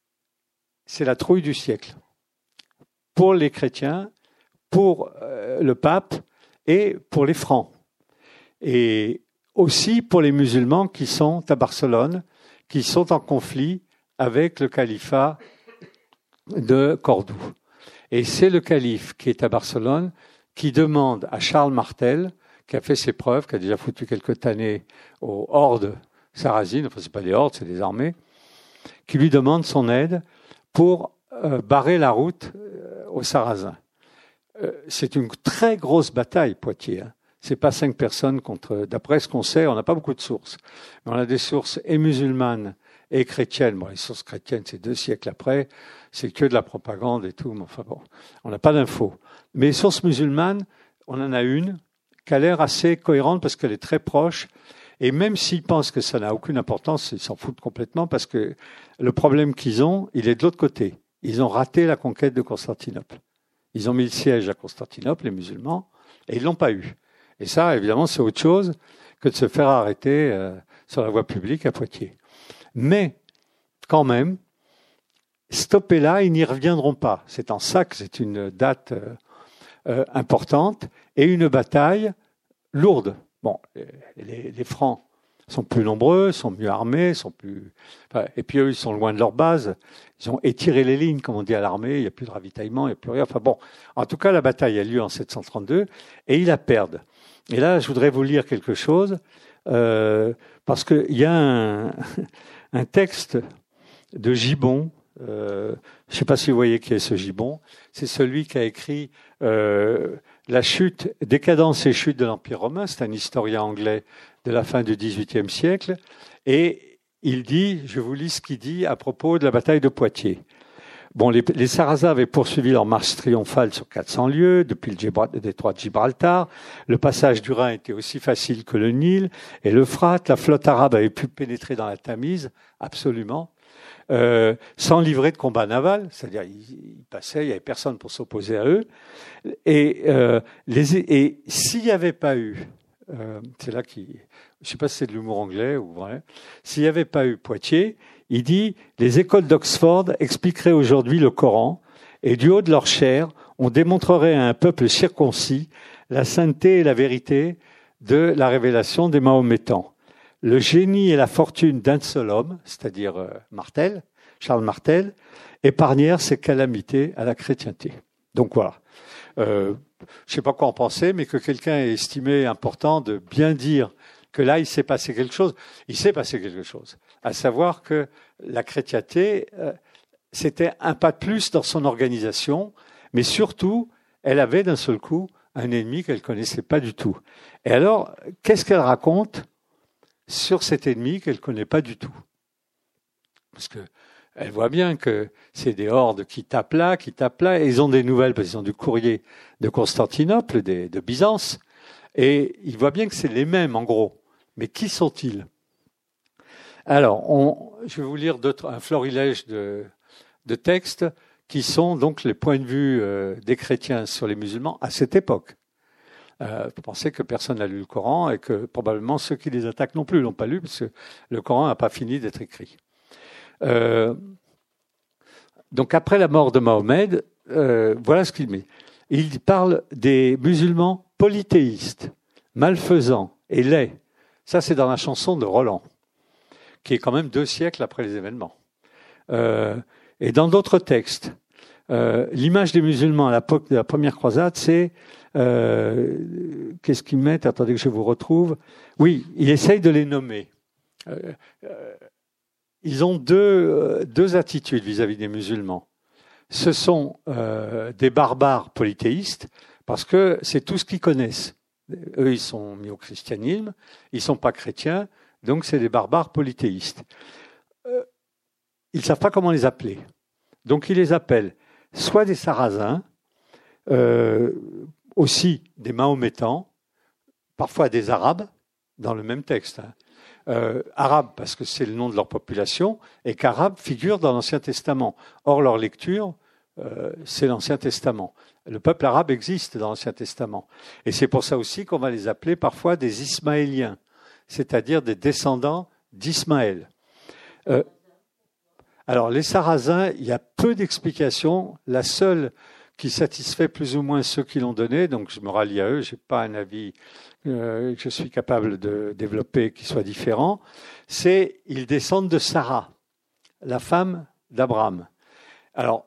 c'est la trouille du siècle. Pour les chrétiens, pour euh, le pape et pour les francs. Et aussi pour les musulmans qui sont à Barcelone, qui sont en conflit avec le califat de Cordoue. Et c'est le calife qui est à Barcelone qui demande à Charles Martel, qui a fait ses preuves, qui a déjà foutu quelques tannées aux hordes sarrasines, enfin c'est pas des hordes, c'est des armées, qui lui demande son aide pour euh, barrer la route euh, aux Sarrasins. Euh, c'est une très grosse bataille, Poitiers. Hein. C'est pas cinq personnes contre... D'après ce qu'on sait, on n'a pas beaucoup de sources. Mais on a des sources et musulmanes et chrétiennes. Bon, les sources chrétiennes, c'est deux siècles après. C'est que de la propagande et tout. Mais enfin bon, on n'a pas d'infos. Mais les sources musulmanes, on en a une qui a l'air assez cohérente parce qu'elle est très proche. Et même s'ils pensent que ça n'a aucune importance, ils s'en foutent complètement parce que le problème qu'ils ont, il est de l'autre côté. Ils ont raté la conquête de Constantinople. Ils ont mis le siège à Constantinople, les musulmans, et ils l'ont pas eu. Et ça, évidemment, c'est autre chose que de se faire arrêter euh, sur la voie publique à Poitiers. Mais, quand même, stoppés là, ils n'y reviendront pas. C'est en ça que c'est une date euh, euh, importante et une bataille lourde. Bon, les, les Francs sont plus nombreux, sont mieux armés, sont plus. Enfin, et puis eux, ils sont loin de leur base. Ils ont étiré les lignes, comme on dit à l'armée. Il n'y a plus de ravitaillement, il n'y a plus rien. Enfin bon, en tout cas, la bataille a lieu en sept cent trente-deux et ils la perdent. Et là, je voudrais vous lire quelque chose euh, parce qu'il y a un, un texte de Gibbon. Euh, je ne sais pas si vous voyez qui est ce Gibbon. C'est celui qui a écrit euh, la chute, décadence et chute de l'Empire romain. C'est un historien anglais de la fin du dix-huitième siècle. Et il dit, je vous lis ce qu'il dit à propos de la bataille de Poitiers. Bon, les, les Sarrasins avaient poursuivi leur marche triomphale sur quatre cents lieues depuis le, Gibra, le détroit de Gibraltar. Le passage du Rhin était aussi facile que le Nil et l'Euphrate. La flotte arabe avait pu pénétrer dans la Tamise, absolument. Euh, sans livrer de combat naval, c'est-à-dire ils, ils passaient, il n'y avait personne pour s'opposer à eux. Et, euh, les, et s'il n'y avait pas eu, euh, c'est là qui, je ne sais pas si c'est de l'humour anglais ou vrai, s'il n'y avait pas eu Poitiers, il dit les écoles d'Oxford expliqueraient aujourd'hui le Coran et du haut de leur chair, on démontrerait à un peuple circoncis la sainteté et la vérité de la révélation des Mahométans. Le génie et la fortune d'un seul homme, c'est-à-dire euh, Martel, Charles Martel, épargnèrent ces calamités à la chrétienté. Donc voilà. Euh, je ne sais pas quoi en penser, mais que quelqu'un ait estimé important de bien dire que là, il s'est passé quelque chose. Il s'est passé quelque chose. À savoir que la chrétienté, euh, c'était un pas de plus dans son organisation, mais surtout, elle avait d'un seul coup un ennemi qu'elle ne connaissait pas du tout. Et alors, qu'est-ce qu'elle raconte sur cet ennemi qu'elle ne connaît pas du tout? Parce qu'elle voit bien que c'est des hordes qui tapent là, qui tapent là, et ils ont des nouvelles, parce qu'ils ont du courrier de Constantinople, des, de Byzance, et ils voient bien que c'est les mêmes, en gros. Mais qui sont-ils? Alors, on, je vais vous lire un florilège de, de textes qui sont donc les points de vue euh, des chrétiens sur les musulmans à cette époque. Euh, vous pensez que personne n'a lu le Coran et que probablement ceux qui les attaquent non plus l'ont pas lu parce que le Coran n'a pas fini d'être écrit. Euh, donc après la mort de Mahomet, euh, voilà ce qu'il met. Il parle des musulmans polythéistes, malfaisants et laids. Ça, c'est dans la chanson de Roland, qui est quand même deux siècles après les événements. Euh, et dans d'autres textes, euh, l'image des musulmans à l'époque de la première croisade, c'est Euh, qu'est-ce qu'ils mettent? Attendez que je vous retrouve. Oui, il essaye de les nommer. Euh, euh, ils ont deux, euh, deux attitudes vis-à-vis des musulmans. Ce sont euh, des barbares polythéistes, parce que c'est tout ce qu'ils connaissent. Eux, ils sont mis au christianisme, ils ne sont pas chrétiens, donc c'est des barbares polythéistes. Euh, ils ne savent pas comment les appeler. Donc ils les appellent soit des Sarrasins, euh, aussi des Mahométans, parfois des Arabes, dans le même texte. Hein. Euh, Arabes parce que c'est le nom de leur population, et qu'Arabes figurent dans l'Ancien Testament. Or, leur lecture, euh, c'est l'Ancien Testament. Le peuple arabe existe dans l'Ancien Testament. Et c'est pour ça aussi qu'on va les appeler parfois des Ismaéliens, c'est-à-dire des descendants d'Ismaël. Euh, alors, les Sarrasins, il y a peu d'explications. La seule qui satisfait plus ou moins ceux qui l'ont donné, donc je me rallie à eux, je n'ai pas un avis euh, que je suis capable de développer qui soit différent, c'est ils descendent de Sarah, la femme d'Abraham. Alors,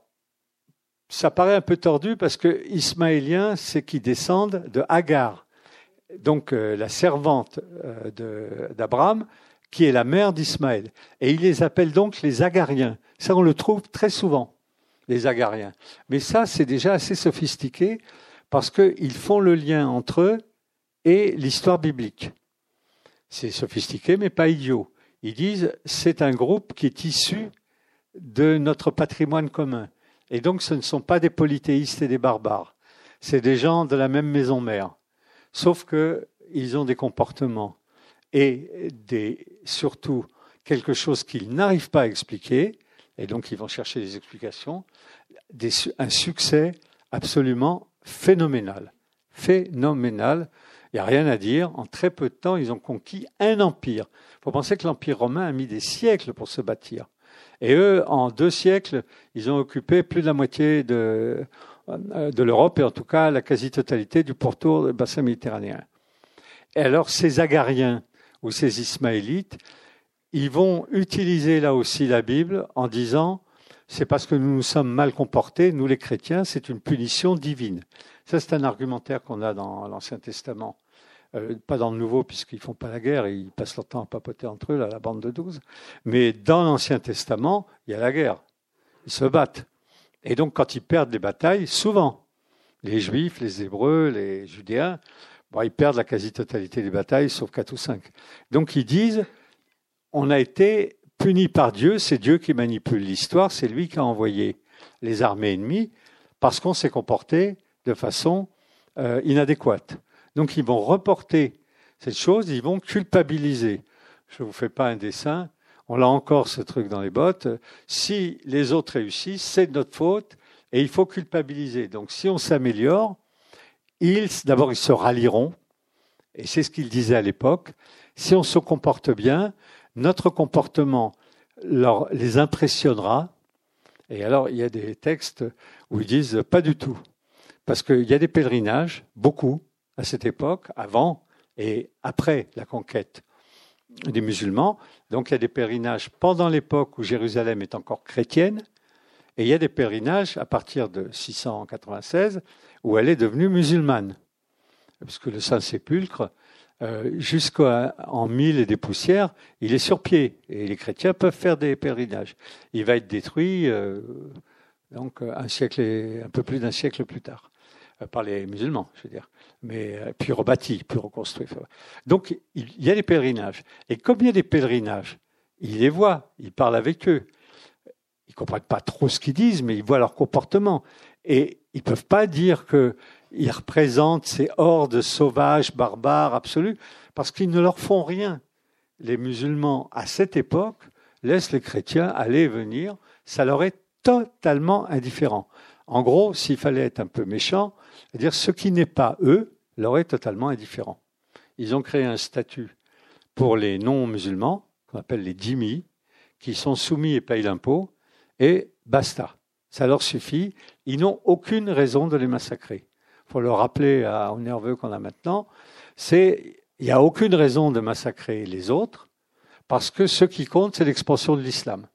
ça paraît un peu tordu parce que Ismaéliens, c'est qu'ils descendent de Hagar, donc euh, la servante euh, de, d'Abraham, qui est la mère d'Ismaël. Et ils les appellent donc les Agariens. Ça, on le trouve très souvent. Les Agariens. Mais ça, c'est déjà assez sophistiqué parce qu'ils font le lien entre eux et l'histoire biblique. C'est sophistiqué, mais pas idiot. Ils disent c'est un groupe qui est issu de notre patrimoine commun. Et donc, ce ne sont pas des polythéistes et des barbares. C'est des gens de la même maison mère. Sauf qu'ils ont des comportements et des, surtout quelque chose qu'ils n'arrivent pas à expliquer. Et donc, ils vont chercher des explications, des, un succès absolument phénoménal. Phénoménal. Il n'y a rien à dire. En très peu de temps, ils ont conquis un empire. Il faut penser que l'Empire romain a mis des siècles pour se bâtir. Et eux, en deux siècles, ils ont occupé plus de la moitié de, de l'Europe, et en tout cas la quasi-totalité du pourtour du bassin méditerranéen. Et alors, ces Agariens ou ces Ismaélites, ils vont utiliser là aussi la Bible en disant « c'est parce que nous nous sommes mal comportés, nous les chrétiens, c'est une punition divine ». Ça, c'est un argumentaire qu'on a dans l'Ancien Testament. Euh, pas dans le Nouveau, puisqu'ils ne font pas la guerre, et ils passent leur temps à papoter entre eux, là, la bande de douze. Mais dans l'Ancien Testament, il y a la guerre. Ils se battent. Et donc, quand ils perdent des batailles, souvent, les Juifs, les Hébreux, les Judéens, bon, ils perdent la quasi-totalité des batailles, sauf quatre ou cinq. Donc, ils disent, on a été punis par Dieu, c'est Dieu qui manipule l'histoire, c'est lui qui a envoyé les armées ennemies, parce qu'on s'est comporté de façon euh, inadéquate. Donc, ils vont reporter cette chose, ils vont culpabiliser. Je ne vous fais pas un dessin, on a encore ce truc dans les bottes. Si les autres réussissent, c'est de notre faute et il faut culpabiliser. Donc, si on s'améliore, ils, d'abord, ils se rallieront, et c'est ce qu'ils disaient à l'époque. Si on se comporte bien, notre comportement leur, les impressionnera. Et alors, il y a des textes où ils disent pas du tout. Parce qu'il y a des pèlerinages, beaucoup, à cette époque, avant et après la conquête des musulmans. Donc il y a des pèlerinages pendant l'époque où Jérusalem est encore chrétienne, et il y a des pèlerinages à partir de six cent quatre-vingt-seize où elle est devenue musulmane. Parce que le Saint-Sépulcre, euh, jusqu'en mille et des poussières, il est sur pied, et les chrétiens peuvent faire des pèlerinages. Il va être détruit euh, donc un siècle et, un peu plus d'un siècle plus tard. Par les musulmans, je veux dire, mais puis rebâti, puis reconstruit. Donc, il y a des pèlerinages. Et comme il y a des pèlerinages, ils les voient, ils parlent avec eux. Ils ne comprennent pas trop ce qu'ils disent, mais ils voient leur comportement. Et ils ne peuvent pas dire qu'ils représentent ces hordes sauvages, barbares, absolues, parce qu'ils ne leur font rien. Les musulmans, à cette époque, laissent les chrétiens aller et venir. Ça leur est totalement indifférent. En gros, s'il fallait être un peu méchant, c'est-à-dire ce qui n'est pas eux leur est totalement indifférent. Ils ont créé un statut pour les non-musulmans, qu'on appelle les dhimmis, qui sont soumis et payent l'impôt, et basta. Ça leur suffit. Ils n'ont aucune raison de les massacrer. Il faut le rappeler à, aux nerveux qu'on a maintenant, c'est il n'y a aucune raison de massacrer les autres, parce que ce qui compte, c'est l'expansion de l'islam.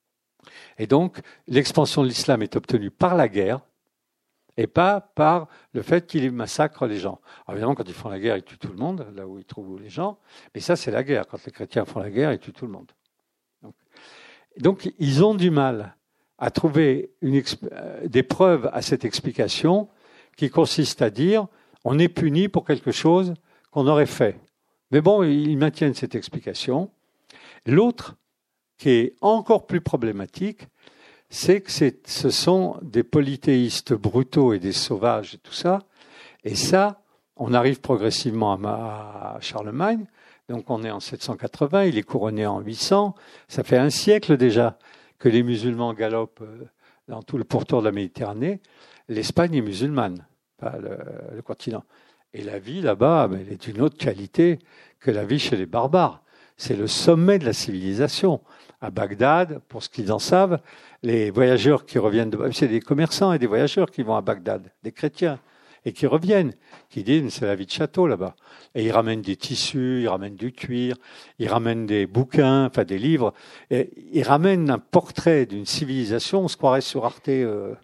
Et donc, l'expansion de l'islam est obtenue par la guerre et pas par le fait qu'ils massacrent les gens. Alors évidemment, quand ils font la guerre, ils tuent tout le monde, là où ils trouvent les gens. Mais ça, c'est la guerre. Quand les chrétiens font la guerre, ils tuent tout le monde. Donc, donc ils ont du mal à trouver une exp- des preuves à cette explication qui consiste à dire on est puni pour quelque chose qu'on aurait fait. Mais bon, ils maintiennent cette explication. L'autre, qui est encore plus problématique, c'est que c'est, ce sont des polythéistes brutaux et des sauvages et tout ça. Et ça, on arrive progressivement à, à Charlemagne. Donc on est en sept cent quatre-vingts, il est couronné en huit cents. Ça fait un siècle déjà que les musulmans galopent dans tout le pourtour de la Méditerranée. L'Espagne est musulmane, pas le, le continent. Et la vie là-bas, elle est d'une autre qualité que la vie chez les barbares. C'est le sommet de la civilisation. À Bagdad, pour ce qu'ils en savent, les voyageurs qui reviennent de... C'est des commerçants et des voyageurs qui vont à Bagdad, des chrétiens, et qui reviennent, qui disent c'est la vie de château là-bas. Et ils ramènent des tissus, ils ramènent du cuir, ils ramènent des bouquins, enfin des livres. Et ils ramènent un portrait d'une civilisation. On se croirait sur Arte euh,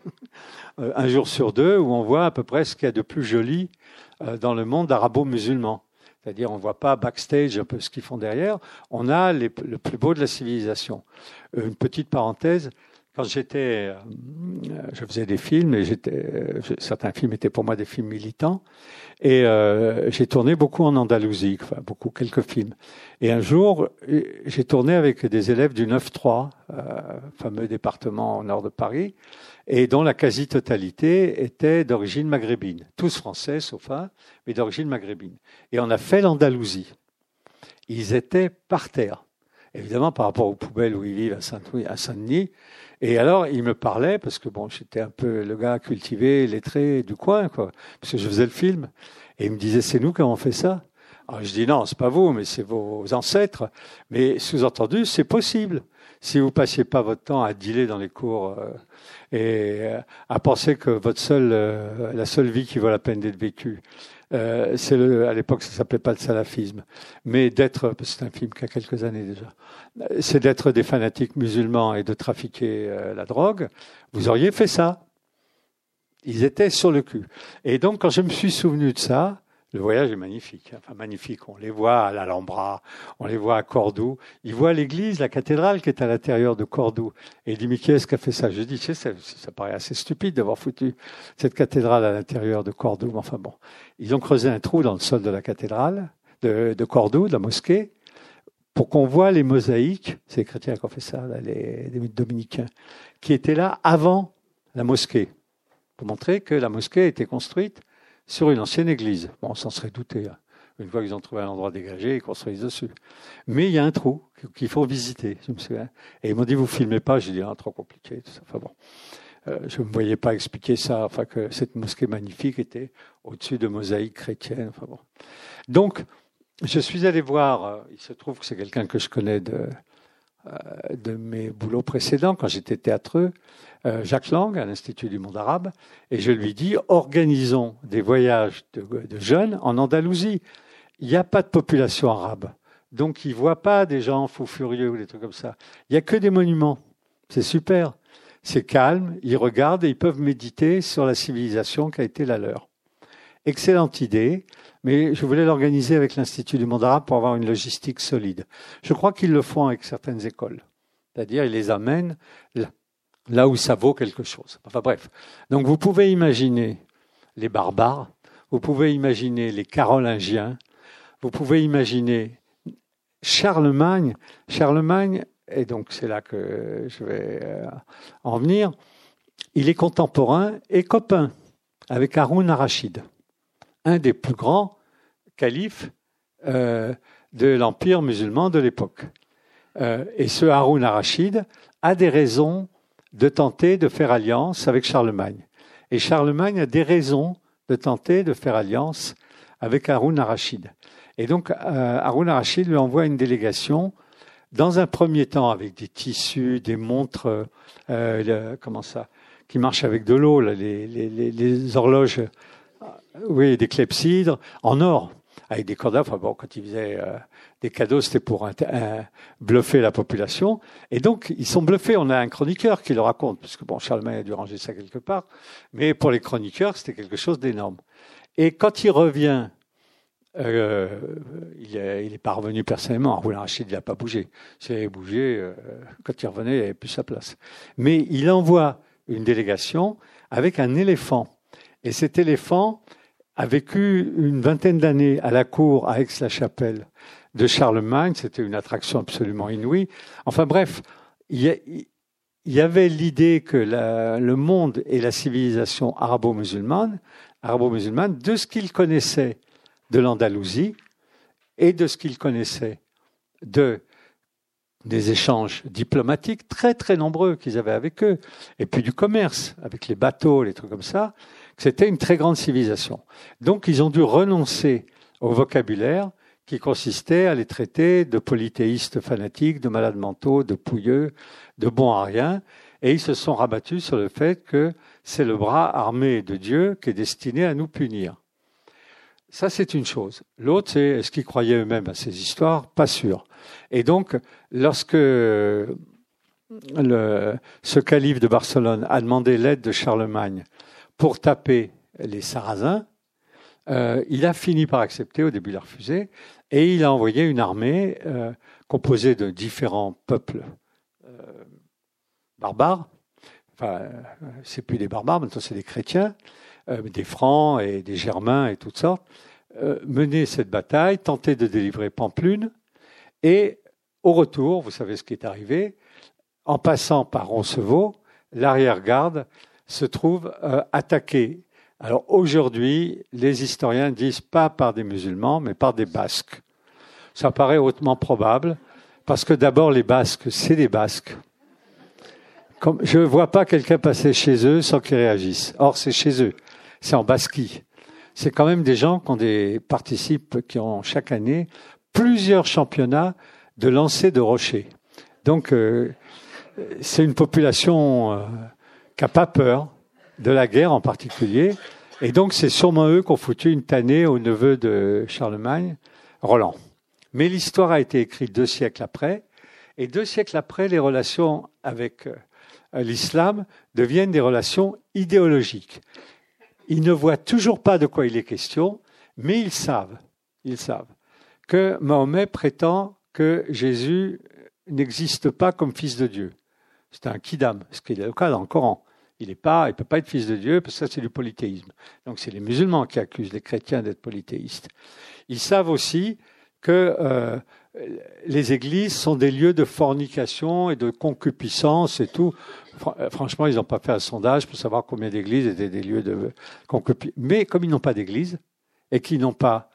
un jour sur deux, où on voit à peu près ce qu'il y a de plus joli euh, dans le monde arabo-musulman. C'est-à-dire, on ne voit pas backstage un peu ce qu'ils font derrière. On a les, le plus beau de la civilisation. Une petite parenthèse. Quand j'étais, je faisais des films et j'étais, certains films étaient pour moi des films militants. Et euh, j'ai tourné beaucoup en Andalousie, enfin beaucoup, quelques films. Et un jour, j'ai tourné avec des élèves du neuf trois, euh, fameux département au nord de Paris, et dont la quasi-totalité était d'origine maghrébine. Tous français, sauf un, mais d'origine maghrébine. Et on a fait l'Andalousie. Ils étaient par terre. évidemment par rapport aux poubelles où ils vivent à Saint-Louis, à Saint-Denis. Et alors, il me parlait, parce que bon, j'étais un peu le gars cultivé, lettré du coin, quoi, parce que je faisais le film. Et il me disait, c'est nous qui avons fait ça. Alors je dis, non, c'est pas vous, mais c'est vos ancêtres. Mais sous-entendu, c'est possible. Si vous passiez pas votre temps à dealer dans les cours euh, et euh, à penser que votre seule, euh, la seule vie qui vaut la peine d'être vécue, euh, c'est le, à l'époque ça s'appelait pas le salafisme, mais d'être, c'est un film qui a quelques années déjà, c'est d'être des fanatiques musulmans et de trafiquer euh, la drogue, vous auriez fait ça. Ils étaient sur le cul. Et donc quand je me suis souvenu de ça, le voyage est magnifique, enfin magnifique. On les voit à l'Alhambra, on les voit à Cordoue. Ils voient l'église, la cathédrale qui est à l'intérieur de Cordoue. Et il dit, mais qui est-ce qui a fait ça? Je dis, tu sais, ça, ça paraît assez stupide d'avoir foutu cette cathédrale à l'intérieur de Cordoue. Enfin bon, ils ont creusé un trou dans le sol de la cathédrale de, de Cordoue, de la mosquée, pour qu'on voit les mosaïques, c'est les chrétiens qui ont fait ça, là, les, les dominicains, qui étaient là avant la mosquée, pour montrer que la mosquée a été construite sur une ancienne église. Bon, on s'en serait douté. Hein. Une fois qu'ils ont trouvé un endroit dégagé, ils construisent dessus. Mais il y a un trou qu'il faut visiter, je me souviens. Et ils m'ont dit, vous filmez pas. J'ai dit, ah, trop compliqué. Tout ça. Enfin bon, euh, je ne me voyais pas expliquer ça. Enfin, que cette mosquée magnifique était au-dessus de mosaïques chrétiennes. Enfin bon. Donc, je suis allé voir. Euh, il se trouve que c'est quelqu'un que je connais de euh, de mes boulots précédents quand j'étais théâtreux. Euh, Jacques Lang, à l'Institut du monde arabe, et je lui dis, organisons des voyages de, de jeunes en Andalousie. Il n'y a pas de population arabe, donc ils ne voient pas des gens fous furieux ou des trucs comme ça. Il n'y a que des monuments. C'est super. C'est calme, ils regardent et ils peuvent méditer sur la civilisation qui a été la leur. Excellente idée, mais je voulais l'organiser avec l'Institut du monde arabe pour avoir une logistique solide. Je crois qu'ils le font avec certaines écoles. C'est-à-dire, ils les amènent là. Là où ça vaut quelque chose. Enfin bref. Donc vous pouvez imaginer les barbares, vous pouvez imaginer les Carolingiens, vous pouvez imaginer Charlemagne. Charlemagne, et donc c'est là que je vais en venir, il est contemporain et copain avec Haroun ar-Rachid, un des plus grands califes euh, de l'empire musulman de l'époque. Euh, et ce Haroun ar-Rachid a des raisons de tenter de faire alliance avec Charlemagne. Et Charlemagne a des raisons de tenter de faire alliance avec Haroun ar-Rachid. Et donc, euh, Haroun ar-Rachid lui envoie une délégation, dans un premier temps avec des tissus, des montres, euh, le, comment ça, qui marchent avec de l'eau, là, les, les, les, les horloges, euh, oui, des clepsydres, en or, avec des cordes. Enfin bon, quand ils faisaient euh, des cadeaux, c'était pour un, un, bluffer la population. Et donc, ils sont bluffés. On a un chroniqueur qui le raconte, parce que bon, Charlemagne a dû ranger ça quelque part. Mais pour les chroniqueurs, c'était quelque chose d'énorme. Et quand il revient, euh, il est, il est pas revenu personnellement. Haroun ar-Rachid, il n'a pas bougé. S'il avait bougé, euh, quand il revenait, il n'avait plus sa place. Mais il envoie une délégation avec un éléphant. Et cet éléphant a vécu une vingtaine d'années à la cour à Aix-la-Chapelle de Charlemagne. C'était une attraction absolument inouïe. Enfin bref, il y, a, il y avait l'idée que la, le monde et la civilisation arabo-musulmane, arabo-musulmane, de ce qu'ils connaissaient de l'Andalousie et de ce qu'ils connaissaient de, des échanges diplomatiques très très nombreux qu'ils avaient avec eux, et puis du commerce, avec les bateaux, les trucs comme ça, c'était une très grande civilisation. Donc, ils ont dû renoncer au vocabulaire qui consistait à les traiter de polythéistes fanatiques, de malades mentaux, de pouilleux, de bons à rien. Et ils se sont rabattus sur le fait que c'est le bras armé de Dieu qui est destiné à nous punir. Ça, c'est une chose. L'autre, c'est est-ce qu'ils croyaient eux-mêmes à ces histoires? Pas sûr. Et donc, lorsque le, ce calife de Barcelone a demandé l'aide de Charlemagne pour taper les Sarrasins, euh, il a fini par accepter. Au début, il a refusé. Et il a envoyé une armée euh, composée de différents peuples euh, barbares. Enfin, euh, c'est plus des barbares, maintenant c'est des chrétiens, euh, des Francs et des Germains et toutes sortes, euh, mener cette bataille, tenter de délivrer Pamplune. Et au retour, vous savez ce qui est arrivé, en passant par Roncevaux, l'arrière-garde se trouve euh, attaquée. Alors aujourd'hui, les historiens disent pas par des musulmans, mais par des Basques. Ça paraît hautement probable, Parce que d'abord, les Basques, c'est des Basques. Comme, je ne vois pas quelqu'un passer chez eux sans qu'ils réagissent. Or, c'est chez eux. C'est en Basquie. C'est quand même des gens qui ont des participent, qui ont chaque année plusieurs championnats de lancer de rochers. Donc, euh, c'est une population euh, qui n'a pas peur de la guerre en particulier. Et donc, c'est sûrement eux qui ont foutu une tannée au neveu de Charlemagne, Roland. Mais l'histoire a été écrite deux siècles après. Et deux siècles après, les relations avec euh, l'islam deviennent des relations idéologiques. Ils ne voient toujours pas de quoi il est question, mais ils savent, ils savent que Mahomet prétend que Jésus n'existe pas comme fils de Dieu. C'est un kidam, ce qui est le cas dans le Coran. Il ne peut pas être fils de Dieu, parce que ça, c'est du polythéisme. Donc, c'est les musulmans qui accusent les chrétiens d'être polythéistes. Ils savent aussi que euh, les églises sont des lieux de fornication et de concupiscence et tout. Franchement, ils n'ont pas fait un sondage pour savoir combien d'églises étaient des lieux de concupiscence. Mais comme ils n'ont pas d'église et qu'ils n'ont pas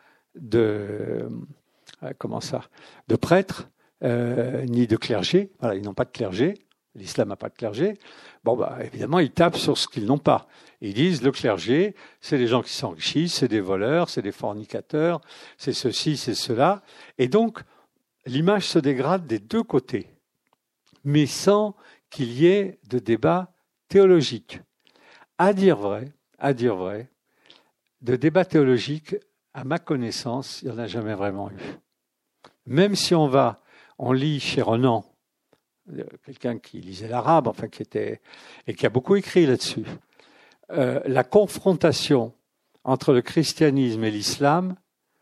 de euh, comment ça, de prêtres euh, ni de clergé, voilà, ils n'ont pas de clergé. L'islam n'a pas de clergé. Bon, bah, évidemment, ils tapent sur ce qu'ils n'ont pas. Ils disent, le clergé, c'est des gens qui s'enrichissent, c'est des voleurs, c'est des fornicateurs, c'est ceci, c'est cela. Et donc, l'image se dégrade des deux côtés, mais sans qu'il y ait de débat théologique. À dire vrai, à dire vrai, de débat théologique, à ma connaissance, il n'y en a jamais vraiment eu. Même si on va, on lit chez Renan, quelqu'un qui lisait l'arabe, enfin qui était et qui a beaucoup écrit là-dessus. Euh, la confrontation entre le christianisme et l'islam,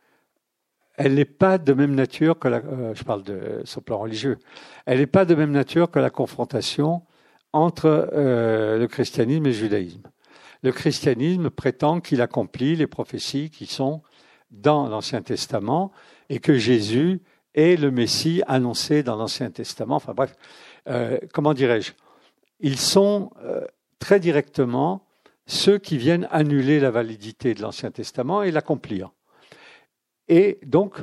elle n'est pas de même nature que la. Euh, je parle de sur le plan religieux. Elle n'est pas de même nature que la confrontation entre euh, le christianisme et le judaïsme. Le christianisme prétend qu'il accomplit les prophéties qui sont dans l'Ancien Testament et que Jésus est le Messie annoncé dans l'Ancien Testament. Enfin bref, euh, comment dirais-je ? Ils sont euh, très directement ceux qui viennent annuler la validité de l'Ancien Testament et l'accomplir. Et donc,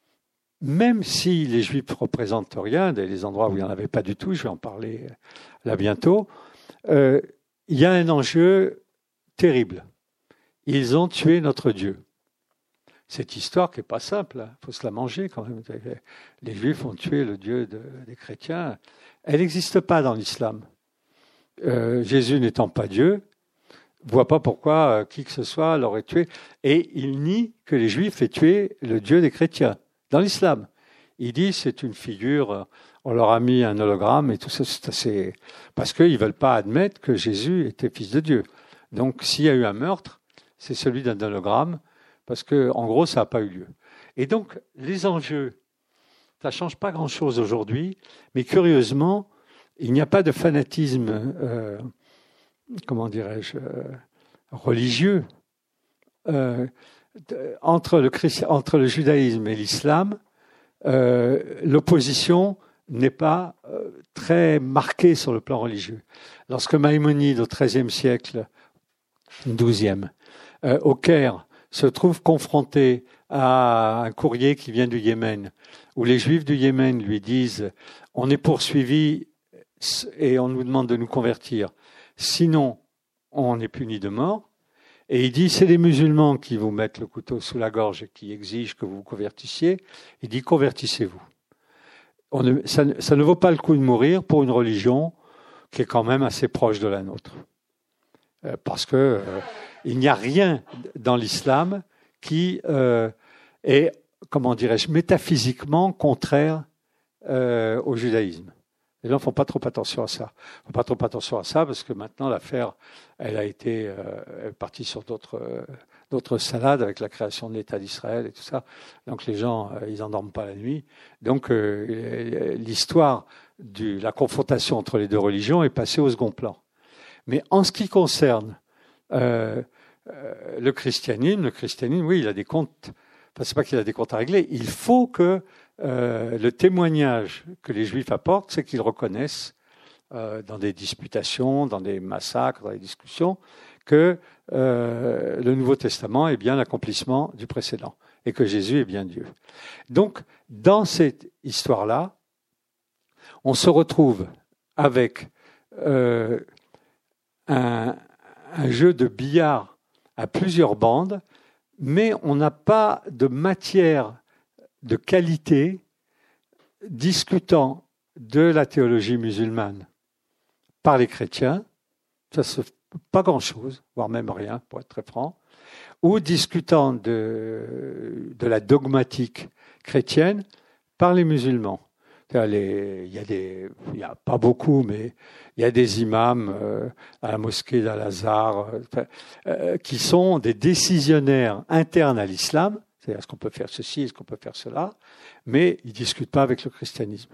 même si les Juifs ne représentent rien, des endroits où il n'y en avait pas du tout, je vais en parler là bientôt, euh, il y a un enjeu terrible. Ils ont tué notre Dieu. Cette histoire qui n'est pas simple, il hein, faut se la manger quand même. Les Juifs ont tué le Dieu de, des chrétiens. Elle n'existe pas dans l'islam. Euh, Jésus n'étant pas Dieu, ne voit pas pourquoi euh, qui que ce soit l'aurait tué. Et il nie que les Juifs aient tué le Dieu des chrétiens dans l'islam. Il dit c'est une figure, on leur a mis un hologramme et tout ça, c'est assez... parce qu'ils ne veulent pas admettre que Jésus était fils de Dieu. Donc s'il y a eu un meurtre, c'est celui d'un hologramme, parce que, en gros, ça n'a pas eu lieu. Et donc, les enjeux, ça ne change pas grand-chose aujourd'hui, mais curieusement, il n'y a pas de fanatisme, euh, comment dirais-je, euh, religieux euh, de, entre, le Christ, entre le judaïsme et l'islam. Euh, l'opposition n'est pas euh, très marquée sur le plan religieux. Lorsque Maïmonide, au treizième siècle, douzième, euh, au Caire, se trouve confronté à un courrier qui vient du Yémen, où les Juifs du Yémen lui disent « On est poursuivis et on nous demande de nous convertir, sinon on est puni de mort. » Et il dit « C'est les musulmans qui vous mettent le couteau sous la gorge et qui exigent que vous vous convertissiez. » Il dit « Convertissez-vous. » On ne, ça, ça ne vaut pas le coup de mourir pour une religion qui est quand même assez proche de la nôtre. Euh, parce que... Euh, il n'y a rien dans l'islam qui euh, est, comment dirais-je, métaphysiquement contraire euh, au judaïsme. Les gens ne font pas trop attention à ça. Ils ne font pas trop attention à ça parce que maintenant l'affaire, elle a été euh, elle est partie sur d'autres, euh, d'autres salades avec la création de l'État d'Israël et tout ça. Donc les gens, euh, ils n'endorment pas la nuit. Donc euh, l'histoire de la confrontation entre les deux religions est passée au second plan. Mais en ce qui concerne Euh, euh, le christianisme, le christianisme, oui, il a des comptes. Enfin, c'est pas qu'il a des comptes à régler. Il faut que euh, le témoignage que les Juifs apportent, c'est qu'ils reconnaissent euh, dans des disputations, dans des massacres, dans des discussions, que euh, le Nouveau Testament est bien l'accomplissement du précédent et que Jésus est bien Dieu. Donc, dans cette histoire-là, on se retrouve avec euh, un, un jeu de billard à plusieurs bandes, mais on n'a pas de matière de qualité discutant de la théologie musulmane par les chrétiens, ça se fait pas grand-chose, voire même rien, pour être très franc, ou discutant de, de la dogmatique chrétienne par les musulmans. Les, il y a des, il y a pas beaucoup, mais il y a des imams euh, à la mosquée d'Al-Azhar euh, euh, qui sont des décisionnaires internes à l'islam, c'est-à-dire est-ce qu'on peut faire ceci, est-ce qu'on peut faire cela, mais ils discutent pas avec le christianisme.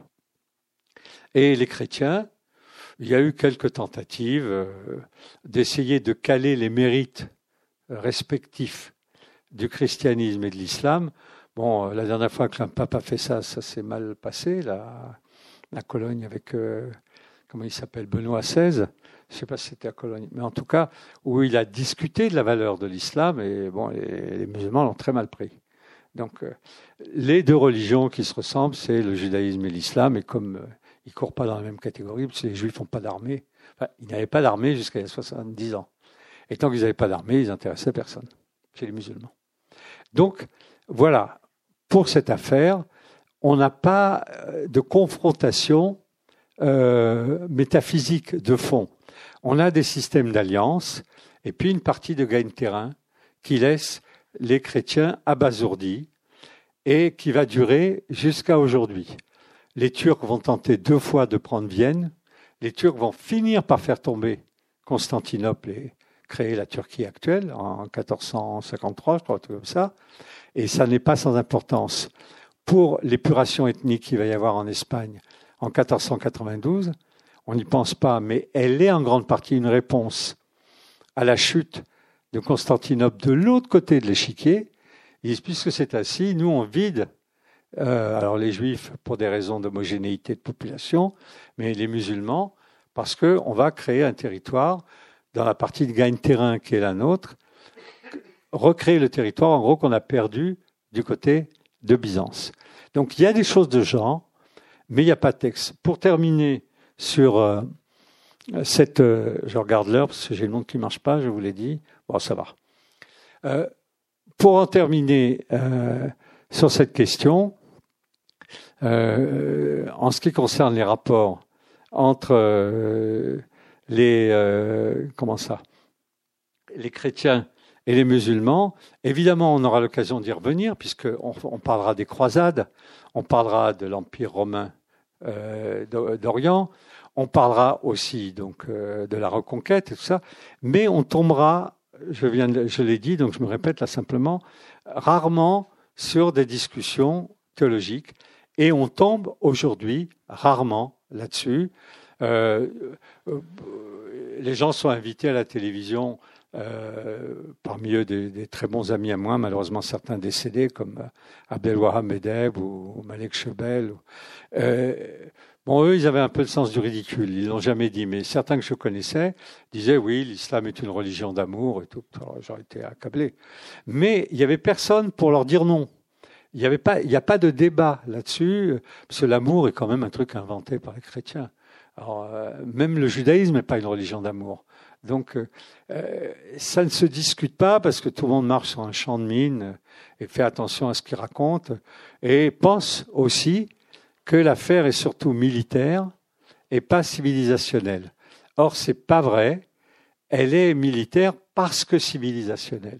Et les chrétiens, il y a eu quelques tentatives euh, d'essayer de caler les mérites respectifs du christianisme et de l'islam. Bon, la dernière fois que le pape a fait ça, ça s'est mal passé, la, la Cologne avec, euh, comment il s'appelle, Benoît seize, je ne sais pas si c'était à Cologne, mais en tout cas, où il a discuté de la valeur de l'islam, et bon, les, les musulmans l'ont très mal pris. Donc, euh, les deux religions qui se ressemblent, c'est le judaïsme et l'islam, et comme euh, ils ne courent pas dans la même catégorie, parce que les juifs n'ont pas d'armée, enfin, ils n'avaient pas d'armée jusqu'à il y a soixante-dix ans. Et tant qu'ils n'avaient pas d'armée, ils n'intéressaient personne, chez les musulmans. Donc, voilà. Pour cette affaire, on n'a pas de confrontation euh, métaphysique de fond. On a des systèmes d'alliance et puis une partie de gain de terrain qui laisse les chrétiens abasourdis et qui va durer jusqu'à aujourd'hui. Les Turcs vont tenter deux fois de prendre Vienne. Les Turcs vont finir par faire tomber Constantinople et créer la Turquie actuelle en quatorze cent cinquante-trois, je crois, tout comme ça. Et ça n'est pas sans importance pour l'épuration ethnique qu'il va y avoir en Espagne en quatorze cent quatre-vingt-douze. On n'y pense pas, mais elle est en grande partie une réponse à la chute de Constantinople de l'autre côté de l'échiquier. Ils disent, puisque c'est ainsi, nous on vide, euh, alors les Juifs pour des raisons d'homogénéité de population, mais les musulmans parce qu'on va créer un territoire dans la partie de gagne-terrain qui est la nôtre, recréer le territoire, en gros, qu'on a perdu du côté de Byzance. Donc, il y a des choses de genre, mais il n'y a pas de texte. Pour terminer sur euh, cette... Euh, je regarde l'heure, parce que j'ai le monde qui ne marche pas, je vous l'ai dit. Bon, ça va. Euh, pour en terminer euh, sur cette question, euh, en ce qui concerne les rapports entre euh, les... Euh, comment ça les chrétiens et les musulmans, évidemment, on aura l'occasion d'y revenir, puisqu'on on parlera des croisades, on parlera de l'Empire romain euh, d'Orient, on parlera aussi donc euh, de la reconquête et tout ça, mais on tombera, je, viens de, je l'ai dit, donc je me répète là simplement, rarement sur des discussions théologiques, et on tombe aujourd'hui rarement là-dessus. Euh, euh, les gens sont invités à la télévision. Euh, parmi eux des, des très bons amis à moi, malheureusement certains décédés comme Abdelwahab Medeb ou, ou Malek Chebel. Euh, bon, eux, ils avaient un peu le sens du ridicule, ils l'ont jamais dit, mais certains que je connaissais disaient oui, l'islam est une religion d'amour et tout. Alors, j'aurais été accablé. Mais il y avait personne pour leur dire non. Il y avait pas, il n'y a pas de débat là-dessus, parce que l'amour est quand même un truc inventé par les chrétiens. Alors, euh, même le judaïsme n'est pas une religion d'amour. Donc, euh, ça ne se discute pas parce que tout le monde marche sur un champ de mine et fait attention à ce qu'il raconte et pense aussi que l'affaire est surtout militaire et pas civilisationnelle. Or, c'est pas vrai. Elle est militaire parce que civilisationnelle.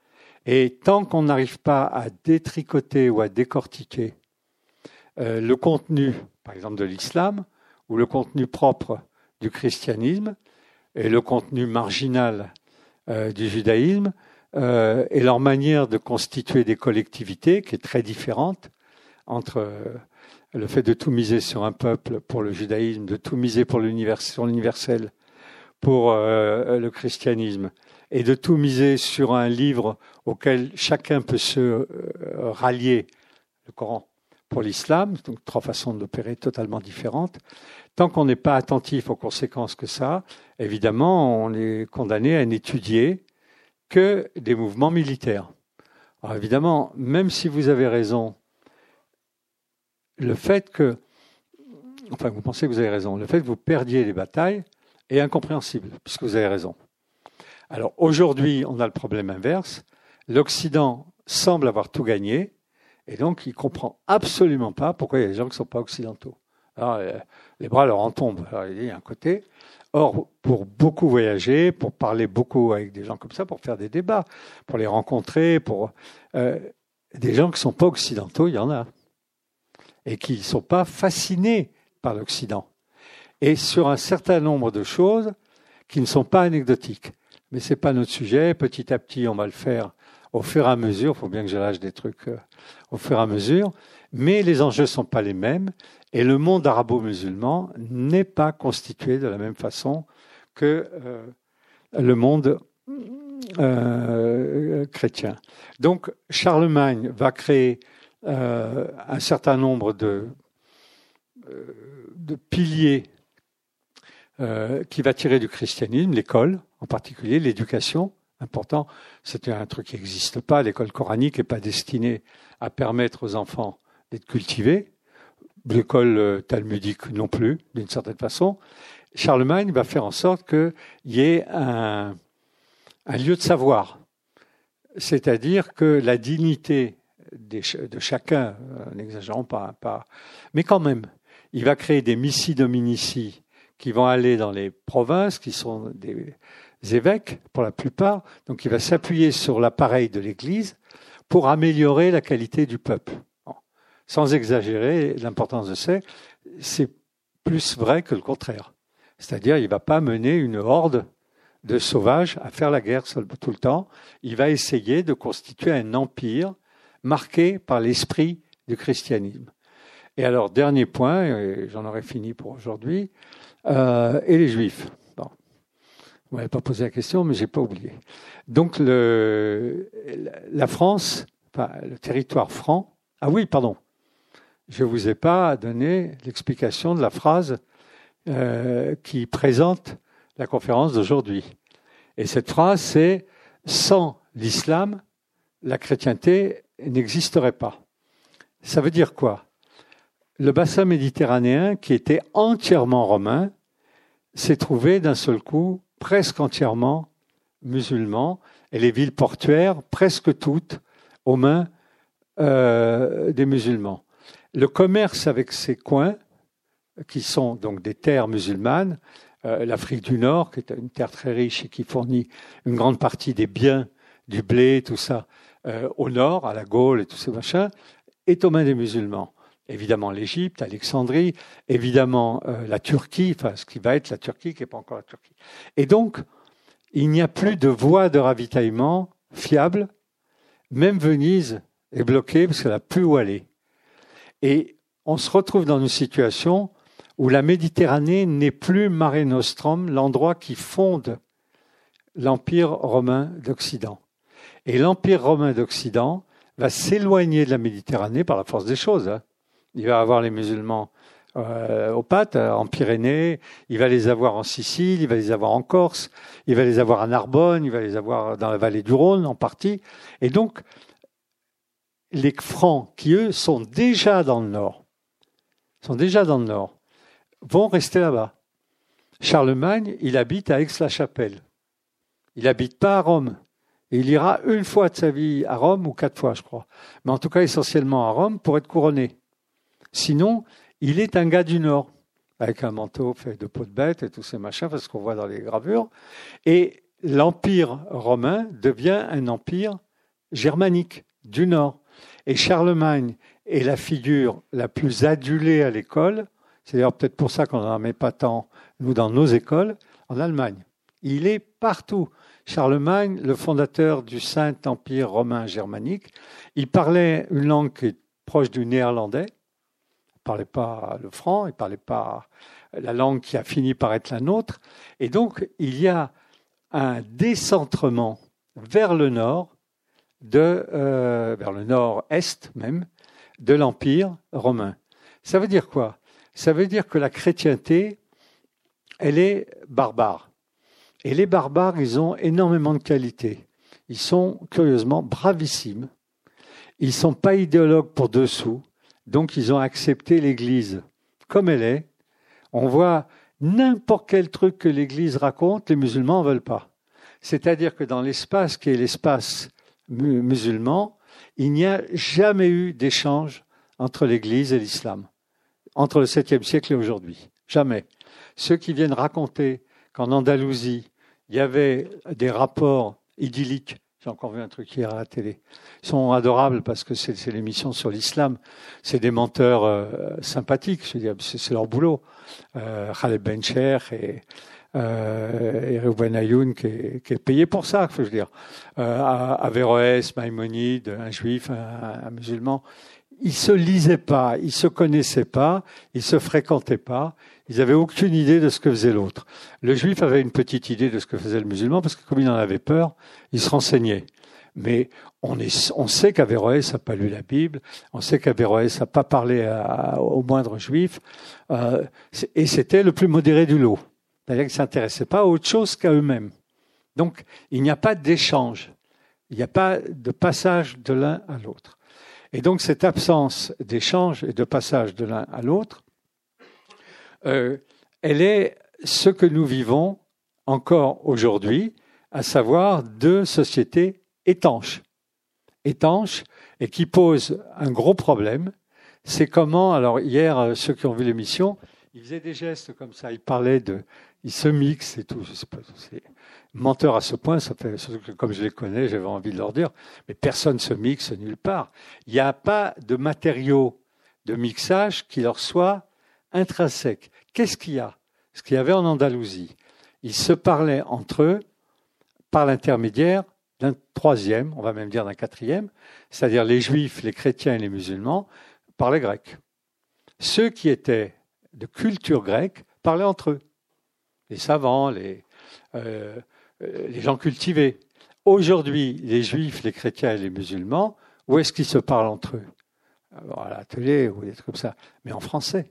Et tant qu'on n'arrive pas à détricoter ou à décortiquer euh, le contenu, par exemple, de l'islam ou le contenu propre du christianisme, et le contenu marginal euh, du judaïsme, euh, et leur manière de constituer des collectivités, qui est très différente entre euh, le fait de tout miser sur un peuple pour le judaïsme, de tout miser pour l'univers, sur l'universel pour euh, le christianisme, et de tout miser sur un livre auquel chacun peut se euh, rallier, le Coran, pour l'islam, donc trois façons d'opérer totalement différentes. Tant qu'on n'est pas attentif aux conséquences que ça, évidemment, on est condamné à n'étudier que des mouvements militaires. Alors évidemment, même si vous avez raison, le fait que enfin vous pensez que vous avez raison, le fait que vous perdiez les batailles est incompréhensible, puisque vous avez raison. Alors aujourd'hui, on a le problème inverse. L'Occident semble avoir tout gagné, et donc il ne comprend absolument pas pourquoi il y a des gens qui ne sont pas occidentaux. Alors, les bras leur en tombent, alors, il y a un côté. Or, pour beaucoup voyager, pour parler beaucoup avec des gens comme ça, pour faire des débats, pour les rencontrer, pour euh, des gens qui ne sont pas occidentaux, il y en a, et qui ne sont pas fascinés par l'Occident. Et sur un certain nombre de choses qui ne sont pas anecdotiques. Mais ce n'est pas notre sujet. Petit à petit, on va le faire au fur et à mesure. Il faut bien que je lâche des trucs euh, au fur et à mesure. Mais les enjeux ne sont pas les mêmes. Et le monde arabo-musulman n'est pas constitué de la même façon que euh, le monde euh, chrétien. Donc, Charlemagne va créer euh, un certain nombre de, euh, de piliers euh, qui va tirer du christianisme, l'école en particulier, l'éducation. Important, c'était un truc qui n'existe pas. L'école coranique n'est pas destinée à permettre aux enfants d'être cultivés. L'école talmudique non plus, d'une certaine façon. Charlemagne va faire en sorte qu'il y ait un, un lieu de savoir. C'est-à-dire que la dignité des, de chacun, n'exagérons pas, pas, mais quand même, il va créer des missi dominici qui vont aller dans les provinces, qui sont des évêques pour la plupart. Donc il va s'appuyer sur l'appareil de l'Église pour améliorer la qualité du peuple. Sans exagérer l'importance de ça, c'est plus vrai que le contraire. C'est-à-dire, il ne va pas mener une horde de sauvages à faire la guerre tout le temps. Il va essayer de constituer un empire marqué par l'esprit du christianisme. Et alors, dernier point, et j'en aurai fini pour aujourd'hui, euh, et les Juifs. Bon. Vous ne m'avez pas posé la question, mais je n'ai pas oublié. Donc, le, la France, enfin, le territoire franc, ah oui, pardon, je ne vous ai pas donné l'explication de la phrase euh, qui présente la conférence d'aujourd'hui. Et cette phrase, c'est « Sans l'islam, la chrétienté n'existerait pas ». Ça veut dire quoi ? Le bassin méditerranéen, qui était entièrement romain, s'est trouvé d'un seul coup presque entièrement musulman, et les villes portuaires, presque toutes, aux mains euh, des musulmans. Le commerce avec ces coins, qui sont donc des terres musulmanes, euh, l'Afrique du Nord, qui est une terre très riche et qui fournit une grande partie des biens, du blé, tout ça, euh, au nord, à la Gaule et tous ces machins, est aux mains des musulmans. Évidemment l'Égypte, Alexandrie, évidemment euh, la Turquie, enfin ce qui va être la Turquie, qui n'est pas encore la Turquie. Et donc, il n'y a plus de voie de ravitaillement fiable. Même Venise est bloquée parce qu'elle n'a plus où aller. Et on se retrouve dans une situation où la Méditerranée n'est plus Mare Nostrum, l'endroit qui fonde l'Empire romain d'Occident. Et l'Empire romain d'Occident va s'éloigner de la Méditerranée par la force des choses. Hein. Il va avoir les musulmans euh, aux pattes, en Pyrénées, il va les avoir en Sicile, il va les avoir en Corse, il va les avoir à Narbonne, il va les avoir dans la vallée du Rhône en partie. Et donc, les Francs, qui eux sont déjà dans le nord, sont déjà dans le nord, vont rester là-bas. Charlemagne, il habite à Aix-la-Chapelle. Il n'habite pas à Rome. Et il ira une fois de sa vie à Rome, ou quatre fois, je crois. Mais en tout cas, essentiellement à Rome, pour être couronné. Sinon, il est un gars du Nord, avec un manteau fait de peau de bête et tous ces machins, parce qu'on voit dans les gravures. Et l'Empire romain devient un empire germanique, du Nord. Et Charlemagne est la figure la plus adulée à l'école. C'est d'ailleurs peut-être pour ça qu'on n'en met pas tant, nous, dans nos écoles, en Allemagne. Il est partout. Charlemagne, le fondateur du Saint-Empire romain germanique, il parlait une langue qui est proche du néerlandais. Il ne parlait pas le franc, il ne parlait pas la langue qui a fini par être la nôtre. Et donc, il y a un décentrement vers le nord, de, euh, vers le nord-est même, de l'Empire romain. Ça veut dire quoi ? Ça veut dire que la chrétienté, elle est barbare. Et les barbares, ils ont énormément de qualités. Ils sont, curieusement, bravissimes. Ils ne sont pas idéologues pour dessous. Donc, ils ont accepté l'Église comme elle est, On voit n'importe quel truc que l'Église raconte, les musulmans ne veulent pas. C'est-à-dire que dans l'espace qui est l'espace mu- musulman, il n'y a jamais eu d'échange entre l'Église et l'islam, entre le septième siècle et aujourd'hui. Jamais. Ceux qui viennent raconter qu'en Andalousie, il y avait des rapports idylliques, j'ai encore vu un truc hier à la télé, ils sont adorables parce que c'est, c'est l'émission sur l'islam, c'est des menteurs euh, sympathiques, je veux dire, c'est, c'est leur boulot. Euh, Khaled Bencher et, euh, et Reuben Ayoun qui est, qui est payé pour ça, je veux dire. Euh, Averroès, Maïmonide, un juif, un, un musulman, ils se lisaient pas, ils se connaissaient pas, ils se fréquentaient pas, ils avaient aucune idée de ce que faisait l'autre. Le juif avait une petite idée de ce que faisait le musulman parce que comme il en avait peur, il se renseignait. Mais on, est, on sait qu'Averroès n'a pas lu la Bible, on sait qu'Averroès n'a pas parlé à, au moindre juif, euh, et c'était le plus modéré du lot. C'est-à-dire qu'ils ne s'intéressaient pas à autre chose qu'à eux-mêmes. Donc, il n'y a pas d'échange, il n'y a pas de passage de l'un à l'autre. Et donc, cette absence d'échange et de passage de l'un à l'autre, euh, elle est ce que nous vivons encore aujourd'hui, à savoir deux sociétés étanches. Étanches et qui posent un gros problème. C'est comment, alors hier, ceux qui ont vu l'émission, ils faisaient des gestes comme ça, ils parlaient de, ils se mixent et tout. Je sais pas, c'est menteur à ce point, ça fait, surtout que comme je les connais, j'avais envie de leur dire, mais personne se mixe nulle part. Il n'y a pas de matériaux de mixage qui leur soit intrinsèque. Qu'est-ce qu'il y a? Ce qu'il y avait en Andalousie. Ils se parlaient entre eux par l'intermédiaire d'un troisième, on va même dire d'un quatrième, c'est-à-dire les juifs, les chrétiens et les musulmans parlaient grec. Ceux qui étaient de culture grecque parlaient entre eux. Les savants, les, euh, les gens cultivés. Aujourd'hui, les juifs, les chrétiens et les musulmans, où est-ce qu'ils se parlent entre eux? Alors, à la télé ou des trucs comme ça. Mais en français.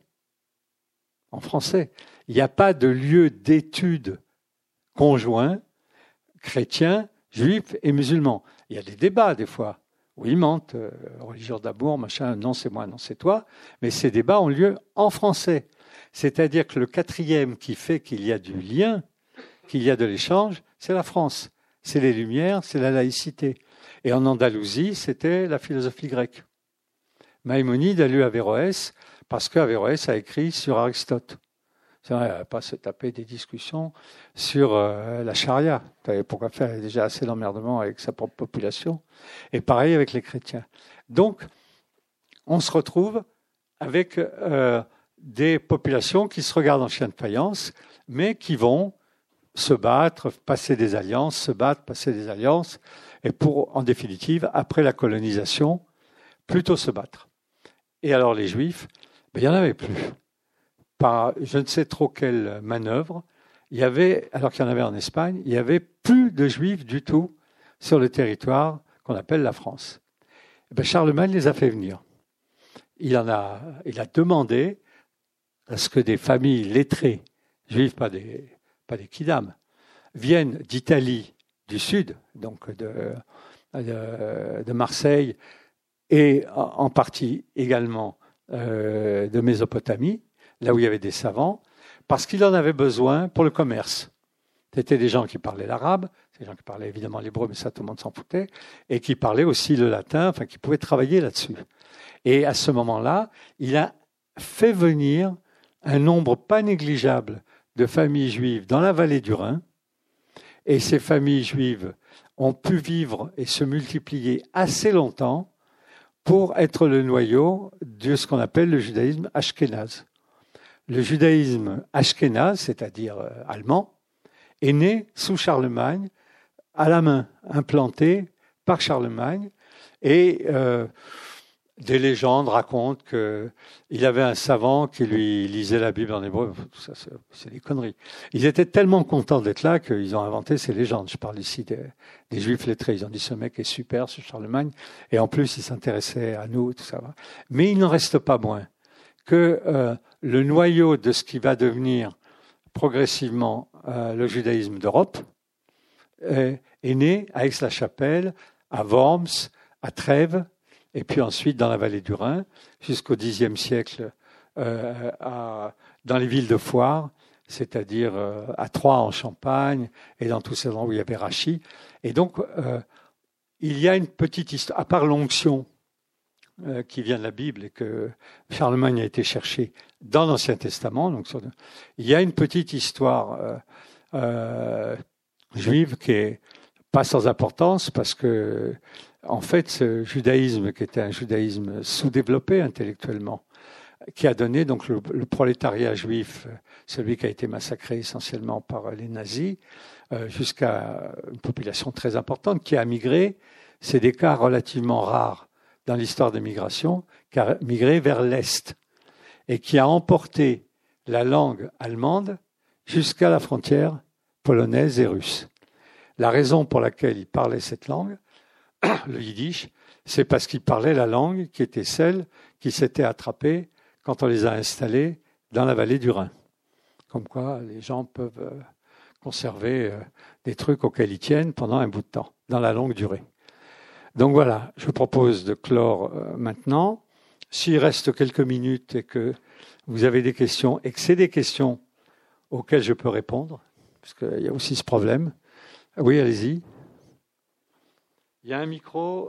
En français. Il n'y a pas de lieu d'étude conjoint, chrétiens, juifs et musulmans. Il y a des débats des fois. Oui, ils mentent, euh, religion d'amour, machin, non c'est moi, non c'est toi. Mais ces débats ont lieu en français. C'est-à-dire que le quatrième qui fait qu'il y a du lien, qu'il y a de l'échange, c'est la France. C'est les Lumières, c'est la laïcité. Et en Andalousie, c'était la philosophie grecque. Maïmonide a lu Averroès parce qu'Averroès a écrit sur Aristote. C'est vrai, elle va pas se taper des discussions sur euh, la charia. Pourquoi faire? Il y a déjà assez d'emmerdement avec sa propre population. Et pareil avec les chrétiens. Donc, on se retrouve avec euh, des populations qui se regardent en chien de faïence, mais qui vont se battre, passer des alliances, se battre, passer des alliances, et pour, en définitive, après la colonisation, plutôt se battre. Et alors les Juifs, ben, il n'y en avait plus. Par je ne sais trop quelle manœuvre, il y avait, alors qu'il y en avait en Espagne, il n'y avait plus de Juifs du tout sur le territoire qu'on appelle la France. Et ben Charlemagne les a fait venir. Il, en a, il a demandé à ce que des familles lettrées, juives, pas des, pas des kidam, viennent d'Italie du Sud, donc de, de, de Marseille, et en partie également euh, de Mésopotamie, là où il y avait des savants, parce qu'il en avait besoin pour le commerce. C'était des gens qui parlaient l'arabe, des gens qui parlaient évidemment l'hébreu, mais ça tout le monde s'en foutait, et qui parlaient aussi le latin, enfin qui pouvaient travailler là-dessus. Et à ce moment-là, il a fait venir un nombre pas négligeable de familles juives dans la vallée du Rhin, et ces familles juives ont pu vivre et se multiplier assez longtemps pour être le noyau de ce qu'on appelle le judaïsme ashkénaze. Le judaïsme ashkénaze, c'est-à-dire euh, allemand, est né sous Charlemagne, à la main, implanté par Charlemagne, et euh, des légendes racontent qu'il avait un savant qui lui lisait la Bible en hébreu. Ça, c'est, c'est des conneries. Ils étaient tellement contents d'être là qu'ils ont inventé ces légendes. Je parle ici des, des Juifs lettrés. Ils ont dit ce mec est super, ce Charlemagne, et en plus il s'intéressait à nous, tout ça. Mais il n'en reste pas moins que euh, le noyau de ce qui va devenir progressivement euh, le judaïsme d'Europe est, est né à Aix-la-Chapelle, à Worms, à Trèves, et puis ensuite dans la vallée du Rhin, jusqu'au Xe siècle euh, à, dans les villes de foire, c'est-à-dire euh, à Troyes en Champagne et dans tous ces endroits où il y avait Rachis. Et donc, euh, il y a une petite histoire, à part l'onction euh, qui vient de la Bible et que Charlemagne a été cherché dans l'Ancien Testament, donc sur, il y a une petite histoire euh, euh, juive qui est pas sans importance parce que, en fait, ce judaïsme qui était un judaïsme sous-développé intellectuellement, qui a donné donc le, le prolétariat juif, celui qui a été massacré essentiellement par les nazis, euh, jusqu'à une population très importante qui a migré. C'est des cas relativement rares dans l'histoire des migrations, qui a migré vers l'Est et qui a emporté la langue allemande jusqu'à la frontière polonaise et russe. La raison pour laquelle ils parlaient cette langue, le yiddish, c'est parce qu'ils parlaient la langue qui était celle qui s'était attrapée quand on les a installés dans la vallée du Rhin. Comme quoi, les gens peuvent conserver des trucs auxquels ils tiennent pendant un bout de temps, dans la longue durée. Donc voilà, je vous propose de clore maintenant. S'il reste quelques minutes et que vous avez des questions, et que c'est des questions auxquelles je peux répondre, parce qu'il y a aussi ce problème. Oui, allez-y. Il y a un micro,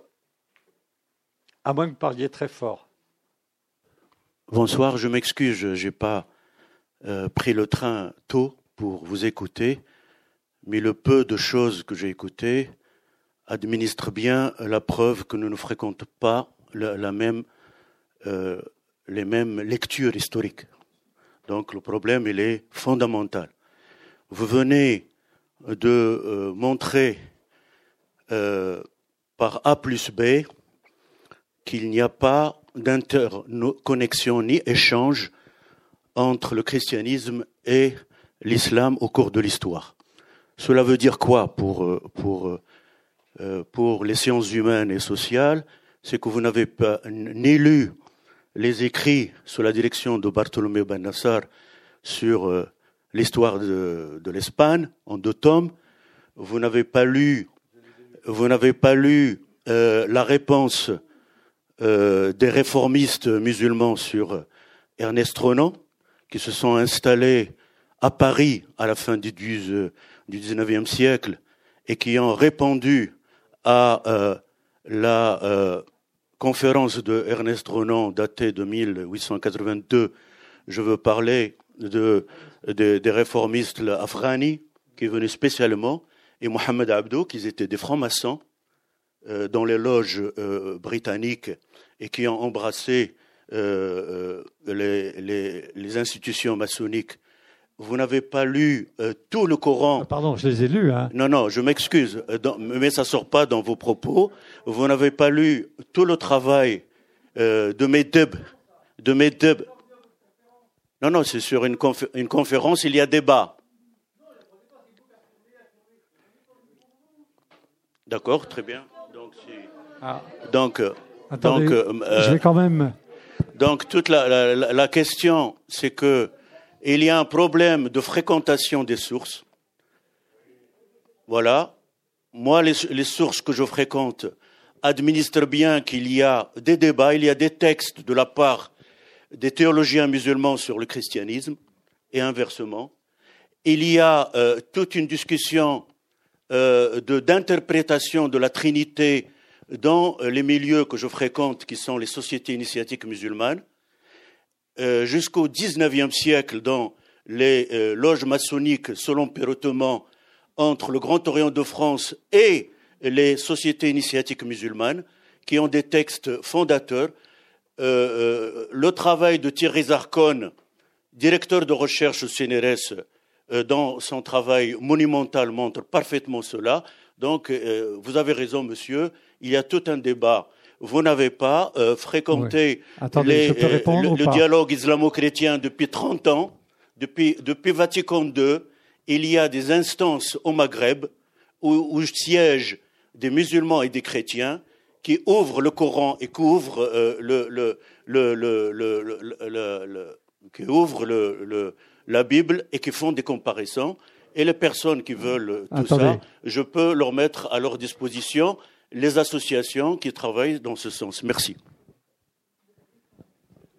à moins que vous parliez très fort. Bonsoir, je m'excuse, je n'ai pas euh, pris le train tôt pour vous écouter, mais le peu de choses que j'ai écoutées administrent bien la preuve que nous ne fréquentons pas la, la même, euh, les mêmes lectures historiques. Donc le problème, il est fondamental. Vous venez de euh, montrer euh, par A plus B qu'il n'y a pas d'interconnexion ni échange entre le christianisme et l'islam au cours de l'histoire. Cela veut dire quoi pour, pour, pour les sciences humaines et sociales? C'est que vous n'avez pas ni lu les écrits sous la direction de Bartolomé Ben Nassar sur euh, l'histoire de, de l'Espagne en deux tomes. Vous n'avez pas lu, vous n'avez pas lu euh, la réponse euh, des réformistes musulmans sur Ernest Renan, qui se sont installés à Paris à la fin du, du dix-neuvième siècle et qui ont répondu à euh, la euh, conférence de Ernest Renan datée de mille huit cent quatre-vingt-deux. Je veux parler de, de, des réformistes Afghani qui venaient spécialement et Mohamed Abdo qui étaient des francs-maçons euh, dans les loges euh, britanniques et qui ont embrassé euh, euh, les, les, les institutions maçonniques. Vous n'avez pas lu euh, tout le Coran. Ah, pardon, je les ai lus. Hein. Non, non, je m'excuse, dans, mais ça ne sort pas dans vos propos. Vous n'avez pas lu tout le travail euh, de Medeb. De Medeb. Non, non, c'est sur une, confé- une conférence, il y a débat. D'accord, très bien. Donc, si... ah. donc, Attendez, donc euh, je vais quand même... Donc, toute la, la, la question, c'est que il y a un problème de fréquentation des sources. Voilà. Moi, les, les sources que je fréquente administrent bien qu'il y a des débats, il y a des textes de la part des théologiens musulmans sur le christianisme et inversement. Il y a euh, toute une discussion euh, de, d'interprétation de la Trinité dans les milieux que je fréquente, qui sont les sociétés initiatiques musulmanes. Euh, jusqu'au dix-neuvième siècle, dans les euh, loges maçonniques, selon Perrotement, entre le Grand Orient de France et les sociétés initiatiques musulmanes, qui ont des textes fondateurs. Euh, euh, le travail de Thierry Zarcone, directeur de recherche au C N R S, euh, dans son travail monumental, montre parfaitement cela. Donc, euh, vous avez raison, monsieur, il y a tout un débat. Vous n'avez pas euh, fréquenté oui. Attendez, les, euh, le, le dialogue islamo-chrétien depuis trente ans. Depuis, depuis Vatican deux, il y a des instances au Maghreb où, où siègent des musulmans et des chrétiens qui ouvrent le Coran et qui ouvrent, euh, le, le, le, le, le, le, le, le, qui ouvrent le, le, la Bible et qui font des comparaisons. Et les personnes qui veulent tout Attendez. ça, je peux leur mettre à leur disposition les associations qui travaillent dans ce sens. Merci.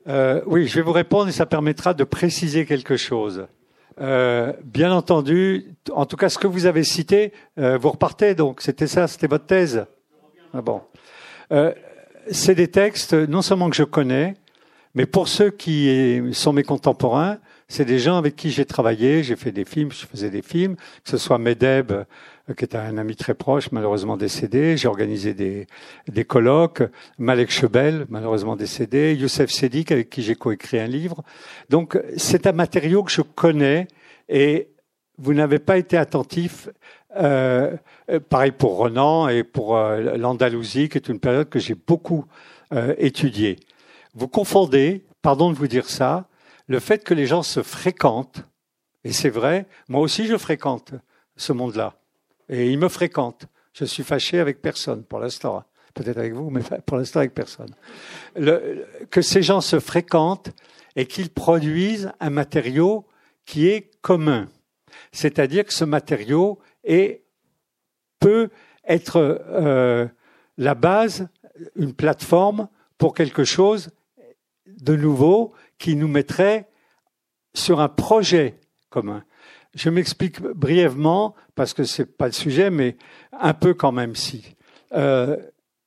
Euh, oui, je vais vous répondre et ça permettra de préciser quelque chose. Euh, bien entendu, en tout cas, ce que vous avez cité, euh, vous repartez donc. C'était ça, c'était votre thèse. Ah bon. Euh, c'est des textes, non seulement que je connais, mais pour ceux qui sont mes contemporains, c'est des gens avec qui j'ai travaillé, j'ai fait des films, je faisais des films, que ce soit Medeb, qui est un ami très proche, malheureusement décédé, j'ai organisé des, des colloques, Malek Chebel, malheureusement décédé, Youssef Sedik, avec qui j'ai coécrit un livre. Donc, c'est un matériau que je connais et vous n'avez pas été attentif, euh, pareil pour Renan et pour euh, l'Andalousie, qui est une période que j'ai beaucoup euh, étudiée. Vous confondez, pardon de vous dire ça, le fait que les gens se fréquentent, et c'est vrai, moi aussi je fréquente ce monde-là, et ils me fréquentent. Je suis fâché avec personne pour l'instant, peut-être avec vous, mais pour l'instant avec personne. Le, que ces gens se fréquentent et qu'ils produisent un matériau qui est commun, c'est-à-dire que ce matériau est, peut être euh, la base, une plateforme pour quelque chose de nouveau qui nous mettrait sur un projet commun. Je m'explique brièvement, parce que c'est pas le sujet, mais un peu quand même si. Euh,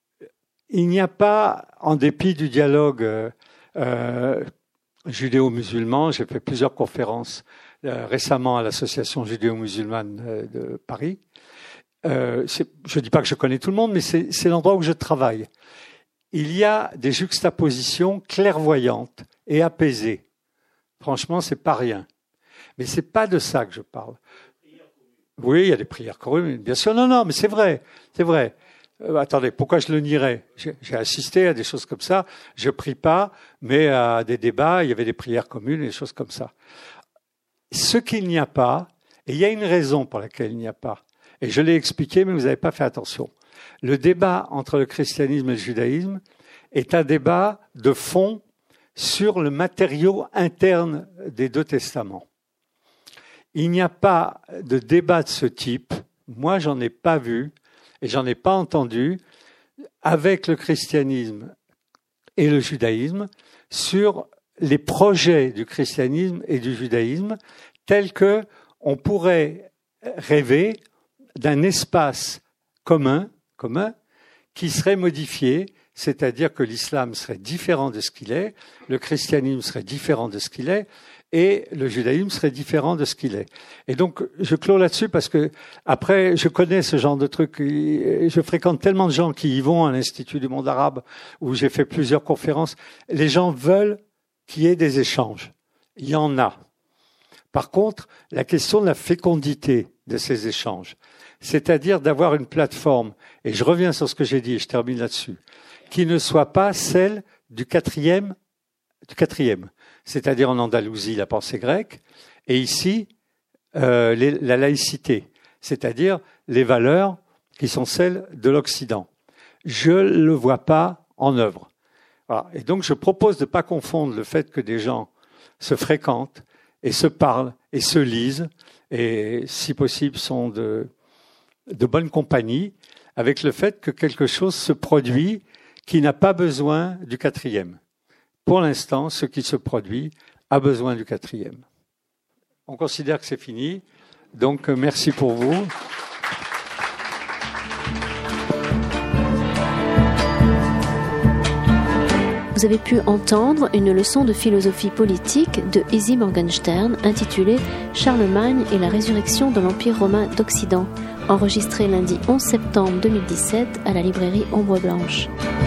il n'y a pas, en dépit du dialogue euh, euh, judéo-musulman, j'ai fait plusieurs conférences euh, récemment à l'association judéo-musulmane euh, de Paris. Euh, je ne dis pas que je connais tout le monde, mais c'est, c'est l'endroit où je travaille. Il y a des juxtapositions clairvoyantes et apaisées. Franchement, c'est pas rien. Mais c'est pas de ça que je parle. Oui, il y a des prières communes, bien sûr. Non, non, mais c'est vrai, c'est vrai. Euh, attendez, pourquoi je le nierais ? J'ai, j'ai assisté à des choses comme ça. Je prie pas, mais à des débats, il y avait des prières communes et des choses comme ça. Ce qu'il n'y a pas, et il y a une raison pour laquelle il n'y a pas, et je l'ai expliqué, mais vous n'avez pas fait attention. Le débat entre le christianisme et le judaïsme est un débat de fond sur le matériau interne des deux testaments. Il n'y a pas de débat de ce type, moi j'en ai pas vu et j'en ai pas entendu, avec le christianisme et le judaïsme sur les projets du christianisme et du judaïsme tels que on pourrait rêver d'un espace commun, commun qui serait modifié, c'est-à-dire que l'islam serait différent de ce qu'il est, le christianisme serait différent de ce qu'il est, et le judaïsme serait différent de ce qu'il est. Et donc, je clôt là-dessus parce que, après, je connais ce genre de trucs. Je fréquente tellement de gens qui y vont à l'Institut du monde arabe, où j'ai fait plusieurs conférences. Les gens veulent qu'il y ait des échanges. Il y en a. Par contre, la question de la fécondité de ces échanges, c'est-à-dire d'avoir une plateforme, et je reviens sur ce que j'ai dit et je termine là-dessus, qui ne soit pas celle du quatrième, du quatrième, c'est-à-dire en Andalousie la pensée grecque, et ici euh, les, la laïcité, c'est-à-dire les valeurs qui sont celles de l'Occident. Je ne le vois pas en œuvre. Voilà. Et donc je propose de ne pas confondre le fait que des gens se fréquentent et se parlent et se lisent, et si possible sont de, de bonne compagnie, avec le fait que quelque chose se produit qui n'a pas besoin du quatrième. Pour l'instant, ce qui se produit a besoin du quatrième. On considère que c'est fini, donc merci pour vous. Vous avez pu entendre une leçon de philosophie politique de Isi Morgenstern intitulée « Charlemagne et la résurrection de l'Empire romain d'Occident », enregistrée lundi onze septembre deux mille dix-sept à la librairie Ombre Blanche.